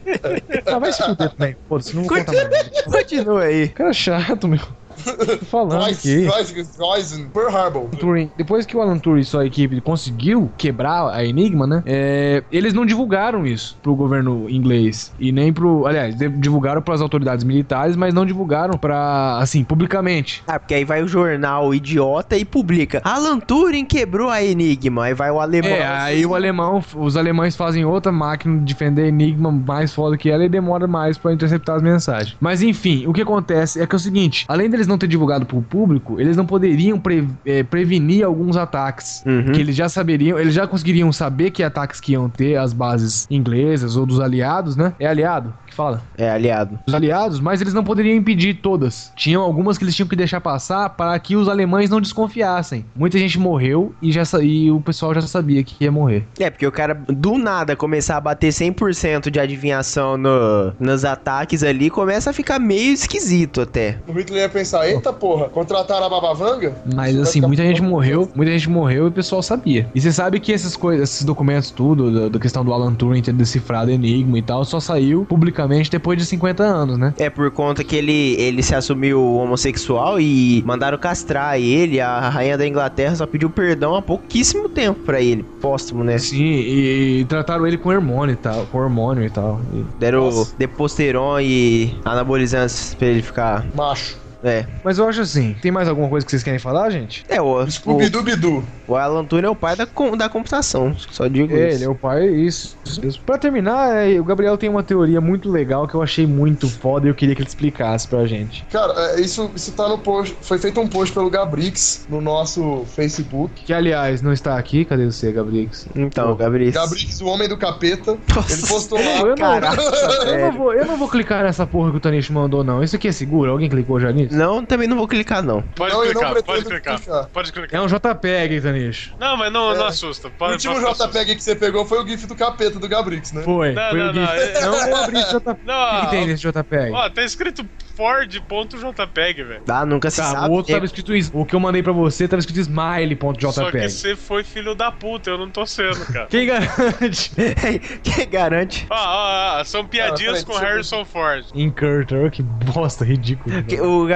Ah, vai se fuder também. Foda-se, não vou contar mais. Continua aí. Cara chato, meu. Tô falando aqui. Poison, Pearl Harbor. Turing, depois que o Alan Turing e sua equipe conseguiu quebrar a Enigma, né? é, eles não divulgaram isso pro governo inglês. E nem pro. Aliás, de- divulgaram pras autoridades militares, mas não divulgaram pra. Assim, publicamente. Ah, porque aí vai o jornal idiota e publica Alan Turing quebrou a Enigma. Aí vai o alemão. É, aí o alemão, os alemães fazem outra máquina de defender Enigma mais foda que ela e demora mais pra interceptar as mensagens. Mas enfim, o que acontece é que é o seguinte: além deles não ter divulgado pro público, eles não poderiam pre- é, prevenir alguns ataques. Uhum. Que eles já saberiam, eles já conseguiriam saber que ataques que iam ter as bases inglesas ou dos aliados, né? É aliado que fala? É, aliado. Os aliados, mas eles não poderiam impedir todas. Tinham algumas que eles tinham que deixar passar para que os alemães não desconfiassem. Muita gente morreu e, já, sa- e o pessoal já sabia que ia morrer. É, porque o cara do nada começar a bater cem por cento de adivinhação no, nos ataques ali, começa a ficar meio esquisito até. O Hitler ia pensar, eita porra, contrataram a Babavanga? Mas Isso vai assim, ficar muita gente bom. morreu, muita gente morreu e o pessoal sabia. E você sabe que essas coisas, esses documentos tudo, da, da questão do Alan Turing ter decifrado Enigma e tal, só saiu publicamente depois de cinquenta anos, né? É por conta que ele, ele se assumiu homossexual e mandaram castrar ele. A rainha da Inglaterra só pediu perdão há pouquíssimo tempo pra ele, póstumo, né? Sim, e, e trataram ele com hormônio e tal, com hormônio e tal. E- Deram Nossa. Deposteron e anabolizantes pra ele ficar... Macho. É, Mas eu acho assim, tem mais alguma coisa que vocês querem falar, gente? é o, o, Scooby-Doo-Bidu. o Alan Turing é o pai da, com- da computação, só digo É, isso. ele é o pai, isso. isso. Pra terminar, é, o Gabriel tem uma teoria muito legal que eu achei muito foda e eu queria que ele explicasse pra gente. Cara, é, isso, isso tá no post. Foi feito um post pelo Gabrix no nosso Facebook. Que, aliás, não está aqui. Cadê você, Gabrix? Então, Gabriel. Gabrix, o homem do capeta. Nossa. Ele postou Eu lá. não, Caraca, eu, velho. não vou, eu não vou clicar nessa porra que o Tanish mandou, não. Isso aqui é seguro? Alguém clicou já nisso? Não, também não vou clicar, não. Pode Não, eu não clicar, pode pretendo clicar. clicar. Pode É clicar. um JPEG, Tanish. Não, mas não, É. não assusta. O Pode, último pode ficar JPEG que você pegou foi o GIF do capeta do Gabrix, né? Foi, Não, foi não, o GIF. não, é- Não, vou abrir esse JPEG. Não, O que, que tem nesse JPEG? Ó, tá escrito Ford.jpg, velho. Ah, nunca se Tá, sabe. o outro É- tava escrito is- o que eu mandei pra você tava escrito Só que smile.jpg. você foi filho da puta, eu não tô sendo, cara. Quem garante? Quem garante? Ó, ó, ó, são piadinhas Ah, peraí, com deixa eu ver. Harrison Ford. Incurter, que bosta, ridículo. Que- O Gabriel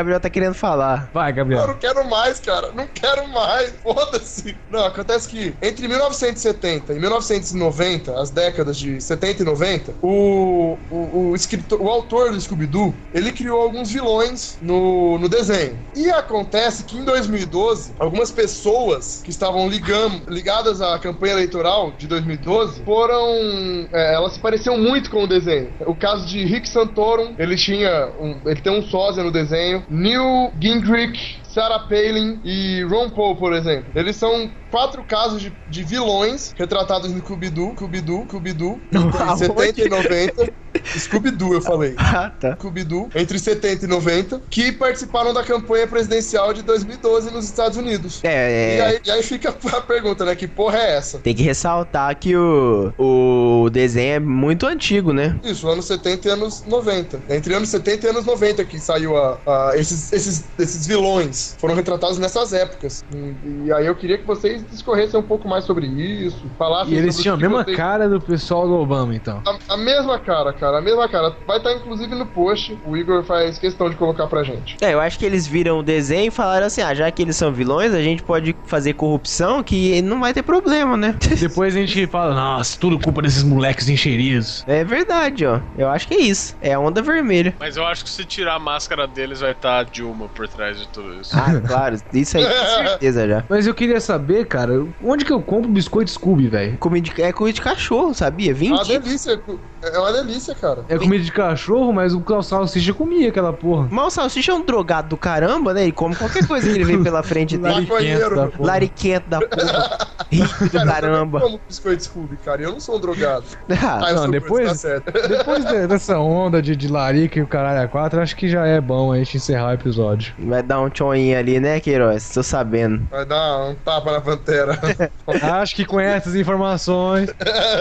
Gabriel tá querendo falar. Vai, Eu Gabriel. não quero mais, cara. Não quero mais. Foda-se. Não, acontece que entre mil novecentos e setenta e mil novecentos e noventa, as décadas de setenta e noventa, o, o, o, escritor, o autor do Scooby-Doo, ele criou alguns vilões no, no desenho. E acontece que em dois mil e doze, algumas pessoas que estavam ligam, ligadas à campanha eleitoral de dois mil e doze foram... É, elas se pareciam muito com o desenho. O caso de Rick Santorum, ele tinha... Um, ele tem um sósia no desenho. Neil Gingrich, Sarah Palin e Ron Paul, por exemplo. Eles são quatro casos de, de vilões retratados no Scooby-Doo, Scooby-Doo, Scooby-Doo, entre setenta e noventa. Scooby-Doo, eu falei. Ah, tá. Scooby-Doo, entre setenta e noventa, que participaram da campanha presidencial de dois mil e doze nos Estados Unidos. É, E é. aí, e aí fica a pergunta, né? Que porra é essa? Tem que ressaltar que o, o desenho é muito antigo, né? Isso, anos setenta e anos noventa. Entre anos setenta e anos noventa que saiu a, a- esses, esses, esses vilões. Foram retratados nessas épocas. E, e aí eu queria que vocês discorressem um pouco mais sobre isso, falassem E eles sobre tinham a o que mesma vocês- cara do pessoal do Obama, então. A, a mesma cara, cara, a mesma cara. Vai estar inclusive no post. O Igor faz questão de colocar pra gente. É, eu acho que eles viram o desenho e falaram assim, ah, já que eles são vilões, a gente pode fazer corrupção que não vai ter problema, né? Depois a gente fala, nossa, tudo culpa desses moleques encheridos. É verdade, ó. Eu acho que é isso. É a onda vermelha. Mas eu acho que se tirar a máscara deles vai estar a Dilma por trás de tudo isso. Ah, claro. Isso aí com certeza já. Mas eu queria saber, cara, onde que eu compro biscoito Scooby, velho? Comida de- é comida de cachorro, sabia? É vinte uma delícia. É uma delícia, cara. É comida de cachorro, mas o Klaus Salsicha comia aquela porra. Mas o Salsicha é um drogado do caramba, né? Ele come qualquer coisa que ele vê pela frente dele. Maconheiro. da porra. Lariquento da porra. Rico do caramba. Como biscoito Scooby, cara? Eu não sou um drogado. Ah, Ah, eu não, sou, depois- tá certo. Depois de- dessa onda de, de larica e o caralho a quatro, acho que já é bom a gente encerrar o episódio. vai dar um tchoinho ali, né, Queiroz? Tô sabendo. Vai dar um tapa na pantera. Acho que com essas informações.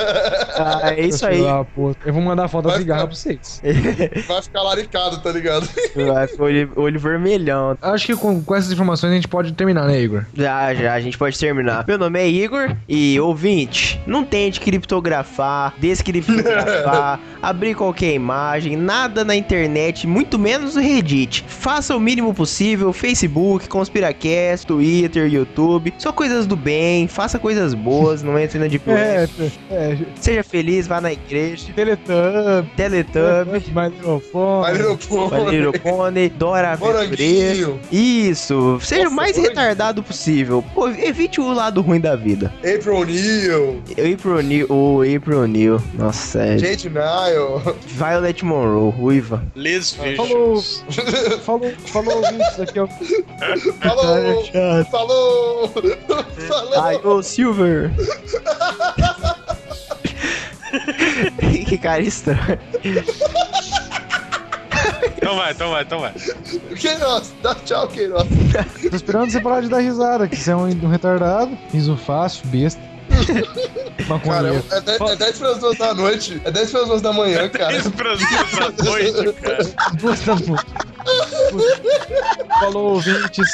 Ah, é isso aí. Ah, pô, eu vou mandar foto da Vai cigarra ficar- pra vocês. Vai ficar laricado, tá ligado? Vai ficar olho, olho vermelhão. Acho que com, com essas informações a gente pode terminar, né, Igor? Já, já, a gente pode terminar. Meu nome é Igor e, ouvinte, não tente criptografar, descriptografar, abrir qualquer imagem, nada na internet, muito menos o Reddit. Faça o mínimo possível, Facebook, Conspiracast, Twitter, YouTube, só coisas do bem, faça coisas boas, não entre na Deep Web. é, Seja feliz, vá na igreja, Teletubb, Teletubby, My Little Pony. Vai no pô. My Little Pony, Dora Aventureira. Moranguinho. Isso, seja o Nossa, mais moranguinho. retardado possível. Pô, evite o lado ruim da vida. April O'Neil. April O'Neil, o April O'Neil, nossa, é. Jade Nile. Violet Monroe, ruiva. Liz Falou, Visions. falou, falou, ouvintes, aqui é o... Falou. Falou. Falou. Ai, ô Silver. Que cara estranho. Então vai, então vai, então vai. Queiroz, dá tchau, Queiroz. Tô esperando você parar de dar risada, que você é um, um retardado, riso fácil, besta. Cara, Maconheiro. é dez, é dez para as duas da noite. É dez para as duas da manhã, cara. Isso pra duas da noite, cara. Duas da noite. Falou, ouvintes.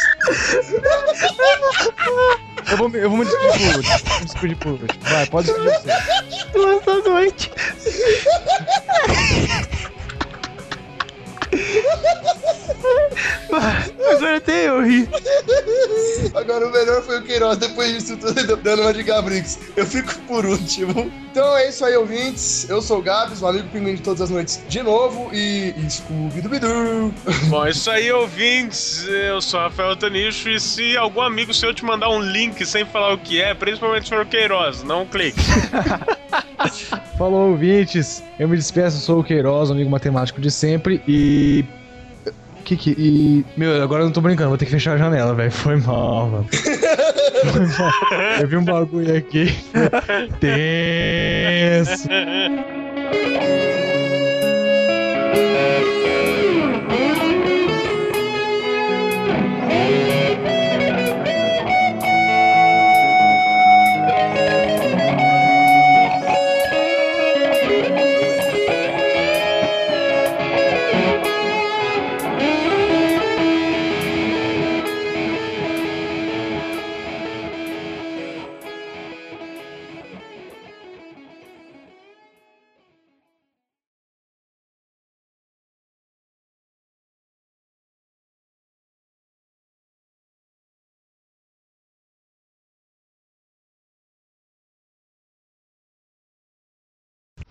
Eu vou, me- eu vou me despedir por último. Vou me despedir por último. Vai, pode despedir você. Duas da noite. Agora até eu ri. Agora o melhor foi o Queiroz, depois disso tudo, dando uma de Gabrix. Eu fico por último. Então é isso aí, ouvintes. Eu sou o Gabs, o amigo pinguim de todas as noites de novo. E, e Scooby-Doo. Bom, é isso aí, ouvintes. Eu sou o Rafael Tanicho. E se algum amigo seu te mandar um link sem falar o que é, principalmente se for o Queiroz, não clique. Falou, ouvintes. Eu me despeço, sou o Queiroz, amigo matemático de sempre. E. Que que. E. Meu, agora eu não tô brincando, vou ter que fechar a janela, velho. Foi mal, mano. Foi mal. Eu vi um bagulho aqui. Tenso.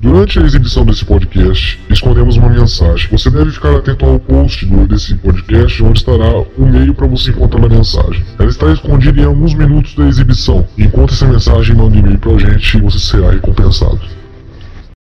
Durante a exibição desse podcast, escondemos uma mensagem. Você deve ficar atento ao post do, desse podcast, onde estará o meio para você encontrar a mensagem. Ela está escondida em alguns minutos da exibição. Encontre essa mensagem e mande um e-mail pra gente e você será recompensado.